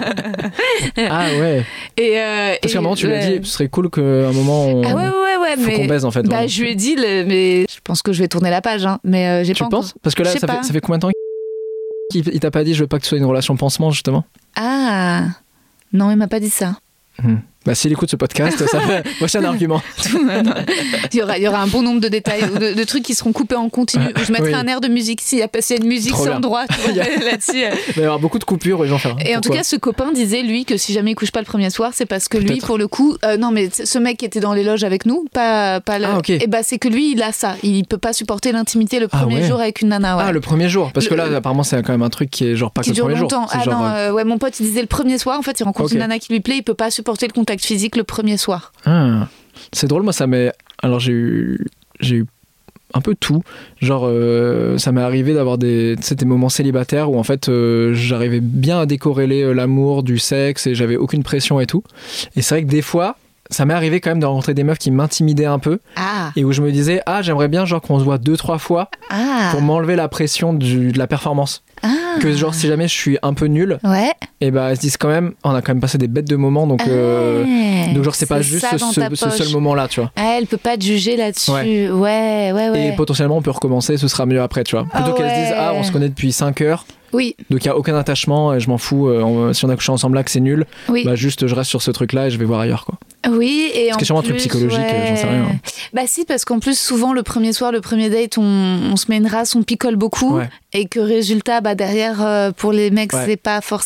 Speaker 5: Ah ouais.
Speaker 4: et euh,
Speaker 5: Parce
Speaker 4: et-
Speaker 5: qu'à un moment, tu l'as
Speaker 4: ouais.
Speaker 5: dit, ce serait cool qu'à un moment, on...
Speaker 4: Ah ouais, ouais, ouais,
Speaker 5: faut
Speaker 4: mais.
Speaker 5: qu'on baise en fait.
Speaker 4: Bah,
Speaker 5: vraiment.
Speaker 4: je lui ai dit, le- mais je pense que je vais tourner la page, hein, mais euh, j'ai
Speaker 5: Tu
Speaker 4: pas
Speaker 5: penses
Speaker 4: encore.
Speaker 5: Parce que là,
Speaker 4: Je sais
Speaker 5: ça
Speaker 4: pas.
Speaker 5: fait, ça fait combien de temps qu'il il t'a pas dit je veux pas que ce soit une relation pansement justement?
Speaker 4: Ah, non, il m'a pas dit ça.
Speaker 5: Hmm. Bah s'il écoute ce podcast, ça fait... moi c'est un argument.
Speaker 4: il, y aura, il y aura un bon nombre de détails, ou de, de trucs qui seront coupés en continu. Où je mettrai
Speaker 5: Oui.
Speaker 4: un air de musique. S'il y a, s'il y a une musique
Speaker 5: Trop
Speaker 4: sans
Speaker 5: bien.
Speaker 4: droit, tu vois,
Speaker 5: Il y a-
Speaker 4: là-dessus. euh.
Speaker 5: Il va y avoir beaucoup de coupures, ils vont faire.
Speaker 4: Et en tout
Speaker 5: Pourquoi
Speaker 4: cas, ce copain disait, lui, que si jamais il couche pas le premier soir, c'est parce que lui,
Speaker 5: Peut-être.
Speaker 4: pour le coup, euh, non, mais c- ce mec qui était dans les loges avec nous, pas, pas le.
Speaker 5: Ah, ok.
Speaker 4: Et bah, c'est que lui, il a ça. Il peut pas supporter l'intimité le
Speaker 5: Ah,
Speaker 4: premier
Speaker 5: ouais.
Speaker 4: jour avec une nana. Ouais.
Speaker 5: Ah le premier jour, parce que
Speaker 4: Le-
Speaker 5: là apparemment c'est quand même un truc qui est genre pas
Speaker 4: qui
Speaker 5: que le
Speaker 4: dure
Speaker 5: premier
Speaker 4: longtemps.
Speaker 5: jour. C'est
Speaker 4: Ah
Speaker 5: genre,
Speaker 4: non,
Speaker 5: euh,
Speaker 4: euh, ouais, mon pote, il disait le premier soir, en fait, il rencontre
Speaker 5: Ok.
Speaker 4: une nana qui lui plaît, il peut pas supporter le contact physique le premier soir.
Speaker 5: ah, c'est drôle, moi ça m'est. Alors j'ai eu j'ai eu un peu tout. Genre euh, ça m'est arrivé d'avoir des tu sais, des moments célibataires où en fait euh, j'arrivais bien à décorréler euh, l'amour du sexe et j'avais aucune pression et tout. Et c'est vrai que des fois ça m'est arrivé quand même de rencontrer des meufs qui m'intimidaient un peu
Speaker 4: Ah,
Speaker 5: et où je me disais ah j'aimerais bien genre qu'on se voit deux trois fois
Speaker 4: ah,
Speaker 5: pour m'enlever la pression du, de la performance.
Speaker 4: ah.
Speaker 5: Que genre si jamais je suis un peu nul,
Speaker 4: Ouais.
Speaker 5: et bah elles se disent quand même on a quand même passé des bêtes de moments donc euh,
Speaker 4: Ouais.
Speaker 5: donc genre c'est pas juste
Speaker 4: ça
Speaker 5: ce,
Speaker 4: dans
Speaker 5: ce-
Speaker 4: ta
Speaker 5: ce
Speaker 4: poche.
Speaker 5: seul moment là tu vois.
Speaker 4: Ah, elle peut pas te juger là-dessus. Ouais,
Speaker 5: Ouais.
Speaker 4: ouais, ouais.
Speaker 5: Et potentiellement on peut recommencer, ce sera mieux après tu vois. Plutôt
Speaker 4: Ah
Speaker 5: qu'elles se disent
Speaker 4: ouais.
Speaker 5: ah on se connaît depuis cinq heures
Speaker 4: Oui,
Speaker 5: donc il y a aucun attachement et je m'en fous euh, on- si on a couché ensemble là que c'est nul,
Speaker 4: oui.
Speaker 5: bah juste je reste sur ce truc là et je vais voir ailleurs quoi.
Speaker 4: Oui, et en
Speaker 5: qui est sûrement un truc
Speaker 4: plus,
Speaker 5: psychologique,
Speaker 4: ouais.
Speaker 5: j'en sais rien.
Speaker 4: Bah si, parce qu'en plus, souvent, le premier soir, le premier date, on, on se met une race, on picole beaucoup.
Speaker 5: Ouais.
Speaker 4: Et que résultat, bah derrière, euh, pour les mecs,
Speaker 5: Ouais.
Speaker 4: c'est pas forcément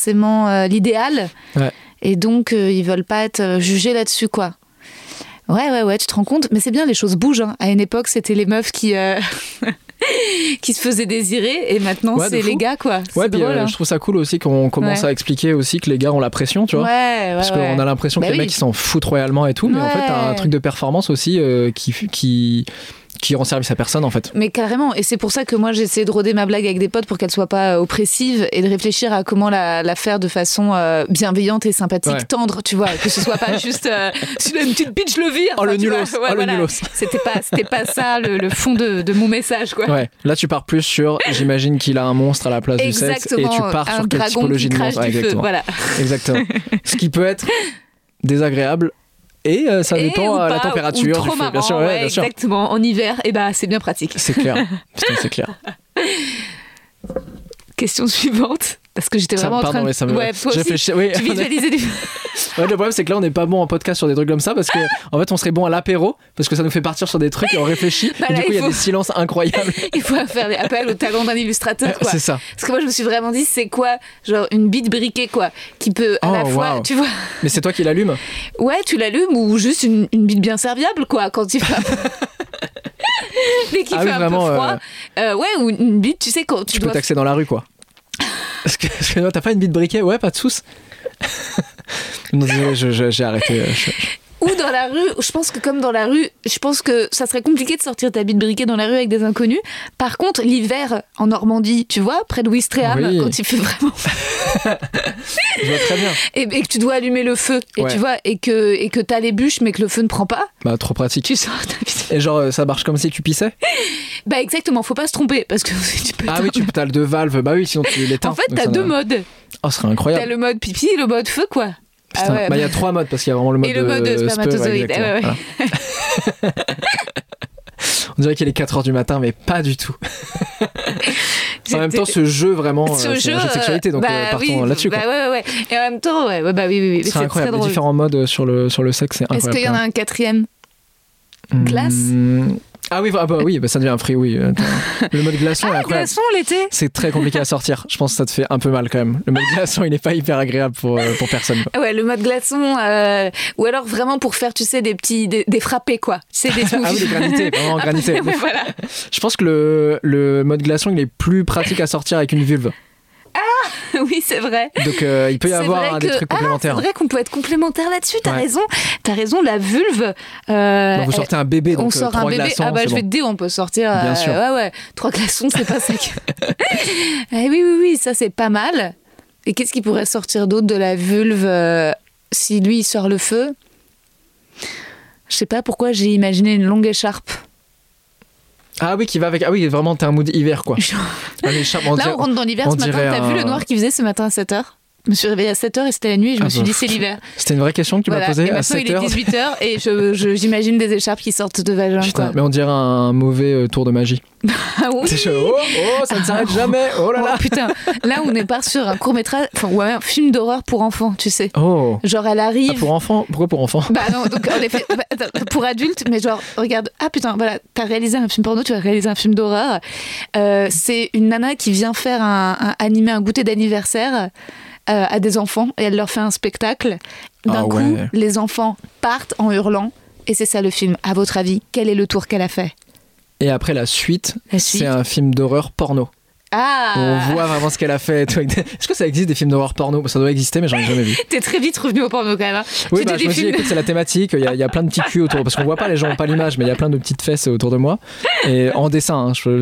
Speaker 4: forcément euh, l'idéal.
Speaker 5: Ouais.
Speaker 4: Et donc, euh, ils veulent pas être euh, jugés là-dessus, quoi. Ouais, ouais, ouais, tu te rends compte. Mais c'est bien, les choses bougent. Hein. À une époque, c'était les meufs qui... Euh... qui se faisaient désirer, et maintenant
Speaker 5: ouais,
Speaker 4: c'est les gars, quoi. C'est
Speaker 5: ouais,
Speaker 4: drôle,
Speaker 5: puis, euh,
Speaker 4: hein.
Speaker 5: je trouve ça cool aussi qu'on commence
Speaker 4: ouais.
Speaker 5: à expliquer aussi que les gars ont la pression, tu vois.
Speaker 4: Ouais, ouais,
Speaker 5: Parce
Speaker 4: ouais.
Speaker 5: qu'on a l'impression
Speaker 4: bah
Speaker 5: que les
Speaker 4: oui.
Speaker 5: mecs ils s'en foutent royalement et tout, mais
Speaker 4: ouais.
Speaker 5: en fait t'as un truc de performance aussi euh, qui, qui, qui rend service à personne en fait.
Speaker 4: Mais carrément, et c'est pour ça que moi j'ai essayé de roder ma blague avec des potes pour qu'elle soit pas oppressive et de réfléchir à comment la, la faire de façon euh, bienveillante et sympathique,
Speaker 5: ouais.
Speaker 4: tendre, tu vois, que ce soit pas juste euh, une petite bitch le vire.
Speaker 5: Oh le nulos,
Speaker 4: ouais,
Speaker 5: oh
Speaker 4: voilà.
Speaker 5: le nulos.
Speaker 4: C'était pas, c'était pas ça le, le fond de, de mon message, quoi.
Speaker 5: Ouais, là tu pars plus sur j'imagine qu'il a un monstre à la place
Speaker 4: exactement,
Speaker 5: du sexe et tu pars sur quelle typologie de monstre.
Speaker 4: Ouais, exactement. Feu, voilà.
Speaker 5: Exactement. Ce qui peut être désagréable. Et euh, ça
Speaker 4: et
Speaker 5: dépend à la
Speaker 4: pas,
Speaker 5: température.
Speaker 4: Ou trop
Speaker 5: du
Speaker 4: marrant,
Speaker 5: feu. Bien sûr, ouais,
Speaker 4: ouais,
Speaker 5: bien sûr.
Speaker 4: exactement. En hiver, et bah c'est bien pratique.
Speaker 5: C'est clair. Putain, c'est clair.
Speaker 4: Question suivante. Parce que j'étais
Speaker 5: ça,
Speaker 4: vraiment
Speaker 5: pardon,
Speaker 4: en train de...
Speaker 5: Ouais, ça me...
Speaker 4: Ouais, toi
Speaker 5: J'ai
Speaker 4: aussi,
Speaker 5: fait... oui,
Speaker 4: tu visualisais du...
Speaker 5: Ouais, le problème, c'est que là, on n'est pas bon en podcast sur des trucs comme ça parce que, en fait, on serait bon à l'apéro parce que ça nous fait partir sur des trucs et on réfléchit.
Speaker 4: Bah
Speaker 5: et
Speaker 4: là,
Speaker 5: du coup, il y a
Speaker 4: faut...
Speaker 5: des silences incroyables.
Speaker 4: Il faut faire des appels au talent d'un illustrateur, quoi.
Speaker 5: C'est ça.
Speaker 4: Parce que moi, je me suis vraiment dit, c'est quoi, genre une bite briquée, quoi, qui peut à
Speaker 5: oh,
Speaker 4: la fois,
Speaker 5: wow.
Speaker 4: tu vois.
Speaker 5: Mais c'est toi qui l'allumes.
Speaker 4: Ouais, tu l'allumes ou juste une, une bite bien serviable, quoi, quand il fait. Dès qu'il
Speaker 5: ah
Speaker 4: fait
Speaker 5: oui,
Speaker 4: un
Speaker 5: vraiment,
Speaker 4: peu froid.
Speaker 5: Euh...
Speaker 4: Euh, ouais, ou une bite, tu sais, quand tu,
Speaker 5: tu
Speaker 4: dois.
Speaker 5: peux taxer dans la rue, quoi. Parce que, parce que non, t'as pas une bite briquet? Ouais, pas de souce. Non, désolé, je, je, j'ai arrêté. Je...
Speaker 4: Ou dans la rue, je pense que comme dans la rue, je pense que ça serait compliqué de sortir ta bite briquet dans la rue avec des inconnus. Par contre, l'hiver en Normandie, tu vois, près de Ouistreham,
Speaker 5: oui.
Speaker 4: quand il fait vraiment
Speaker 5: je vois très bien.
Speaker 4: Et, et que tu dois allumer le feu, et
Speaker 5: ouais.
Speaker 4: tu vois, et que, et que t'as les bûches, mais que le feu ne prend pas.
Speaker 5: Bah, trop pratique.
Speaker 4: Tu sors ta bite.
Speaker 5: Et genre, ça marche comme si tu pissais?
Speaker 4: Bah, exactement, faut pas se tromper, parce que tu peux.
Speaker 5: Ah oui, tu as le deux valves, bah oui, sinon tu l'éteins.
Speaker 4: En fait, t'as deux modes.
Speaker 5: Oh, ce serait incroyable.
Speaker 4: T'as le mode pipi et le mode feu, quoi.
Speaker 5: Putain,
Speaker 4: ah ouais,
Speaker 5: bah il y a trois modes parce qu'il y a vraiment le mode
Speaker 4: et le mode
Speaker 5: euh,
Speaker 4: spermatozoïde.
Speaker 5: Speu, ouais,
Speaker 4: ouais, ouais.
Speaker 5: Voilà. On dirait qu'il est quatre heures du matin, mais pas du tout. En même temps, ce jeu vraiment,
Speaker 4: ce
Speaker 5: euh,
Speaker 4: jeu,
Speaker 5: c'est un jeu de sexualité, donc
Speaker 4: bah,
Speaker 5: euh, partons
Speaker 4: oui,
Speaker 5: là-dessus.
Speaker 4: Bah
Speaker 5: quoi.
Speaker 4: ouais, ouais. Et en même temps, ouais, ouais bah oui, oui, oui.
Speaker 5: C'est,
Speaker 4: c'est
Speaker 5: incroyable.
Speaker 4: très drôle.
Speaker 5: Les différents modes sur le sur le sexe, c'est incroyable.
Speaker 4: Est-ce qu'il y en a un quatrième?
Speaker 5: Mmh...
Speaker 4: Glace.
Speaker 5: Ah oui, ah bah oui, bah ça devient un free, oui. Le mode glaçon
Speaker 4: ah,
Speaker 5: est incroyable.
Speaker 4: Glaçon l'été.
Speaker 5: C'est très compliqué à sortir. Je pense que ça te fait un peu mal quand même. Le mode glaçon, il n'est pas hyper agréable pour, pour personne. Quoi.
Speaker 4: Ouais, le mode glaçon, euh, ou alors vraiment pour faire, tu sais, des petits, des, des frappés, quoi. Tu sais, des
Speaker 5: ah oui, des granités, vraiment granités.
Speaker 4: Ouais, voilà.
Speaker 5: Je pense que le, le mode glaçon, il est plus pratique à sortir avec une vulve.
Speaker 4: Ah oui, c'est vrai.
Speaker 5: Donc euh, il peut y
Speaker 4: c'est
Speaker 5: avoir hein,
Speaker 4: que...
Speaker 5: des trucs complémentaires.
Speaker 4: Ah, c'est vrai qu'on peut être complémentaire là-dessus. T'as
Speaker 5: ouais.
Speaker 4: raison. T'as raison. La vulve. Euh,
Speaker 5: donc vous sortez un bébé, donc
Speaker 4: on sort
Speaker 5: euh,
Speaker 4: un
Speaker 5: trois
Speaker 4: bébé.
Speaker 5: glaçons.
Speaker 4: Ah bah je
Speaker 5: bon.
Speaker 4: vais te dire, on peut sortir. Euh,
Speaker 5: Bien sûr.
Speaker 4: Ouais ouais. Trois glaçons, c'est pas ça. Que... eh oui oui oui, ça c'est pas mal. Et qu'est-ce qui pourrait sortir d'autre de la vulve euh, si lui il sort le feu? Je sais pas pourquoi j'ai imaginé une longue écharpe.
Speaker 5: Ah oui, qui va avec. Ah oui, vraiment, t'es un mood hiver, quoi. Ah, on
Speaker 4: Là, on rentre dans l'hiver ce matin. T'as
Speaker 5: un...
Speaker 4: vu le noir qu'il faisait ce matin à sept heures? Je me suis réveillée à sept heures et c'était la nuit et je
Speaker 5: ah
Speaker 4: me suis
Speaker 5: bah,
Speaker 4: dit c'est l'hiver.
Speaker 5: C'était une vraie question que tu
Speaker 4: voilà.
Speaker 5: m'as posée
Speaker 4: et
Speaker 5: à sept heures.
Speaker 4: Il est dix-huit heures et je, je, j'imagine des écharpes qui sortent de vagin.
Speaker 5: Putain,
Speaker 4: quoi.
Speaker 5: mais on dirait un mauvais euh, tour de magie.
Speaker 4: Ah oui.
Speaker 5: C'est chaud. Oh, oh, ça ne s'arrête ah, jamais. Oh là là.
Speaker 4: Oh, putain, là on est pas sur un court métrage, enfin ouais, un film d'horreur pour enfants, tu sais.
Speaker 5: Oh.
Speaker 4: Genre elle arrive.
Speaker 5: Ah, pour enfants? Pourquoi pour enfants?
Speaker 4: Bah non, donc en effet, bah, pour adultes, mais genre regarde, ah putain, voilà, t'as réalisé un film porno, tu as réalisé un film d'horreur. Euh, c'est une nana qui vient faire un, un animer un goûter d'anniversaire. Euh, à des enfants et elle leur fait un spectacle. D'un
Speaker 5: ah,
Speaker 4: coup,
Speaker 5: ouais.
Speaker 4: les enfants partent en hurlant et c'est ça le film. À votre avis, quel est le tour qu'elle a fait?
Speaker 5: Et après la suite,
Speaker 4: la suite
Speaker 5: c'est un film d'horreur porno.
Speaker 4: Ah.
Speaker 5: On voit vraiment ce qu'elle a fait. Est-ce que ça existe des films d'horreur porno? Ça doit exister, mais j'en ai jamais vu.
Speaker 4: T'es très vite revenu au porno quand même. Hein.
Speaker 5: Oui, bah, je me dis, écoute, c'est la thématique. Il y, a, il y a plein de petits culs autour. Parce qu'on voit pas, les gens n'ont pas l'image, mais il y a plein de petites fesses autour de moi. Et en dessin. Hein, je...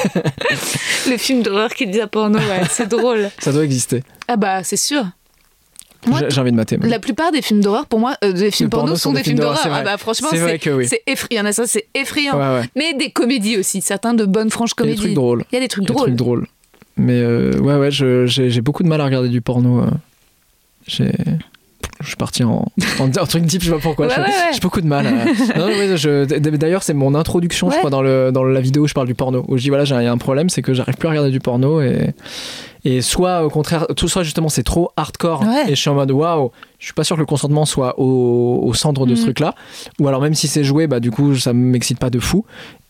Speaker 4: Le film d'horreur qui dit à porno, ouais, c'est drôle.
Speaker 5: Ça doit exister.
Speaker 4: Ah bah, c'est sûr. Moi,
Speaker 5: j'ai, j'ai envie de mater. Mais...
Speaker 4: La plupart des films d'horreur, pour moi, euh, des films porno, porno sont, sont des, des films d'horreur. d'horreur. Ah bah, franchement, c'est,
Speaker 5: c'est, que oui.
Speaker 4: c'est effrayant. Ça, c'est effrayant.
Speaker 5: Ouais, ouais.
Speaker 4: Mais des comédies aussi. Certains de bonnes, franches comédies.
Speaker 5: Il y a des trucs drôles.
Speaker 4: Il y a des trucs
Speaker 5: il y a
Speaker 4: drôles.
Speaker 5: Des trucs drôles. Mais euh, ouais, ouais, je, j'ai, j'ai beaucoup de mal à regarder du porno. Euh. J'ai... Je suis parti en, en, en truc deep, je sais pas pourquoi.
Speaker 4: Ouais,
Speaker 5: je,
Speaker 4: ouais, ouais.
Speaker 5: J'ai beaucoup de mal. À... non, ouais, je, d'ailleurs, c'est mon introduction, ouais. je crois, dans, le, dans la vidéo où je parle du porno. Où je dis, voilà, j'ai un problème, c'est que j'arrive plus à regarder du porno. Et, et soit, au contraire, tout soit justement, c'est trop hardcore.
Speaker 4: Ouais.
Speaker 5: Et je suis en mode, waouh, je suis pas sûr que le consentement soit au, au centre de mmh. ce truc-là. Ou alors, même si c'est joué, bah, du coup, ça m'excite pas de fou.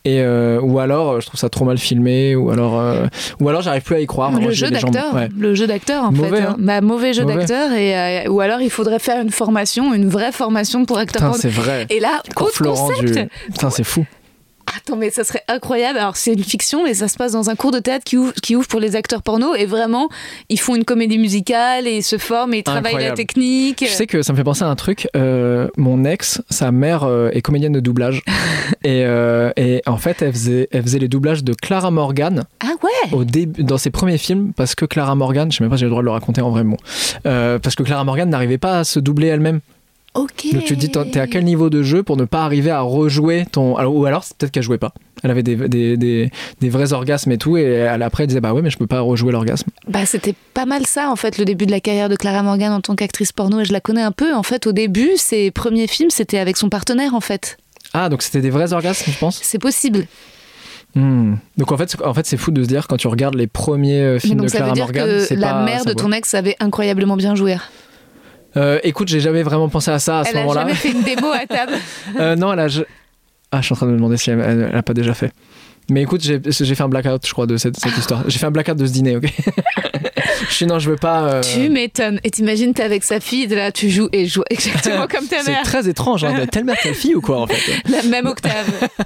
Speaker 5: Et euh, ou alors je trouve ça trop mal filmé, ou alors euh, ou alors j'arrive plus à y croire.
Speaker 4: Le
Speaker 5: Vraiment,
Speaker 4: jeu
Speaker 5: j'ai des
Speaker 4: d'acteur,
Speaker 5: jambes- ouais.
Speaker 4: le jeu d'acteur en
Speaker 5: Mauvais,
Speaker 4: fait,
Speaker 5: hein.
Speaker 4: Bah, mauvais jeu
Speaker 5: Mauvais.
Speaker 4: d'acteur et euh, ou alors il faudrait faire une formation, une vraie formation pour acteur
Speaker 5: Putain,
Speaker 4: porno.
Speaker 5: c'est vrai.
Speaker 4: Et là,
Speaker 5: Quand
Speaker 4: autre
Speaker 5: Florent
Speaker 4: concept.
Speaker 5: du... Putain, c'est fou.
Speaker 4: Attends, mais ça serait incroyable. Alors, c'est une fiction, mais ça se passe dans un cours de théâtre qui ouvre, qui ouvre pour les acteurs porno. Et vraiment, ils font une comédie musicale et ils se forment et ils travaillent la
Speaker 5: Incroyable.
Speaker 4: technique.
Speaker 5: Tu sais que ça me fait penser à un truc. euh, mon ex, sa mère euh, est comédienne de doublage. et, euh, et en fait, elle faisait, elle faisait les doublages de Clara Morgan
Speaker 4: Ah ouais
Speaker 5: au début, dans ses premiers films, parce que Clara Morgan, je sais même pas si j'ai le droit de le raconter en vrai, bon. Euh, parce que Clara Morgan n'arrivait pas à se doubler elle-même.
Speaker 4: Ok.
Speaker 5: Donc tu te dis, t'es à quel niveau de jeu pour ne pas arriver à rejouer ton. Alors, ou alors, c'est peut-être qu'elle jouait pas. Elle avait des, des, des, des vrais orgasmes et tout, et elle, après elle disait, bah ouais, mais je peux pas rejouer l'orgasme.
Speaker 4: Bah, c'était pas mal ça, en fait, le début de la carrière de Clara Morgan en tant qu'actrice porno. Et je la connais un peu. En fait, au début, ses premiers films, c'était avec son partenaire, en fait.
Speaker 5: Ah, donc c'était des vrais orgasmes, je pense.
Speaker 4: C'est possible.
Speaker 5: Hmm. Donc en fait, c'est- en fait, c'est fou de se dire, quand tu regardes les premiers euh,
Speaker 4: Mais
Speaker 5: films
Speaker 4: donc
Speaker 5: de
Speaker 4: ça
Speaker 5: Clara
Speaker 4: veut dire
Speaker 5: Morgan,
Speaker 4: que
Speaker 5: c'est
Speaker 4: la
Speaker 5: pas.
Speaker 4: mère
Speaker 5: ça
Speaker 4: de
Speaker 5: vaut-
Speaker 4: ton ex savait incroyablement bien jouer.
Speaker 5: Euh, écoute, j'ai jamais vraiment pensé à ça à ce
Speaker 4: Elle a
Speaker 5: moment-là.
Speaker 4: jamais fait une démo à table.
Speaker 5: Euh, non, elle a. je- Ah, je suis en train de me demander si elle, elle, elle a pas déjà fait. Mais écoute, j'ai j'ai fait un blackout, je crois, de cette, cette histoire. J'ai fait un blackout de ce dîner, ok. Je suis non, je veux pas. euh,
Speaker 4: Tu m'étonnes. Et t'imagines, t'es avec sa fille, et là, tu joues et joue exactement comme ta
Speaker 5: C'est
Speaker 4: mère.
Speaker 5: très étrange, hein, telle mère, telle fille ou quoi en fait.
Speaker 4: La même octave.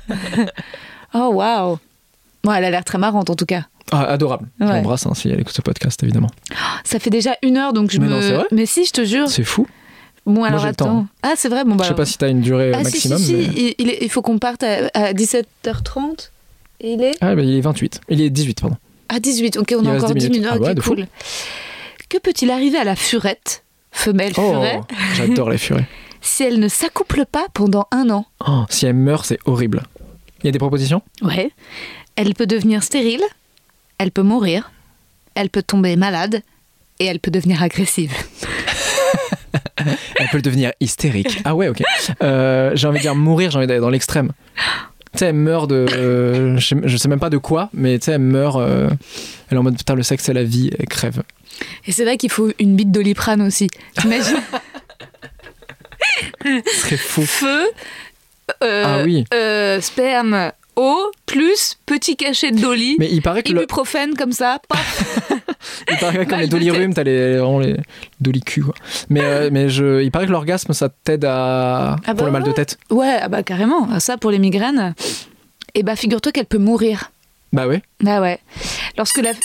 Speaker 4: Oh, waouh. Bon, elle a l'air très marrante en tout cas.
Speaker 5: Ah, adorable. Je
Speaker 4: Ouais.
Speaker 5: l'embrasse hein, si elle écoute ce podcast, évidemment.
Speaker 4: Ça fait déjà une heure, donc je
Speaker 5: Mais
Speaker 4: me.
Speaker 5: non, c'est vrai
Speaker 4: Mais si, je te jure.
Speaker 5: C'est fou.
Speaker 4: Bon, alors
Speaker 5: j'ai le temps,
Speaker 4: attends.
Speaker 5: hein.
Speaker 4: Ah, c'est vrai. Bon, bah.
Speaker 5: Je sais pas si t'as une durée euh,
Speaker 4: Ah,
Speaker 5: maximum.
Speaker 4: si, si, si.
Speaker 5: mais-
Speaker 4: Il, il est- il faut qu'on parte à, à dix-sept heures trente. Et il est
Speaker 5: Ah, bah, il est vingt-huit. Il est dix-huit, pardon.
Speaker 4: à dix-huit. Ok, on
Speaker 5: Il
Speaker 4: a
Speaker 5: reste
Speaker 4: encore
Speaker 5: dix
Speaker 4: dix minutes.
Speaker 5: minutes. Ah ouais,
Speaker 4: Ok,
Speaker 5: de fou.
Speaker 4: cool. Que peut-il arriver à la furette, femelle
Speaker 5: Oh,
Speaker 4: furet,
Speaker 5: j'adore les furets.
Speaker 4: si elle ne s'accouple pas pendant un an?
Speaker 5: Oh, si elle meurt, c'est horrible. Il y a des propositions?
Speaker 4: Ouais. Elle peut devenir stérile, elle peut mourir, elle peut tomber malade et elle peut devenir agressive.
Speaker 5: Elle peut devenir hystérique. Ah ouais, ok. Euh, j'ai envie de dire mourir, j'ai envie d'aller dans l'extrême. Tu sais, elle meurt de. euh, je, sais, je sais même pas de quoi, mais tu sais, elle meurt. euh, elle est en mode putain, le sexe, c'est la vie, elle crève.
Speaker 4: Et c'est vrai qu'il faut une bite Doliprane aussi. T'imagines?
Speaker 5: Ce serait fou.
Speaker 4: Feu, euh,
Speaker 5: Ah oui.
Speaker 4: euh, sperme, eau, plus petit cachet de Dolly,
Speaker 5: Mais il paraît que le,
Speaker 4: ibuprofène comme ça, paf.
Speaker 5: il paraît que comme
Speaker 4: balle
Speaker 5: les
Speaker 4: de
Speaker 5: dolirumes, t'as les, vraiment les dolicu, quoi. Mais, euh, mais je, il paraît que l'orgasme, ça t'aide à,
Speaker 4: Ah
Speaker 5: pour
Speaker 4: bah
Speaker 5: le mal de
Speaker 4: ouais.
Speaker 5: tête.
Speaker 4: Ouais, ah bah carrément, ça pour les migraines. Et bah figure-toi qu'elle peut mourir.
Speaker 5: Bah ouais.
Speaker 4: Bah ouais. Lorsque la,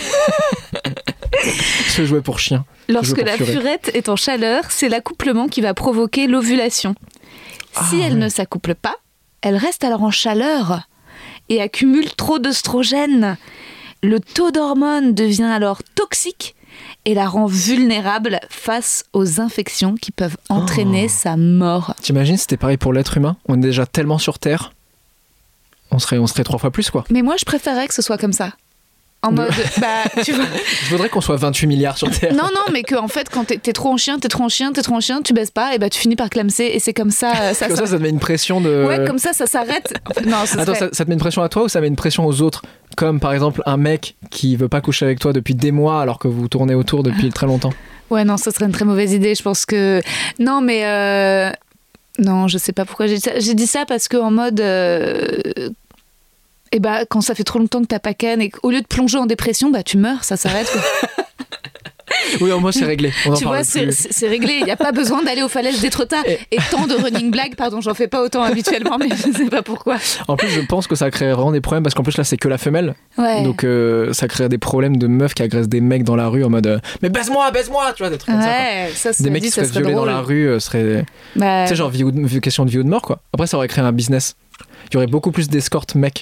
Speaker 5: Je jouais pour chien.
Speaker 4: lorsque
Speaker 5: pour
Speaker 4: la
Speaker 5: furet.
Speaker 4: furette est en chaleur, c'est l'accouplement qui va provoquer l'ovulation. Si
Speaker 5: Ah,
Speaker 4: elle
Speaker 5: ouais.
Speaker 4: ne s'accouple pas, elle reste alors en chaleur et accumule trop d'œstrogène. Le taux d'hormones devient alors toxique et la rend vulnérable face aux infections qui peuvent entraîner
Speaker 5: Oh.
Speaker 4: sa mort.
Speaker 5: T'imagines, c'était pareil pour l'être humain. On est déjà tellement sur Terre. On serait, on serait trois fois plus, quoi.
Speaker 4: Mais moi, je préférerais que ce soit comme ça. En
Speaker 5: De-
Speaker 4: mode, bah, tu vois.
Speaker 5: Je voudrais qu'on soit vingt-huit milliards sur Terre.
Speaker 4: Non, non, mais que en fait, quand t'es, t'es trop en chien, t'es trop en chien, t'es trop en chien, tu baisses pas, et bah tu finis par clamser, et c'est comme ça. euh, ça
Speaker 5: Comme ça,
Speaker 4: s'arrête.
Speaker 5: ça te met une pression de.
Speaker 4: Ouais, comme ça, ça s'arrête. Non, ça
Speaker 5: Attends,
Speaker 4: serait-
Speaker 5: ça, ça te met une pression à toi ou ça met une pression aux autres? Comme par exemple un mec qui veut pas coucher avec toi depuis des mois alors que vous tournez autour depuis très longtemps.
Speaker 4: Ouais, non, ça serait une très mauvaise idée. Je pense que. Non, mais. euh, Non, je sais pas pourquoi j'ai dit ça. J'ai dit ça parce que en mode. euh, Et bah, quand ça fait trop longtemps que t'as pas canne et qu'au lieu de plonger en dépression, bah tu meurs, ça s'arrête. quoi.
Speaker 5: Oui, au moins c'est réglé. On en
Speaker 4: Tu
Speaker 5: parle
Speaker 4: vois, c'est,
Speaker 5: plus.
Speaker 4: c'est- c'est réglé. Il n'y a pas besoin d'aller aux falaises d'Étretat.
Speaker 5: Et-
Speaker 4: Et tant de running blagues, pardon, j'en fais pas autant habituellement, mais je sais pas pourquoi.
Speaker 5: En plus, je pense que ça crée vraiment des problèmes parce qu'en plus là, c'est que la femelle.
Speaker 4: Ouais.
Speaker 5: Donc euh, ça crée des problèmes de meufs qui agressent des mecs dans la rue en mode euh, mais baise-moi, baise-moi, tu vois, des trucs comme ça. quoi.
Speaker 4: Ouais, ça, c'est
Speaker 5: Des mecs qui se
Speaker 4: ça
Speaker 5: feraient
Speaker 4: serait
Speaker 5: violer dans
Speaker 4: drôle.
Speaker 5: la rue euh, serait.
Speaker 4: Bah,
Speaker 5: Tu sais, genre vie ou de- vie- question de vie ou de mort quoi. Après, ça aurait créé un business. Il y aurait beaucoup plus d'escortes mecs.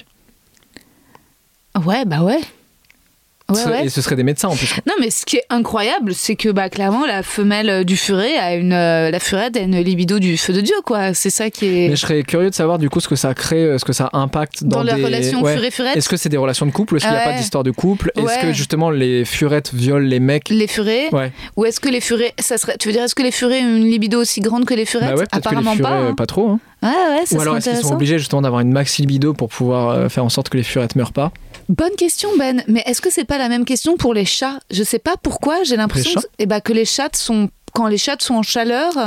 Speaker 4: Ouais, bah ouais. Ouais,
Speaker 5: Ce-
Speaker 4: ouais.
Speaker 5: Et ce seraient des médecins en plus. quoi.
Speaker 4: Non, mais ce qui est incroyable, c'est que bah, clairement, la femelle euh, du furet a une. euh, la furette a une libido du feu de Dieu, quoi. C'est ça qui est.
Speaker 5: Mais je serais curieux de savoir du coup ce que ça crée, euh, ce que ça impacte dans,
Speaker 4: Dans la
Speaker 5: des...
Speaker 4: relation
Speaker 5: Ouais.
Speaker 4: furet-furette.
Speaker 5: Est-ce que c'est des relations de couple? Est-ce qu'il n'y a
Speaker 4: Ouais.
Speaker 5: pas d'histoire de couple? Est-ce
Speaker 4: Ouais.
Speaker 5: que justement les furettes violent les mecs?
Speaker 4: Les furets.
Speaker 5: Ouais.
Speaker 4: Ou est-ce que les furets. Ça serait... Tu veux dire, est-ce que les furets ont une libido aussi grande que les furettes?
Speaker 5: Bah ouais, peut-être que les
Speaker 4: Apparemment
Speaker 5: furets,
Speaker 4: pas.
Speaker 5: euh,
Speaker 4: hein.
Speaker 5: pas trop. Hein.
Speaker 4: Ouais, ouais, ça
Speaker 5: Ou alors
Speaker 4: serait
Speaker 5: est-ce qu'ils sont
Speaker 4: intéressant.
Speaker 5: obligés justement d'avoir une maxi libido pour pouvoir euh, faire en sorte que les furettes meurent pas?
Speaker 4: Bonne question, Ben. Mais est-ce que c'est pas la même question pour les chats? Je sais pas pourquoi, j'ai l'impression
Speaker 5: chats
Speaker 4: que, eh ben, que les chattes sont. Quand les chattes sont en chaleur,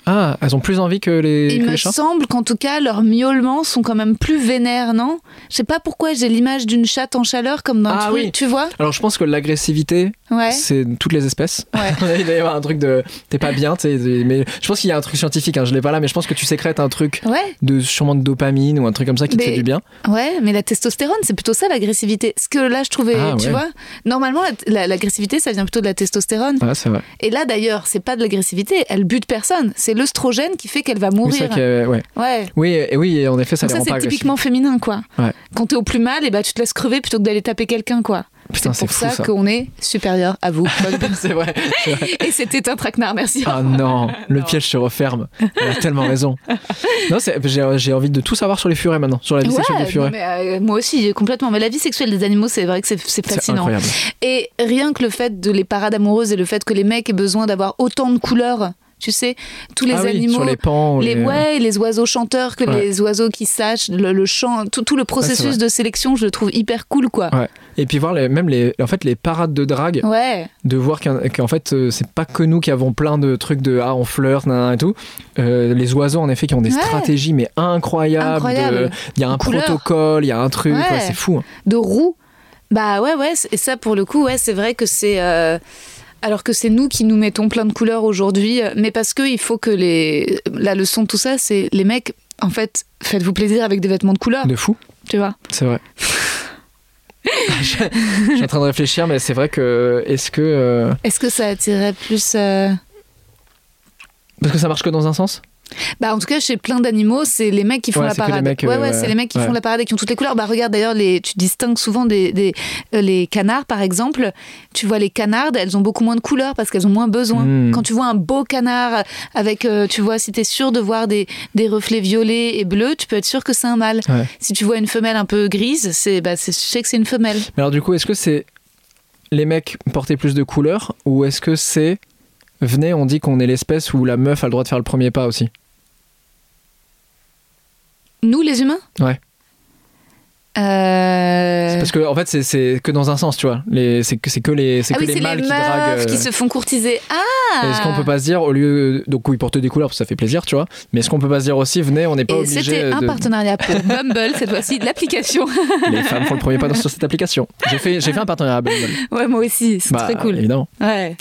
Speaker 5: Ah, elles ont plus envie que les,
Speaker 4: Il
Speaker 5: que
Speaker 4: me
Speaker 5: les chats.
Speaker 4: semble qu'en tout cas, leurs miaulements sont quand même plus vénères, non ? Je sais pas pourquoi j'ai l'image d'une chatte en chaleur comme dans
Speaker 5: Ah
Speaker 4: un truc,
Speaker 5: oui.
Speaker 4: tu vois ?
Speaker 5: Alors je pense que l'agressivité,
Speaker 4: Ouais.
Speaker 5: c'est toutes les espèces.
Speaker 4: Ouais.
Speaker 5: Il doit y avoir un truc de t'es pas bien, tu sais, mais je pense qu'il y a un truc scientifique, hein, je l'ai pas là, mais je pense que tu sécrètes un truc
Speaker 4: Ouais.
Speaker 5: de sûrement de dopamine ou un truc comme ça qui te
Speaker 4: Mais-
Speaker 5: fait du bien.
Speaker 4: Ouais, mais la testostérone, c'est plutôt ça l'agressivité. Ce que là, je trouvais,
Speaker 5: Ah,
Speaker 4: tu
Speaker 5: ouais.
Speaker 4: vois, normalement, la- la- l'agressivité, ça vient plutôt de la testostérone.
Speaker 5: Ouais, c'est vrai.
Speaker 4: Et là, d'ailleurs, c'est pas de l'agressivité, elle bute personne. C'est l'œstrogène qui fait qu'elle va
Speaker 5: Oui,
Speaker 4: mourir.
Speaker 5: c'est vrai que, ouais.
Speaker 4: Ouais.
Speaker 5: Oui, et oui, et en effet, ça
Speaker 4: Donc
Speaker 5: les
Speaker 4: ça,
Speaker 5: rend pas
Speaker 4: c'est
Speaker 5: agressifs.
Speaker 4: typiquement féminin, quoi.
Speaker 5: Ouais.
Speaker 4: Quand t'es au plus mal, et bah, tu te laisses crever plutôt que d'aller taper quelqu'un, quoi.
Speaker 5: Putain,
Speaker 4: c'est
Speaker 5: c'est
Speaker 4: pour
Speaker 5: fou
Speaker 4: ça,
Speaker 5: ça.
Speaker 4: qu'on est supérieur à vous.
Speaker 5: C'est vrai. c'est vrai.
Speaker 4: Et c'était un traquenard, merci.
Speaker 5: Ah non, le piège se referme. Elle a tellement raison. Non, c'est- j'ai j'ai envie de tout savoir sur les furets maintenant, sur la vie sexuelle des
Speaker 4: Ouais,
Speaker 5: furets.
Speaker 4: non, mais, euh, moi aussi, complètement. Mais la vie sexuelle des animaux, c'est vrai que c'est c'est
Speaker 5: C'est
Speaker 4: fascinant.
Speaker 5: incroyable.
Speaker 4: Et rien que le fait de les parades amoureuses et le fait que les mecs aient besoin d'avoir autant de couleurs, tu sais, tous les
Speaker 5: Ah oui,
Speaker 4: animaux,
Speaker 5: sur les pans.
Speaker 4: les,
Speaker 5: les-
Speaker 4: ouais, les oiseaux chanteurs, que
Speaker 5: Ouais.
Speaker 4: les oiseaux qui sachent, le, le chant, tout, tout le processus
Speaker 5: vrai.
Speaker 4: de sélection, je le trouve hyper cool, quoi.
Speaker 5: Ouais. Et puis voir les, même les, en fait, les parades de drague,
Speaker 4: Ouais,
Speaker 5: de voir qu'en qu'en fait, euh, c'est pas que nous qui avons plein de trucs de ah, on flirte, nan, nan, et tout. Euh, les oiseaux, en effet, qui ont des
Speaker 4: Ouais.
Speaker 5: stratégies, mais incroyables.
Speaker 4: Incroyable.
Speaker 5: de- Il y a un
Speaker 4: Couleurs.
Speaker 5: protocole, il y a un truc,
Speaker 4: Ouais.
Speaker 5: ouais, c'est fou. hein.
Speaker 4: de roux. Bah ouais, ouais, et ça pour le coup, ouais, c'est vrai que c'est. euh, Alors que c'est nous qui nous mettons plein de couleurs aujourd'hui, euh, mais parce qu'il faut que les. La leçon de tout ça, c'est les mecs, en fait, faites-vous plaisir avec des vêtements de couleur,
Speaker 5: De fou,
Speaker 4: tu vois.
Speaker 5: c'est vrai. je, je suis en train de réfléchir, mais c'est vrai que est-ce que euh,
Speaker 4: Est-ce que ça attirerait plus. euh,
Speaker 5: parce que ça marche que dans un sens.
Speaker 4: Bah en tout cas chez plein d'animaux c'est les mecs qui font
Speaker 5: Ouais,
Speaker 4: la
Speaker 5: c'est que les
Speaker 4: parade.
Speaker 5: mecs,
Speaker 4: ouais
Speaker 5: euh,
Speaker 4: ouais,
Speaker 5: ouais,
Speaker 4: c'est les mecs qui
Speaker 5: ouais.
Speaker 4: font la parade et qui ont toutes les couleurs. Bah regarde d'ailleurs les tu distingues souvent des, des euh, les canards par exemple. Tu vois les canardes elles ont beaucoup moins de couleurs parce qu'elles ont moins besoin.
Speaker 5: Mm.
Speaker 4: Quand tu vois un beau canard avec euh, tu vois si t'es sûr de voir des des reflets violets et bleus tu peux être sûr que c'est un mâle.
Speaker 5: Ouais.
Speaker 4: Si tu vois une femelle un peu grise c'est bah c'est, je sais que c'est une femelle.
Speaker 5: Mais alors du coup, est-ce que c'est les mecs porter plus de couleurs ou est-ce que c'est venez, on dit qu'on est l'espèce où la meuf a le droit de faire le premier pas aussi.
Speaker 4: Nous les humains.
Speaker 5: Ouais.
Speaker 4: Euh...
Speaker 5: Parce que en fait, c'est, c'est que dans un sens, tu vois. Les, c'est que c'est que les, c'est
Speaker 4: ah
Speaker 5: que
Speaker 4: oui,
Speaker 5: les
Speaker 4: c'est
Speaker 5: mâles
Speaker 4: les
Speaker 5: qui
Speaker 4: meufs
Speaker 5: draguent. euh,
Speaker 4: qui se font courtiser. Ah.
Speaker 5: Est-ce qu'on peut pas se dire au lieu donc oui, ils portent des couleurs parce que ça fait plaisir, tu vois. Mais est-ce qu'on peut pas se dire aussi venez, on n'est pas
Speaker 4: Et
Speaker 5: obligé
Speaker 4: c'était un
Speaker 5: de.
Speaker 4: partenariat pour Bumble, cette fois-ci, de l'application.
Speaker 5: Les femmes font le premier pas dans- sur cette application. J'ai fait, j'ai fait un partenariat. Bumble.
Speaker 4: Ouais, moi aussi, c'est
Speaker 5: Bah,
Speaker 4: très cool.
Speaker 5: Évidemment.
Speaker 4: Ouais.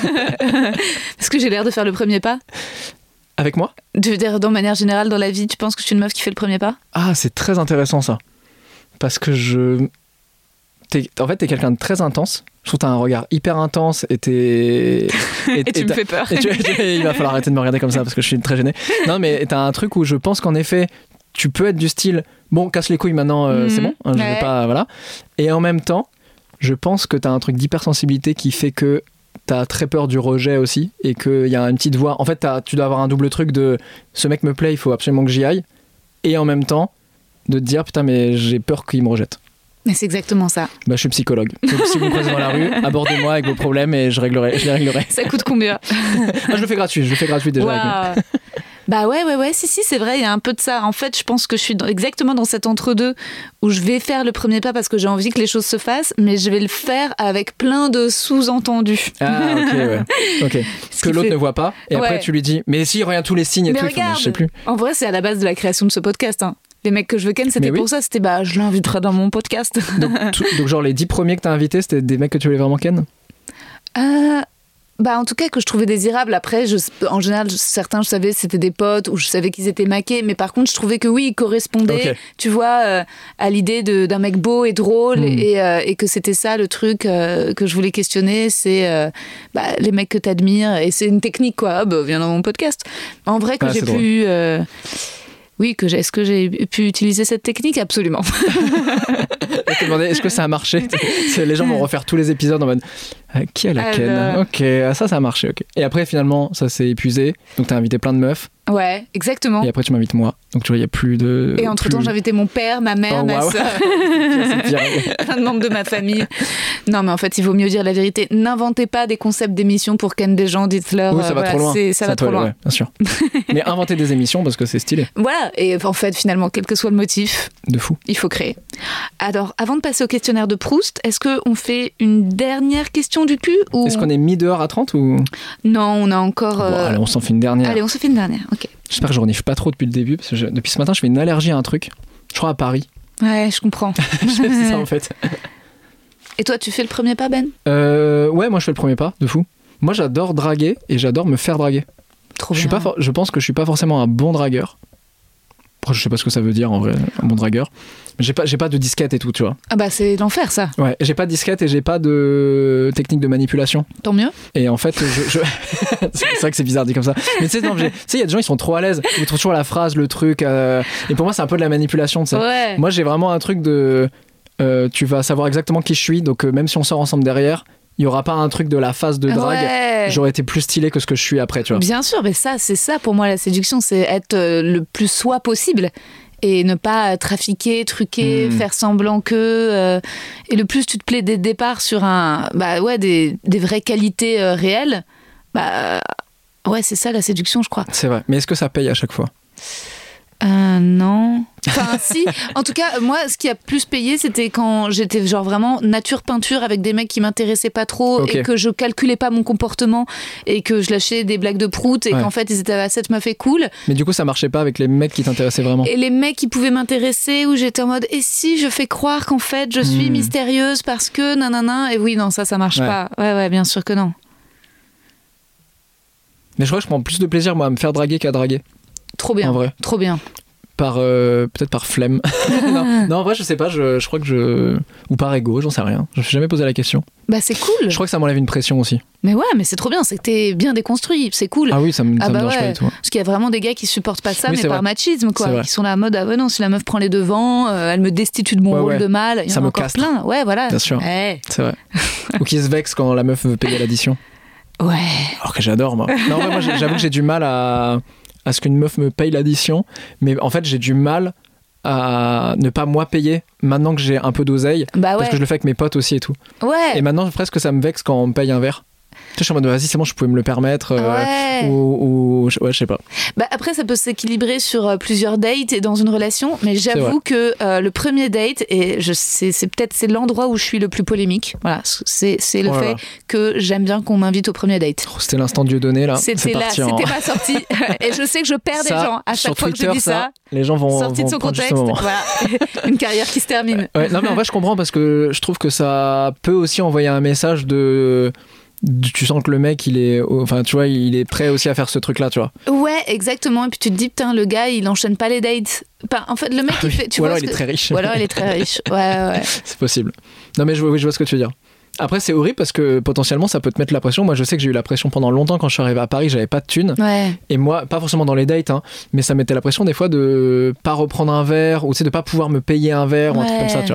Speaker 4: Est-ce que j'ai l'air de faire le premier pas ?
Speaker 5: Avec moi.
Speaker 4: Je veux dire, de manière générale, dans la vie, tu penses que je suis une meuf qui fait le premier pas ?
Speaker 5: Ah, c'est très intéressant ça. Parce que je. T'es- en fait, t'es quelqu'un de très intense. Je trouve que t'as un regard hyper intense et t'es.
Speaker 4: Et, tu me
Speaker 5: t'as-
Speaker 4: fais peur.
Speaker 5: et tu- il va falloir arrêter de me regarder comme ça parce que je suis très gêné. Non, mais t'as un truc où je pense qu'en effet, tu peux être du style bon, casse les couilles maintenant, euh,
Speaker 4: Mhm.
Speaker 5: c'est bon, hein, je
Speaker 4: Ouais.
Speaker 5: vais pas. Voilà. Et en même temps, je pense que t'as un truc d'hypersensibilité qui fait que t'as très peur du rejet aussi et qu'il y a une petite voix. En fait, t'as- tu dois avoir un double truc de ce mec me plaît, il faut absolument que j'y aille. Et en même temps, de te dire putain, mais j'ai peur qu'il me rejette.
Speaker 4: Mais c'est exactement ça.
Speaker 5: Bah, je suis psychologue. Donc, si vous me croisez dans la rue, abordez-moi avec vos problèmes et je, réglerai, je les réglerai.
Speaker 4: Ça coûte combien ?
Speaker 5: Ah, je le fais gratuit, je le fais gratuit déjà. avec
Speaker 4: Waouh. Bah ouais, ouais, ouais, si, si, c'est vrai, il y a un peu de ça. En fait, je pense que je suis dans- exactement dans cet entre-deux où je vais faire le premier pas parce que j'ai envie que les choses se fassent, mais je vais le faire avec plein de sous-entendus.
Speaker 5: Ah, ok, ouais. Ok.
Speaker 4: Ce
Speaker 5: Que
Speaker 4: qui
Speaker 5: l'autre
Speaker 4: fait-
Speaker 5: ne voit pas. Et après,
Speaker 4: Ouais.
Speaker 5: tu lui dis, mais si, regarde tous les signes et
Speaker 4: Mais
Speaker 5: tout. il fait,
Speaker 4: regarde,
Speaker 5: je sais plus.
Speaker 4: en vrai, c'est à la base de la création de ce podcast. Hein. Les mecs que je veux ken, c'était
Speaker 5: Mais oui.
Speaker 4: pour ça. C'était bah, je l'inviterai dans mon podcast.
Speaker 5: Tout- donc, genre, les dix premiers que t'as invités, c'était des mecs que tu voulais vraiment ken.
Speaker 4: Euh, bah en tout cas que je trouvais désirable. Après, je, en général, je- certains, je savais c'était des potes ou je savais qu'ils étaient maqués. Mais par contre, je trouvais que oui, ils correspondaient,
Speaker 5: Ok.
Speaker 4: tu vois, euh, à l'idée de- d'un mec beau et drôle
Speaker 5: Mm.
Speaker 4: et, euh, et que c'était ça le truc euh, que je voulais questionner. C'est euh, bah, les mecs que t'admires et c'est une technique quoi. Ah, bah, viens dans mon podcast. En vrai que
Speaker 5: Ah,
Speaker 4: j'ai
Speaker 5: c'est
Speaker 4: pu. euh, Oui, que j'ai, est-ce que j'ai pu utiliser cette technique ? Absolument.
Speaker 5: Je te demandais, est-ce que ça a marché? C'est- Les gens vont refaire tous les épisodes en mode euh, qui a la ken?
Speaker 4: Alors.
Speaker 5: Ok, ah, ça, ça a marché. Ok. Et après, finalement, ça s'est épuisé. Donc, t'as invité plein de meufs.
Speaker 4: Ouais, exactement.
Speaker 5: Et après, tu m'invites moi. Donc, tu vois, il n'y a plus de.
Speaker 4: Et entre-temps,
Speaker 5: plus-
Speaker 4: j'ai invité mon père, ma mère,
Speaker 5: Oh,
Speaker 4: ma
Speaker 5: waouh.
Speaker 4: sœur.
Speaker 5: C'est pire.
Speaker 4: Plein de membres de ma famille. Non, mais en fait, il vaut mieux dire la vérité. N'inventez pas des concepts d'émissions pour ken des gens, dites-leur.
Speaker 5: Oui, ça
Speaker 4: euh,
Speaker 5: va
Speaker 4: voilà,
Speaker 5: trop loin.
Speaker 4: c'est- ça, va
Speaker 5: peut-
Speaker 4: trop loin.
Speaker 5: ouais, bien sûr. Mais inventer des émissions parce que c'est stylé.
Speaker 4: Voilà, et en fait, finalement, quel que soit le motif,
Speaker 5: De fou.
Speaker 4: il faut créer. Alors, avant de passer au questionnaire de Proust, est-ce qu'on fait une dernière question séduction du cul ou...
Speaker 5: Est-ce qu'on est mis dehors à trente ou...
Speaker 4: Non, on a encore...
Speaker 5: Bon,
Speaker 4: euh,
Speaker 5: allez, on s'en fait une dernière.
Speaker 4: Allez, on se fait une dernière, ok.
Speaker 5: J'espère que je renifle pas trop depuis le début, parce que je- depuis ce matin, je fais une allergie à un truc. Je crois à Paris.
Speaker 4: Ouais, je comprends.
Speaker 5: C'est ça en fait.
Speaker 4: Et toi, tu fais le premier pas, Ben?
Speaker 5: Euh, ouais, moi je fais le premier pas, de fou. Moi j'adore draguer et j'adore me faire draguer.
Speaker 4: Trop
Speaker 5: Je, suis
Speaker 4: bien.
Speaker 5: pas for- je pense que je suis pas forcément un bon dragueur. Après, je sais pas ce que ça veut dire en vrai, un bon dragueur. Mais j'ai pas, j'ai pas de disquette et tout, tu vois.
Speaker 4: Ah bah, c'est l'enfer, ça.
Speaker 5: Ouais, j'ai pas de disquette et j'ai pas de technique de manipulation.
Speaker 4: Tant mieux.
Speaker 5: Et en fait, je, je... c'est vrai que c'est bizarre dit comme ça. Mais tu sais, non, j'ai- tu sais, il y a des gens ils sont trop à l'aise, ils trouvent toujours la phrase, le truc. euh, Et pour moi, c'est un peu de la manipulation, tu sais.
Speaker 4: Ouais.
Speaker 5: Moi, j'ai vraiment un truc de. euh, tu vas savoir exactement qui je suis, donc euh, même si on sort ensemble derrière, il y aura pas un truc de la phase de drague.
Speaker 4: Ouais.
Speaker 5: J'aurais été plus stylé que ce que je suis après, tu vois.
Speaker 4: Bien sûr, mais ça, c'est ça pour moi la séduction, c'est être euh, le plus soi possible et ne pas trafiquer, truquer,
Speaker 5: Mm.
Speaker 4: faire semblant que. euh, et le plus tu te plais dès le départ sur un, bah ouais, des, des vraies qualités euh, réelles, bah ouais, c'est ça la séduction, je crois.
Speaker 5: C'est vrai. Mais est-ce que ça paye à chaque fois?
Speaker 4: Euh, non. Enfin, si. En tout cas, moi, ce qui a plus payé, c'était quand j'étais genre vraiment nature peinture avec des mecs qui m'intéressaient pas trop
Speaker 5: Ok.
Speaker 4: et que je calculais pas mon comportement et que je lâchais des blagues de prout et
Speaker 5: Ouais.
Speaker 4: qu'en fait, ils étaient à cette meuf est cool.
Speaker 5: Mais du coup, ça marchait pas avec les mecs qui t'intéressaient vraiment.
Speaker 4: Et les mecs qui pouvaient m'intéresser où j'étais en mode et si je fais croire qu'en fait je suis
Speaker 5: Hmm.
Speaker 4: mystérieuse parce que nanana et oui non ça ça marche
Speaker 5: Ouais.
Speaker 4: pas. Ouais ouais bien sûr que non.
Speaker 5: Mais je crois que je prends plus de plaisir, moi, à me faire draguer qu'à draguer.
Speaker 4: Trop bien.
Speaker 5: En vrai.
Speaker 4: Trop bien.
Speaker 5: Par euh, peut-être par flemme. non, non, en vrai, je sais pas. Je, je crois que je ou par ego, j'en sais rien. Je me suis jamais posé la question.
Speaker 4: Bah c'est cool.
Speaker 5: Je crois que ça m'enlève une pression aussi.
Speaker 4: Mais ouais mais c'est trop bien c'est que t'es bien déconstruit c'est cool.
Speaker 5: Ah oui, ça me, ça
Speaker 4: Ah
Speaker 5: me
Speaker 4: bah
Speaker 5: dérange
Speaker 4: ouais.
Speaker 5: pas du tout.
Speaker 4: Parce qu'il y a vraiment des gars qui supportent pas ça,
Speaker 5: Oui,
Speaker 4: mais
Speaker 5: c'est
Speaker 4: par
Speaker 5: vrai.
Speaker 4: machisme, quoi.
Speaker 5: C'est vrai.
Speaker 4: Qui sont là en mode, ah ouais, non, si la meuf prend les devants, euh, elle me destitue de mon
Speaker 5: Ouais,
Speaker 4: rôle
Speaker 5: ouais.
Speaker 4: de mâle. Il y en
Speaker 5: Ça
Speaker 4: a
Speaker 5: me
Speaker 4: encore
Speaker 5: castre.
Speaker 4: plein. Ouais, voilà.
Speaker 5: Bien sûr.
Speaker 4: Ouais.
Speaker 5: C'est vrai. Ou qui se vexe quand la meuf veut payer l'addition.
Speaker 4: Ouais.
Speaker 5: Alors que j'adore, moi. Non, en vrai, moi, j'ai- j'avoue que j'ai du mal à, à ce qu'une meuf me paye l'addition. Mais en fait, j'ai du mal à ne pas moi payer maintenant que j'ai un peu d'oseille.
Speaker 4: Bah ouais.
Speaker 5: Parce que je le fais avec mes potes aussi et tout.
Speaker 4: Ouais.
Speaker 5: Et maintenant, presque, ça me vexe quand on me paye un verre. Tu sais, je suis en mode, vas-y, c'est bon, je pouvais me le permettre. euh,
Speaker 4: Ouais.
Speaker 5: Ou, ou- ouais, je sais pas.
Speaker 4: Bah après, ça peut s'équilibrer sur euh, plusieurs dates et dans une relation, mais
Speaker 5: vrai.
Speaker 4: j'avoue que euh, le premier date, et je sais, c'est peut-être c'est l'endroit où je suis le plus polémique. Voilà, c'est c'est le
Speaker 5: Oh là là.
Speaker 4: fait que j'aime bien qu'on m'invite au premier date.
Speaker 5: Oh, c'était l'instant Dieu donné, là.
Speaker 4: C'était
Speaker 5: C'est
Speaker 4: là,
Speaker 5: parti en-
Speaker 4: c'était pas sorti. Et je sais que je perds
Speaker 5: Ça,
Speaker 4: des gens à
Speaker 5: sur
Speaker 4: chaque fois
Speaker 5: Twitter,
Speaker 4: que je dis ça.
Speaker 5: Les gens vont,
Speaker 4: Sorti
Speaker 5: vont
Speaker 4: de son
Speaker 5: prendre juste
Speaker 4: contexte,
Speaker 5: au moment.
Speaker 4: voilà, une carrière qui se termine.
Speaker 5: Ouais, non mais en vrai je comprends parce que je trouve que ça peut aussi envoyer un message de, de- tu sens que le mec il est enfin tu vois il est prêt aussi à faire ce truc là tu vois.
Speaker 4: Ouais, exactement. Et puis tu te dis, putain, le gars, il enchaîne pas les dates. Enfin, en fait, le mec,
Speaker 5: Ah
Speaker 4: il
Speaker 5: oui.
Speaker 4: fait. Tu
Speaker 5: Ou
Speaker 4: vois
Speaker 5: alors
Speaker 4: ce
Speaker 5: il est
Speaker 4: que-
Speaker 5: très riche.
Speaker 4: Ou alors il est très riche. Ouais, ouais.
Speaker 5: C'est possible. Non mais je, oui, je vois ce que tu veux dire. Après c'est horrible parce que potentiellement ça peut te mettre la pression. Moi je sais que j'ai eu la pression pendant longtemps quand je suis arrivé à Paris, j'avais pas de thunes.
Speaker 4: Ouais.
Speaker 5: Et moi, pas forcément dans les dates, hein, mais ça mettait la pression des fois de pas reprendre un verre ou tu sais de pas pouvoir me payer un verre ou un truc
Speaker 4: Ouais.
Speaker 5: comme ça, tu vois.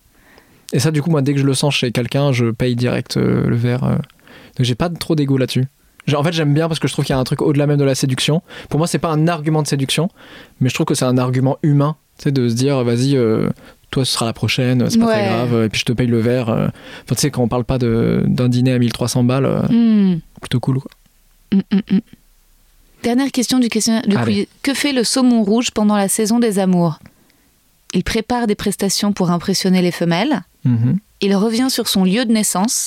Speaker 5: Et ça, du coup, moi, dès que je le sens chez quelqu'un, je paye direct euh, le verre. euh. Donc j'ai pas trop d'ego là-dessus. Genre, en fait, j'aime bien parce que je trouve qu'il y a un truc au-delà même de la séduction. Pour moi, c'est pas un argument de séduction, mais je trouve que c'est un argument humain, tu sais, de se dire, vas-y. euh, toi, ce sera la prochaine, c'est pas
Speaker 4: Ouais.
Speaker 5: très grave, et puis je te paye le verre. euh. Enfin, tu sais, quand on parle pas de- d'un dîner à mille trois cents balles, euh,
Speaker 4: Hmm.
Speaker 5: plutôt cool, quoi.
Speaker 4: Mm, mm, mm. Dernière question du questionnaire du
Speaker 5: Allez.
Speaker 4: quiz. Que fait le saumon rouge pendant la saison des amours? Il prépare des prestations pour impressionner les femelles.
Speaker 5: Mhm.
Speaker 4: Il revient sur son lieu de naissance.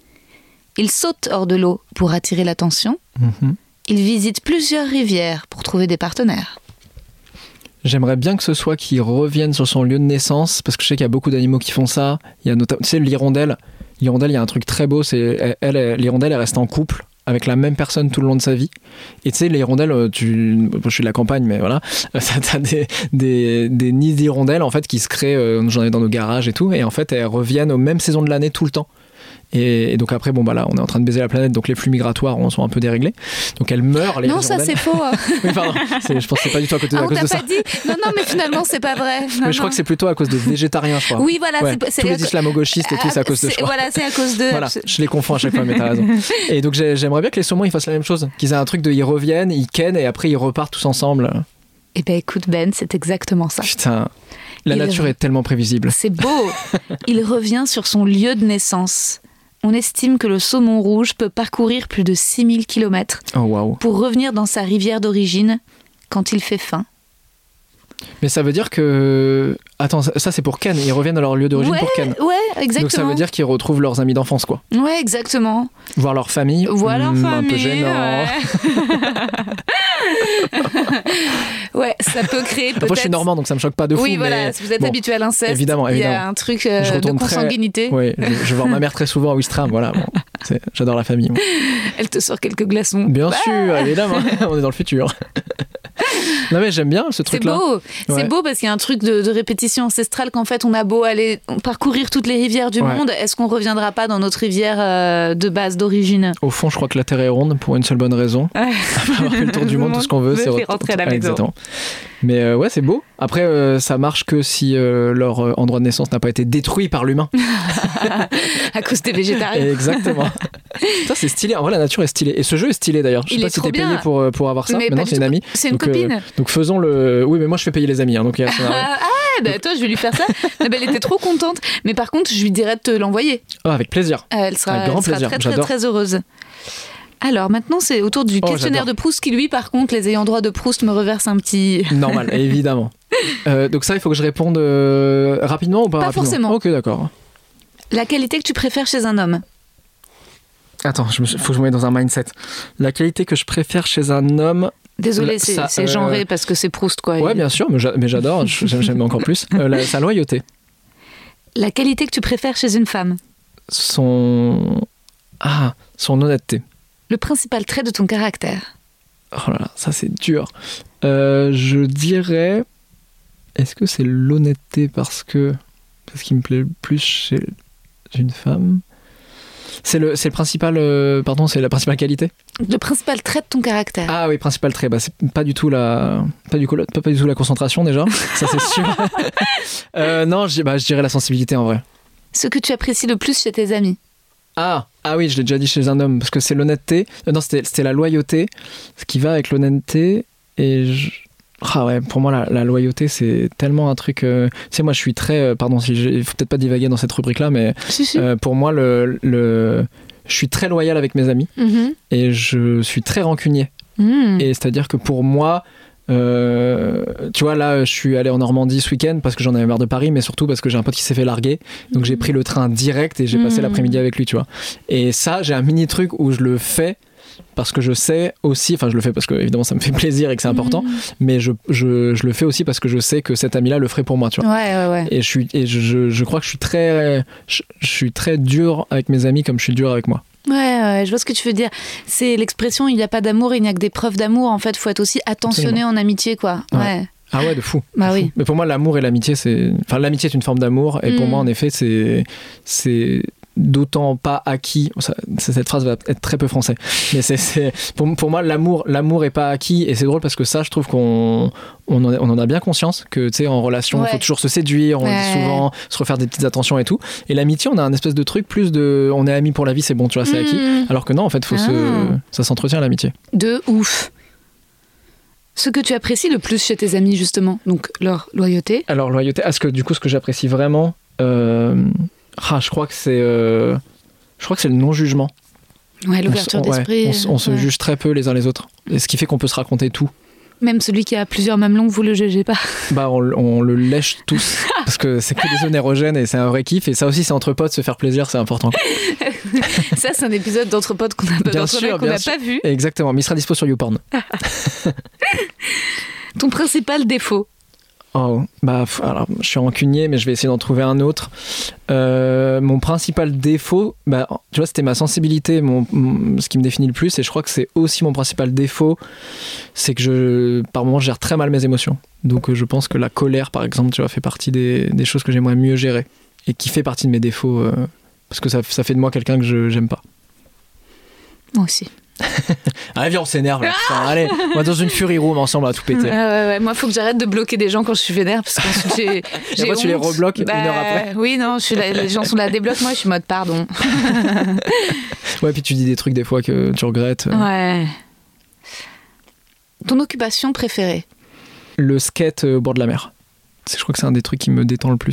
Speaker 4: Il saute hors de l'eau pour attirer l'attention.
Speaker 5: Mhm.
Speaker 4: Il visite plusieurs rivières pour trouver des partenaires.
Speaker 5: J'aimerais bien que ce soit qu'il revienne sur son lieu de naissance, parce que je sais qu'il y a beaucoup d'animaux qui font ça. Il y a notamment, tu sais, l'hirondelle. L'hirondelle, il y a un truc très beau, c'est elle, elle- l'hirondelle, elle reste en couple avec la même personne tout le long de sa vie. Et tu sais, les hirondelles, tu, je suis de la campagne, mais voilà, t'as des, des, des nids d'hirondelles en fait qui se créent, euh, j'en ai dans nos garages et tout, et en fait elles reviennent aux mêmes saisons de l'année tout le temps. Et, et donc après, bon bah là, on est en train de baiser la planète, donc les flux migratoires on, sont un peu déréglés. Donc elles meurent, les
Speaker 4: non, ça
Speaker 5: hirondelles.
Speaker 4: c'est faux. hein.
Speaker 5: Oui, pardon, c'est- je pense que c'est pas du tout à, côté,
Speaker 4: Ah,
Speaker 5: à
Speaker 4: on
Speaker 5: cause
Speaker 4: t'a
Speaker 5: de ça.
Speaker 4: pas dit. Non, non, mais finalement c'est pas vrai. Non,
Speaker 5: Mais je crois
Speaker 4: non.
Speaker 5: que c'est plutôt à cause des végétariens, je crois.
Speaker 4: Oui, voilà.
Speaker 5: Ouais,
Speaker 4: c'est, c'est
Speaker 5: tous
Speaker 4: à
Speaker 5: les
Speaker 4: co-
Speaker 5: islamo-gauchistes et tout, c'est à cause de
Speaker 4: c'est-
Speaker 5: je crois.
Speaker 4: Voilà, c'est à cause de.
Speaker 5: Voilà, je les confonds à chaque fois, mais t'as raison. Et donc j'ai- j'aimerais bien que les saumons ils fassent la même chose, qu'ils aient un truc de ils reviennent, ils kennent et après ils repartent tous ensemble.
Speaker 4: Eh ben écoute Ben, c'est exactement ça.
Speaker 5: Putain, la
Speaker 4: Il
Speaker 5: nature
Speaker 4: re-
Speaker 5: est tellement prévisible.
Speaker 4: C'est beau. Il revient sur son lieu de naissance. On estime que le saumon rouge peut parcourir plus de six mille kilomètres
Speaker 5: Oh waouh.
Speaker 4: pour revenir dans sa rivière d'origine quand il fait faim.
Speaker 5: Mais ça veut dire que... Attends, ça, ça c'est pour Ken. Ils reviennent à leur lieu d'origine
Speaker 4: ouais,
Speaker 5: pour Ken.
Speaker 4: Ouais, exactement.
Speaker 5: Donc ça veut dire qu'ils retrouvent leurs amis d'enfance, quoi.
Speaker 4: Ouais, exactement.
Speaker 5: Voir leur famille.
Speaker 4: Voir leur
Speaker 5: mmh,
Speaker 4: famille.
Speaker 5: Un peu gênant.
Speaker 4: Ouais. Ouais, ça peut créer peut-être...
Speaker 5: Moi, je suis normand, donc ça me choque pas de fou.
Speaker 4: Oui, voilà,
Speaker 5: mais...
Speaker 4: si vous êtes
Speaker 5: bon,
Speaker 4: habitué à l'inceste,
Speaker 5: évidemment,
Speaker 4: il y
Speaker 5: évidemment.
Speaker 4: a un truc euh,
Speaker 5: je
Speaker 4: de consanguinité.
Speaker 5: Très... Oui, je, je vais voir ma mère très souvent à Ouistreham, voilà. Bon, c'est... J'adore la famille. Bon.
Speaker 4: Elle te sort quelques glaçons.
Speaker 5: Bien
Speaker 4: bah
Speaker 5: sûr, évidemment, on est dans le futur. Non mais j'aime bien ce truc-là.
Speaker 4: C'est beau,
Speaker 5: ouais.
Speaker 4: c'est beau parce qu'il y a un truc de, de répétition ancestrale qu'en fait on a beau aller parcourir toutes les rivières du
Speaker 5: ouais.
Speaker 4: monde, est-ce qu'on reviendra pas dans notre rivière euh, de base, d'origine ?
Speaker 5: Au fond, je crois que la Terre est ronde pour une seule bonne raison.
Speaker 4: Ouais.
Speaker 5: Après avoir fait le tour du monde, tout ce qu'on veut, c'est
Speaker 4: re- rentrer à la maison.
Speaker 5: Exactement. Mais euh, ouais, c'est beau. Après, euh, ça marche que si euh, leur euh, endroit de naissance n'a pas été détruit par l'humain.
Speaker 4: À cause des végétariens.
Speaker 5: Exactement. Ça, c'est stylé. En vrai, la nature est stylée. Et ce jeu est stylé d'ailleurs. Je sais
Speaker 4: Il
Speaker 5: pas
Speaker 4: est
Speaker 5: si
Speaker 4: trop
Speaker 5: t'es payé
Speaker 4: bien.
Speaker 5: pour, pour avoir ça.
Speaker 4: Mais
Speaker 5: Maintenant,
Speaker 4: pas
Speaker 5: c'est
Speaker 4: du
Speaker 5: une
Speaker 4: tout.
Speaker 5: amie.
Speaker 4: C'est une
Speaker 5: donc,
Speaker 4: copine.
Speaker 5: Euh, donc faisons le. Oui, mais moi, je fais payer les amis. Hein, donc, il y a un scénario.
Speaker 4: Ah, ah bah, toi, je vais lui faire ça. Ah, bah, elle était trop contente. Mais par contre, je lui dirais de te l'envoyer.
Speaker 5: Oh, avec plaisir.
Speaker 4: Euh, elle sera,
Speaker 5: Avec grand
Speaker 4: elle sera
Speaker 5: plaisir.
Speaker 4: très, très,
Speaker 5: J'adore.
Speaker 4: très heureuse. Alors maintenant, c'est autour du
Speaker 5: Oh,
Speaker 4: questionnaire
Speaker 5: j'adore.
Speaker 4: de Proust qui, lui, par contre, les ayants droit de Proust me reversent un petit...
Speaker 5: Normal, évidemment. Euh, donc ça, il faut que je réponde euh, rapidement ou pas
Speaker 4: Pas
Speaker 5: rapidement
Speaker 4: forcément.
Speaker 5: Ok, d'accord.
Speaker 4: La qualité que tu préfères chez un homme ?
Speaker 5: Attends, il faut que je me mette dans un mindset. La qualité que je préfère chez un homme...
Speaker 4: Désolée,
Speaker 5: La-
Speaker 4: c'est,
Speaker 5: ça,
Speaker 4: c'est
Speaker 5: euh,
Speaker 4: genré parce que c'est Proust, quoi.
Speaker 5: Ouais,
Speaker 4: Il-
Speaker 5: bien sûr, mais j'a- mais j'adore, j'aime, j'aime encore plus. Euh, la- sa loyauté.
Speaker 4: La qualité que tu préfères chez une femme ?
Speaker 5: Son... Ah, son honnêteté.
Speaker 4: Le principal trait de ton caractère ?
Speaker 5: Oh là là, ça c'est dur. Euh, je dirais... Est-ce que c'est l'honnêteté parce que... C'est ce qui me plaît le plus chez une femme. C'est le, c'est le principal... euh, pardon, c'est la principale qualité.
Speaker 4: Le principal trait de ton caractère ?
Speaker 5: Ah oui, principal trait. Bah, c'est pas du tout la... Pas du, pas, pas du tout la concentration déjà. Ça c'est sûr. euh, non, je, bah, je dirais la sensibilité en vrai.
Speaker 4: Ce que tu apprécies le plus chez tes amis ?
Speaker 5: Ah, ah oui, je l'ai déjà dit chez un homme, parce que c'est l'honnêteté. Euh, non, c'était, c'était la loyauté, ce qui va avec l'honnêteté. Et je... ah ouais, pour moi, la, la loyauté, c'est tellement un truc. Euh... Tu sais, moi, je suis très. Euh, pardon, si il faut peut-être pas divaguer dans cette rubrique-là, mais
Speaker 4: Si, si.
Speaker 5: euh, pour moi, le, le, je suis très loyal avec mes amis
Speaker 4: Mhm.
Speaker 5: et je suis très rancunier.
Speaker 4: Mhm.
Speaker 5: Et c'est-à-dire que pour moi, euh, tu vois, là, je suis allé en Normandie ce week-end parce que j'en avais marre de Paris, mais surtout parce que j'ai un pote qui s'est fait larguer. Donc j'ai pris le train direct et j'ai passé
Speaker 4: Mhm.
Speaker 5: l'après-midi avec lui, tu vois. Et ça, j'ai un mini truc où je le fais parce que je sais aussi, enfin je le fais parce que évidemment ça me fait plaisir et que c'est important, mais je, je, je le fais aussi parce que je sais que cet ami-là le ferait pour moi, tu vois.
Speaker 4: Ouais, ouais, ouais.
Speaker 5: Et, je, suis, et je, je, je crois que je suis très, je, je suis très dur avec mes amis comme je suis dur avec moi.
Speaker 4: Ouais, ouais, je vois ce que tu veux dire. C'est l'expression il n'y a pas d'amour, il n'y a que des preuves d'amour. En fait, il faut être aussi attentionné
Speaker 5: Absolument.
Speaker 4: en amitié, quoi. Ouais.
Speaker 5: Ouais. Ah ouais, de fou.
Speaker 4: Bah
Speaker 5: de
Speaker 4: oui.
Speaker 5: fou. Mais pour moi, l'amour et l'amitié, c'est. Enfin, l'amitié est une forme d'amour, et pour
Speaker 4: Mm.
Speaker 5: moi, en effet, c'est. c'est d'autant pas acquis. Ça, cette phrase va être très peu français. Mais c'est, c'est pour, pour moi, l'amour, l'amour est pas acquis, et c'est drôle parce que ça, je trouve qu'on on en, a, on en a bien conscience que, tu sais, en relation, il
Speaker 4: Ouais.
Speaker 5: faut toujours se séduire, on le
Speaker 4: Ouais.
Speaker 5: dit souvent, se refaire des petites attentions et tout. Et l'amitié, on a un espèce de truc plus de, on est amis pour la vie, c'est bon, tu vois, c'est acquis.
Speaker 4: Mm.
Speaker 5: Alors que non, en fait, faut
Speaker 4: Ah.
Speaker 5: se, ça s'entretient l'amitié.
Speaker 4: De ouf. Ce que tu apprécies le plus chez tes amis, justement, donc leur loyauté.
Speaker 5: Alors, loyauté, est-ce que du coup, ce que j'apprécie vraiment, euh, ah, je crois que c'est, euh, je crois que c'est le non-jugement.
Speaker 4: Ouais, l'ouverture
Speaker 5: On se- ouais,
Speaker 4: d'esprit.
Speaker 5: on se- on se
Speaker 4: Ouais.
Speaker 5: juge très peu les uns les autres. Et ce qui fait qu'on peut se raconter tout.
Speaker 4: Même celui qui a plusieurs mamelons, vous le jugez pas.
Speaker 5: Bah, on, on le lèche tous. Parce que c'est que des zones érogènes et c'est un vrai kiff. Et ça aussi, c'est entre potes, se faire plaisir, c'est important.
Speaker 4: Ça, c'est un épisode d'entre potes qu'on n'a pas,
Speaker 5: Bien
Speaker 4: d'entre
Speaker 5: sûr,
Speaker 4: mecs qu'on
Speaker 5: bien
Speaker 4: n'a
Speaker 5: sûr.
Speaker 4: pas vu.
Speaker 5: Exactement, mais il sera dispo sur YouPorn.
Speaker 4: Ton principal défaut.
Speaker 5: Oh, bah, pff, alors, je suis rancunier, mais je vais essayer d'en trouver un autre. Euh, mon principal défaut, bah, tu vois, c'était ma sensibilité, mon, mon- ce qui me définit le plus, et je crois que c'est aussi mon principal défaut, c'est que je, par moments, je gère très mal mes émotions. Donc, euh, je pense que la colère, par exemple, tu vois, fait partie des, des choses que j'aimerais mieux gérer, et qui fait partie de mes défauts, euh, parce que ça, ça fait de moi quelqu'un que je j'aime pas.
Speaker 4: Moi aussi.
Speaker 5: Allez, viens, on s'énerve. Là, putain, allez, on va dans une fury room ensemble à tout péter.
Speaker 4: Ouais, ouais, ouais. Moi, il faut que j'arrête de bloquer des gens quand je suis vénère parce qu'ensuite j'ai. j'ai
Speaker 5: après, tu les
Speaker 4: honte.
Speaker 5: rebloques une
Speaker 4: Bah,
Speaker 5: heure après.
Speaker 4: Oui, non, je suis là, les gens sont là, débloque moi, je suis mode pardon.
Speaker 5: Ouais, puis tu dis des trucs des fois que tu regrettes.
Speaker 4: Ouais. Ton occupation préférée?
Speaker 5: Le skate au bord de la mer. C'est- Je crois que c'est un des trucs qui me détend le plus.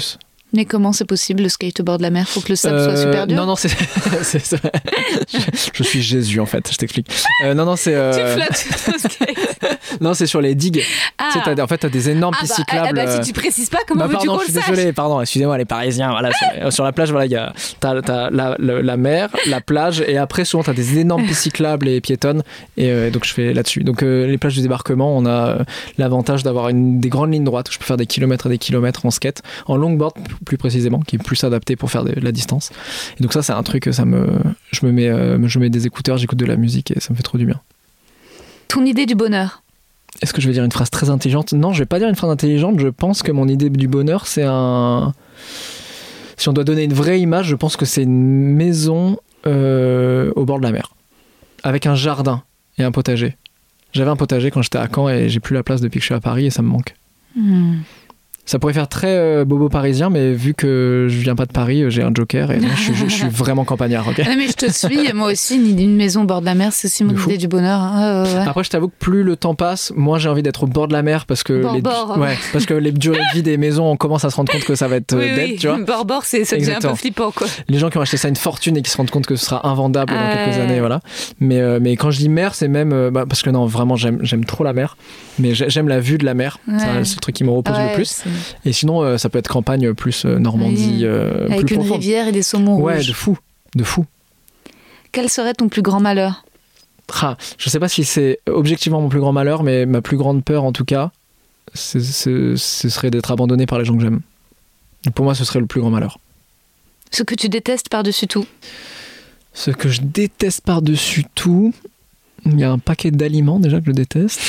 Speaker 4: Mais comment c'est possible, le skate au bord de la mer? Faut que le sable
Speaker 5: Euh,
Speaker 4: soit super dur.
Speaker 5: Non, non, c'est. c'est, c'est... Je, je suis Jésus en fait, je t'explique. Euh, non, non, c'est. Euh...
Speaker 4: Tu flottes au skate.
Speaker 5: Non, c'est sur les digues.
Speaker 4: Ah.
Speaker 5: Tu sais, t'as- en fait, t'as des énormes
Speaker 4: Ah
Speaker 5: pistes
Speaker 4: bah,
Speaker 5: cyclables.
Speaker 4: ah bah,
Speaker 5: euh,
Speaker 4: si tu précises pas, comment
Speaker 5: Bah,
Speaker 4: veux-tu
Speaker 5: pardon,
Speaker 4: qu'on
Speaker 5: je
Speaker 4: le
Speaker 5: suis
Speaker 4: sache?
Speaker 5: désolé, pardon, excusez-moi, les Parisiens. Voilà, sur, sur la plage, voilà, il y a t'as, t'as la, la, la mer, la plage, et après souvent t'as des énormes pistes cyclables et piétonnes, et euh, donc je fais là-dessus. Donc euh, les plages du débarquement, on a euh, l'avantage d'avoir une des grandes lignes droites où je peux faire des kilomètres et des kilomètres en skate, en longboard plus précisément, qui est plus adapté pour faire de, de la distance. Et donc ça, c'est un truc, ça me, je me mets, euh, je mets des écouteurs, j'écoute de la musique et ça me fait trop du bien.
Speaker 4: Ton idée du bonheur?
Speaker 5: Est-ce que je vais dire une phrase très intelligente? Non, je vais pas dire une phrase intelligente. Je pense que mon idée du bonheur, c'est un... Si on doit donner une vraie image, je pense que c'est une maison euh, au bord de la mer, avec un jardin et un potager. J'avais un potager quand j'étais à Caen et j'ai plus la place depuis que je suis à Paris et ça me manque.
Speaker 4: Hmm.
Speaker 5: Ça pourrait faire très euh, bobo parisien, mais vu que je viens pas de Paris, j'ai un joker et donc je, je, je suis vraiment campagnard. Okay,
Speaker 4: ah, mais je te suis, moi aussi, une, une maison au bord de la mer, c'est aussi mon
Speaker 5: De fou.
Speaker 4: idée du bonheur. Hein. Ouais, ouais, ouais.
Speaker 5: Après, je t'avoue que plus le temps passe, moins j'ai envie d'être au bord de la mer parce que
Speaker 4: Bord,
Speaker 5: les,
Speaker 4: bord.
Speaker 5: ouais, parce que les durées de vie des maisons, on commence à se rendre compte que ça va être euh,
Speaker 4: Oui,
Speaker 5: dead,
Speaker 4: oui.
Speaker 5: tu vois.
Speaker 4: Bord, bord, c'est, ça devient un
Speaker 5: Exactement.
Speaker 4: peu flippant, quoi.
Speaker 5: Les gens qui ont acheté ça une fortune et qui se rendent compte que ce sera invendable dans quelques
Speaker 4: Ouais.
Speaker 5: années, voilà. Mais, euh, mais quand je dis mer, c'est même euh, bah, parce que non, vraiment, j'aime, j'aime trop la mer, mais j'ai- j'aime la vue de la mer.
Speaker 4: Ouais.
Speaker 5: Ça, c'est le truc qui me repose
Speaker 4: Ouais,
Speaker 5: le plus.
Speaker 4: c'est-
Speaker 5: Et sinon, euh, ça peut être campagne plus euh, Normandie,
Speaker 4: Oui.
Speaker 5: euh,
Speaker 4: Avec
Speaker 5: plus
Speaker 4: une
Speaker 5: profonde.
Speaker 4: rivière et des saumons
Speaker 5: Ouais,
Speaker 4: rouges.
Speaker 5: de fou, de fou.
Speaker 4: Quel serait ton plus grand malheur?
Speaker 5: Ah, je sais pas si c'est objectivement mon plus grand malheur, mais ma plus grande peur en tout cas, c'est- c'est- ce serait d'être abandonné par les gens que j'aime. Pour moi, ce serait le plus grand malheur.
Speaker 4: Ce que tu détestes par-dessus tout?
Speaker 5: Ce que je déteste par-dessus tout, il y a un paquet d'aliments déjà que je déteste.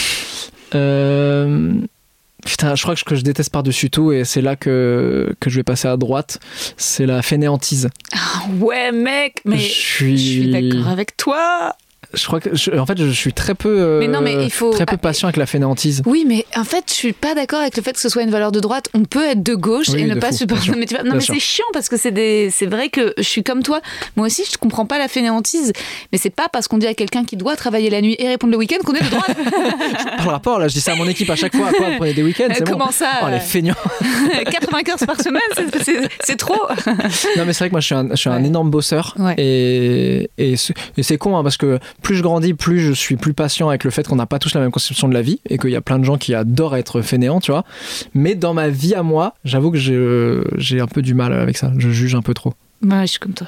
Speaker 5: Euh... Putain, je crois que ce que je déteste par-dessus tout, et c'est là que, que je vais passer à droite, c'est la fainéantise.
Speaker 4: Ah ouais, mec, mais
Speaker 5: je suis...
Speaker 4: je suis d'accord avec toi.
Speaker 5: Je crois que, je- en fait, je suis très peu, euh,
Speaker 4: Mais non, mais il faut-
Speaker 5: très peu patient avec la fainéantise.
Speaker 4: Oui, mais en fait, je suis pas d'accord avec le fait que ce soit une valeur de droite. On peut être de gauche
Speaker 5: Oui,
Speaker 4: et ne
Speaker 5: de
Speaker 4: pas
Speaker 5: fou,
Speaker 4: supporter.
Speaker 5: bien sûr.
Speaker 4: Mais tu vois, non,
Speaker 5: Bien
Speaker 4: mais
Speaker 5: sûr.
Speaker 4: c'est chiant parce que c'est des. C'est vrai que je suis comme toi. Moi aussi, je comprends pas la fainéantise. Mais c'est pas parce qu'on dit à quelqu'un qui doit travailler la nuit et répondre le week-end qu'on est de droite.
Speaker 5: Pas le rapport, là, je dis ça à mon équipe à chaque fois. À quoi vous prenez des week-ends, c'est
Speaker 4: Comment
Speaker 5: bon.
Speaker 4: ça
Speaker 5: Oh,
Speaker 4: euh,
Speaker 5: les feignants.
Speaker 4: quatre-vingt-quinze par semaine, c'est, c'est- c'est trop.
Speaker 5: Non, mais c'est vrai que moi, je suis un, je suis un
Speaker 4: Ouais.
Speaker 5: énorme bosseur.
Speaker 4: Ouais.
Speaker 5: Et, et, c'est- et c'est con, hein, parce que plus je grandis, plus je suis plus patient avec le fait qu'on n'a pas tous la même conception de la vie et qu'il y a plein de gens qui adorent être fainéants, tu vois. Mais dans ma vie à moi, j'avoue que j'ai, j'ai un peu du mal avec ça. Je juge un peu trop.
Speaker 4: Ouais, je suis comme toi.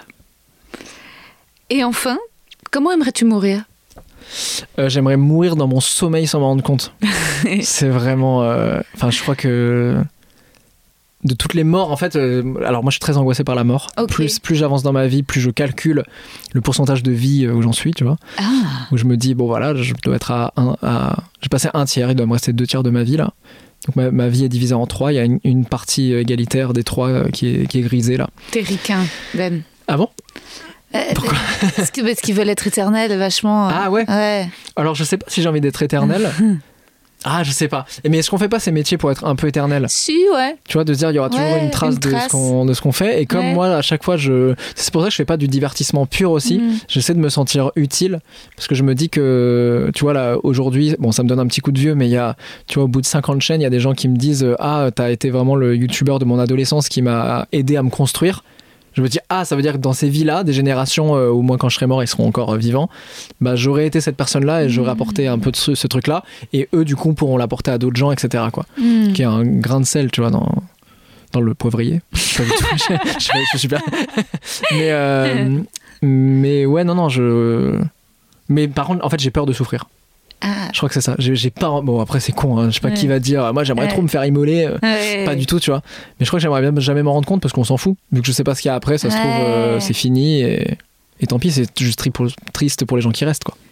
Speaker 4: Et enfin, comment aimerais-tu mourir?
Speaker 5: Euh, j'aimerais mourir dans mon sommeil sans m'en rendre compte. C'est vraiment... euh, Enfin, je crois que... De toutes les morts, en fait... euh, alors moi, je suis très angoissé par la mort.
Speaker 4: Ok.
Speaker 5: Plus, plus j'avance dans ma vie, plus je calcule le pourcentage de vie euh, où j'en suis, tu vois.
Speaker 4: Ah,
Speaker 5: Où je me dis, bon voilà, je dois être à... Un, à... J'ai passé un tiers, il doit me rester deux tiers de ma vie, là. Donc ma, ma vie est divisée en trois. Il y a une, une partie égalitaire des trois euh, qui, est, qui est grisée, là.
Speaker 4: t'es ricain, Ben.
Speaker 5: Ah bon?
Speaker 4: Euh,
Speaker 5: Pourquoi?
Speaker 4: Parce que- parce qu'ils veulent être éternels, vachement. euh,
Speaker 5: Ah ouais?
Speaker 4: Ouais.
Speaker 5: Alors je sais pas si j'ai envie d'être éternel. Ah, je sais pas. Mais est-ce qu'on fait pas ces métiers pour être un peu éternel?
Speaker 4: Si, ouais.
Speaker 5: Tu vois, de se dire, il y aura toujours
Speaker 4: Ouais,
Speaker 5: une trace,
Speaker 4: une
Speaker 5: De,
Speaker 4: trace.
Speaker 5: ce qu'on, de ce qu'on fait. Et comme
Speaker 4: Ouais.
Speaker 5: moi, à chaque fois, je... c'est pour ça que je fais pas du divertissement pur aussi.
Speaker 4: Mm.
Speaker 5: J'essaie de me sentir utile. Parce que je me dis que, tu vois, là, aujourd'hui, bon, ça me donne un petit coup de vieux, mais il y a, tu vois, au bout de cinquante chaînes, il y a des gens qui me disent, ah, t'as été vraiment le youtubeur de mon adolescence qui m'a aidé à me construire. Je me dis, ah, ça veut dire que dans ces vies-là, des générations, euh, au moins quand je serai mort, ils seront encore euh, vivants, bah, j'aurais été cette personne-là et j'aurais apporté un peu de ce, ce truc-là. Et eux, du coup, pourront l'apporter à d'autres gens, et cetera, quoi.
Speaker 4: Mm.
Speaker 5: Qui est un grain de sel, tu vois, dans, dans le poivrier. Je sais pas du tout, je, je, je suis super. mais, euh, mais ouais, non, non, je. Mais par contre, en fait, j'ai peur de souffrir.
Speaker 4: Ah,
Speaker 5: Je crois que c'est ça. J'ai, j'ai pas. Bon, après, c'est con, hein. Je sais pas
Speaker 4: Ouais.
Speaker 5: qui va dire, moi, j'aimerais
Speaker 4: Ouais.
Speaker 5: trop me faire immoler. euh,
Speaker 4: ouais.
Speaker 5: Pas du tout, tu vois. Mais je crois que j'aimerais bien jamais m'en rendre compte parce qu'on s'en fout. Vu que je sais pas ce qu'il y a après, ça se trouve, euh,
Speaker 4: Ouais.
Speaker 5: c'est fini. Et, et tant pis, c'est juste tri- pour- triste pour les gens qui restent, quoi.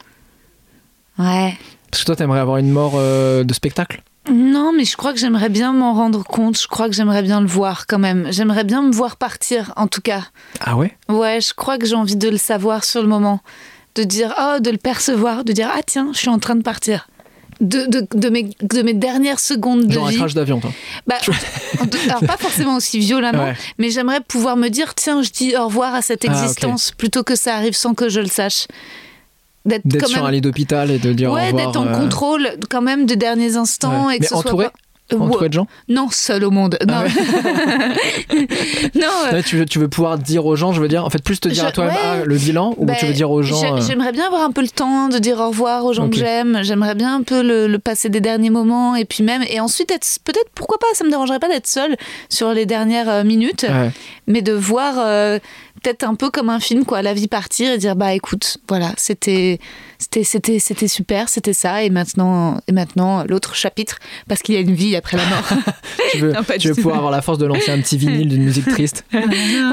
Speaker 4: Ouais.
Speaker 5: Parce que toi, t'aimerais avoir une mort euh, de spectacle?
Speaker 4: Non, mais je crois que j'aimerais bien m'en rendre compte. Je crois que j'aimerais bien le voir quand même. J'aimerais bien me voir partir, en tout cas.
Speaker 5: Ah ouais?
Speaker 4: Ouais, je crois que j'ai envie de le savoir sur le moment. De dire, oh, de le percevoir, de dire, ah tiens, je suis en train de partir. De, de, de, mes, de mes dernières secondes de
Speaker 5: Genre un
Speaker 4: vie.
Speaker 5: crash d'avion, toi.
Speaker 4: Bah, alors pas forcément aussi violemment,
Speaker 5: Ouais.
Speaker 4: mais j'aimerais pouvoir me dire, tiens, je dis au revoir à cette
Speaker 5: Ah, ok.
Speaker 4: existence, plutôt que ça arrive sans que je le sache. D'être,
Speaker 5: D'être
Speaker 4: quand
Speaker 5: sur
Speaker 4: même...
Speaker 5: un lit d'hôpital et de dire
Speaker 4: ouais,
Speaker 5: au revoir.
Speaker 4: d'être en
Speaker 5: euh,
Speaker 4: contrôle quand même de derniers instants
Speaker 5: ouais.
Speaker 4: et que
Speaker 5: Mais
Speaker 4: ce
Speaker 5: entouré,
Speaker 4: soit pas...
Speaker 5: Entouré de gens ?
Speaker 4: Non, seul au monde. Non.
Speaker 5: Ah ouais.
Speaker 4: non euh...
Speaker 5: ouais, tu, veux, tu veux pouvoir dire aux gens, je veux dire, en fait, plus te dire
Speaker 4: je,
Speaker 5: à toi-même
Speaker 4: ouais,
Speaker 5: ah, le bilan, ou
Speaker 4: bah,
Speaker 5: tu veux dire aux gens. Euh...
Speaker 4: J'aimerais bien avoir un peu le temps de dire au revoir aux gens okay. que j'aime. J'aimerais bien un peu le, le passer des derniers moments et puis même. Et ensuite, être, peut-être, pourquoi pas, ça me dérangerait pas d'être seule sur les dernières minutes, ouais. mais de voir euh, peut-être un peu comme un film, quoi, la vie partir et dire bah écoute, voilà, c'était. C'était, c'était, c'était super, c'était ça, et maintenant, et maintenant l'autre chapitre, parce qu'il y a une vie après la mort.
Speaker 5: tu veux, non, tu veux pouvoir avoir la force de lancer un petit vinyle d'une musique triste. ouais,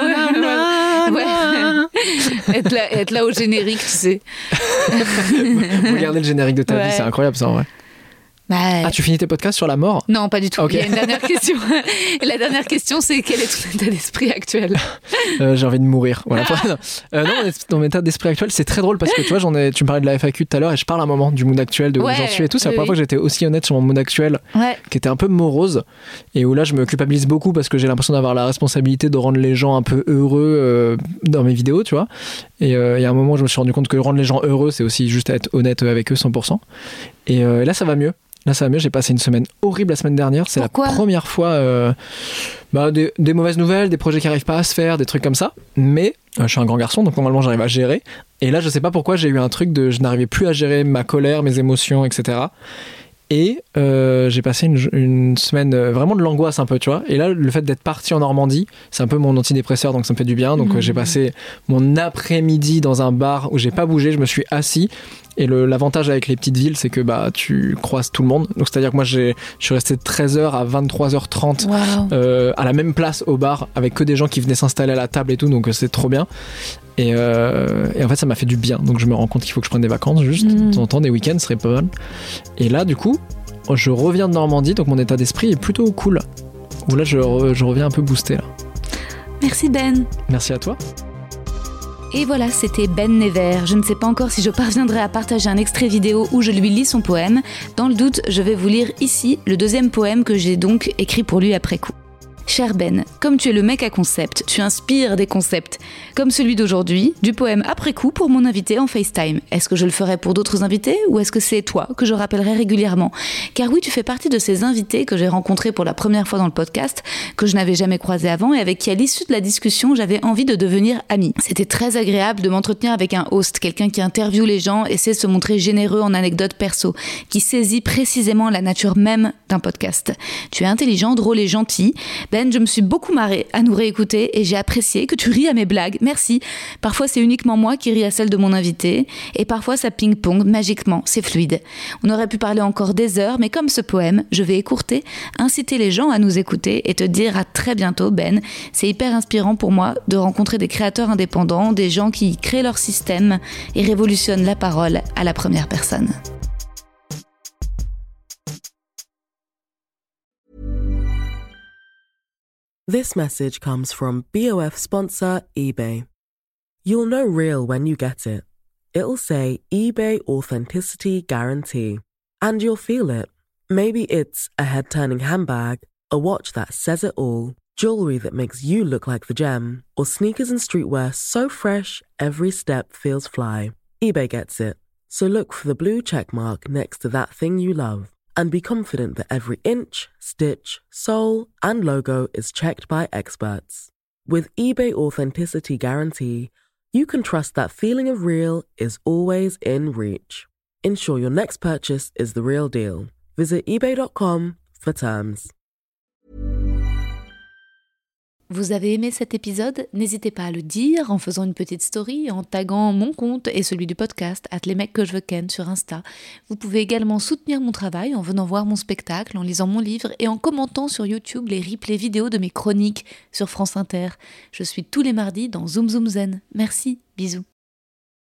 Speaker 4: ouais, ouais. être, là, être là au générique, tu sais.
Speaker 5: Regarder le générique de ta ouais. vie, c'est incroyable ça en vrai.
Speaker 4: Bah,
Speaker 5: ah, tu finis tes podcasts sur la mort ?
Speaker 4: Non, pas du tout.
Speaker 5: Okay.
Speaker 4: Il y a une dernière question. Et la dernière question, c'est quel est ton état d'esprit actuel ?
Speaker 5: euh, J'ai envie de mourir. Voilà. euh, non, mon état d'esprit actuel, c'est très drôle parce que tu vois, j'en ai, tu me parlais de la F A Q tout à l'heure et je parle un moment du mood actuel, de où ouais, j'en suis et tout. C'est oui, la première oui. fois que j'étais aussi honnête sur mon mood actuel,
Speaker 4: ouais.
Speaker 5: qui était un peu morose et où là, je me culpabilise beaucoup parce que j'ai l'impression d'avoir la responsabilité de rendre les gens un peu heureux euh, dans mes vidéos, tu vois. Et il euh, y a un moment où je me suis rendu compte que rendre les gens heureux, c'est aussi juste être honnête avec eux cent pour cent. Et euh, là, ça va mieux. Là, ça va mieux. J'ai passé une semaine horrible la semaine dernière. C'est
Speaker 4: Pourquoi ?
Speaker 5: la première fois. Euh, bah, des, des mauvaises nouvelles, des projets qui n'arrivent pas à se faire, des trucs comme ça. Mais euh, je suis un grand garçon, donc normalement, j'arrive à gérer. Et là, je sais pas pourquoi, j'ai eu un truc de. Je n'arrivais plus à gérer ma colère, mes émotions, et cetera. Et euh, j'ai passé une, une semaine euh, vraiment de l'angoisse un peu, tu vois. Et là, le fait d'être parti en Normandie, c'est un peu mon antidépresseur, donc ça me fait du bien. Donc mmh. euh, j'ai passé mon après-midi dans un bar où j'ai pas bougé, je me suis assis. Et le, l'avantage avec les petites villes, c'est que bah, tu croises tout le monde. Donc, c'est-à-dire que moi, j'ai, je suis resté de treize heures à vingt-trois heures trente wow. euh, à la même place au bar avec que des gens qui venaient s'installer à la table et tout. Donc, c'est trop bien. Et, euh, et en fait, ça m'a fait du bien. Donc, je me rends compte qu'il faut que je prenne des vacances juste. Mmh. De temps en temps, des week-ends, ce serait pas mal. Et là, du coup, je reviens de Normandie. Donc, mon état d'esprit est plutôt cool. Où là, je, re, je reviens un peu boosté. Là.
Speaker 4: Merci, Ben.
Speaker 5: Merci à toi.
Speaker 1: Et voilà, c'était Ben Never. Je ne sais pas encore si je parviendrai à partager un extrait vidéo où je lui lis son poème. Dans le doute, je vais vous lire ici le deuxième poème que j'ai donc écrit pour lui après coup. Cher Ben, comme tu es le mec à concept, tu inspires des concepts. Comme celui d'aujourd'hui, du poème après coup pour mon invité en FaceTime. Est-ce que je le ferai pour d'autres invités ou est-ce que c'est toi que je rappellerai régulièrement ? Car oui, tu fais partie de ces invités que j'ai rencontrés pour la première fois dans le podcast, que je n'avais jamais croisés avant et avec qui à l'issue de la discussion, j'avais envie de devenir amie. C'était très agréable de m'entretenir avec un host, quelqu'un qui interviewe les gens et sait se montrer généreux en anecdotes perso, qui saisit précisément la nature même d'un podcast. Tu es intelligent, drôle et gentil. Ben, je me suis beaucoup marrée à nous réécouter et j'ai apprécié que tu ris à mes blagues. Merci. Parfois, c'est uniquement moi qui ris à celle de mon invité et parfois, ça ping-pong magiquement. C'est fluide. On aurait pu parler encore des heures, mais comme ce poème, je vais écourter, inciter les gens à nous écouter et te dire à très bientôt, Ben. C'est hyper inspirant pour moi de rencontrer des créateurs indépendants, des gens qui créent leur système et révolutionnent la parole à la première personne.
Speaker 7: This message comes from B O F sponsor eBay. You'll know real when you get it. It'll say eBay Authenticity Guarantee. And you'll feel it. Maybe it's a head-turning handbag, a watch that says it all, jewelry that makes you look like the gem, or sneakers and streetwear so fresh every step feels fly. eBay gets it. So look for the blue check mark next to that thing you love. And be confident that every inch, stitch, sole, and logo is checked by experts. With eBay Authenticity Guarantee, you can trust that feeling of real is always in reach. Ensure your next purchase is the real deal. Visit ebay dot com for terms.
Speaker 1: Vous avez aimé cet épisode ? N'hésitez pas à le dire en faisant une petite story, en taguant mon compte et celui du podcast, at les mecs que je veux ken sur Insta. Vous pouvez également soutenir mon travail en venant voir mon spectacle, en lisant mon livre et en commentant sur YouTube les replays vidéo de mes chroniques sur France Inter. Je suis tous les mardis dans Zoom Zoom Zen. Merci, bisous.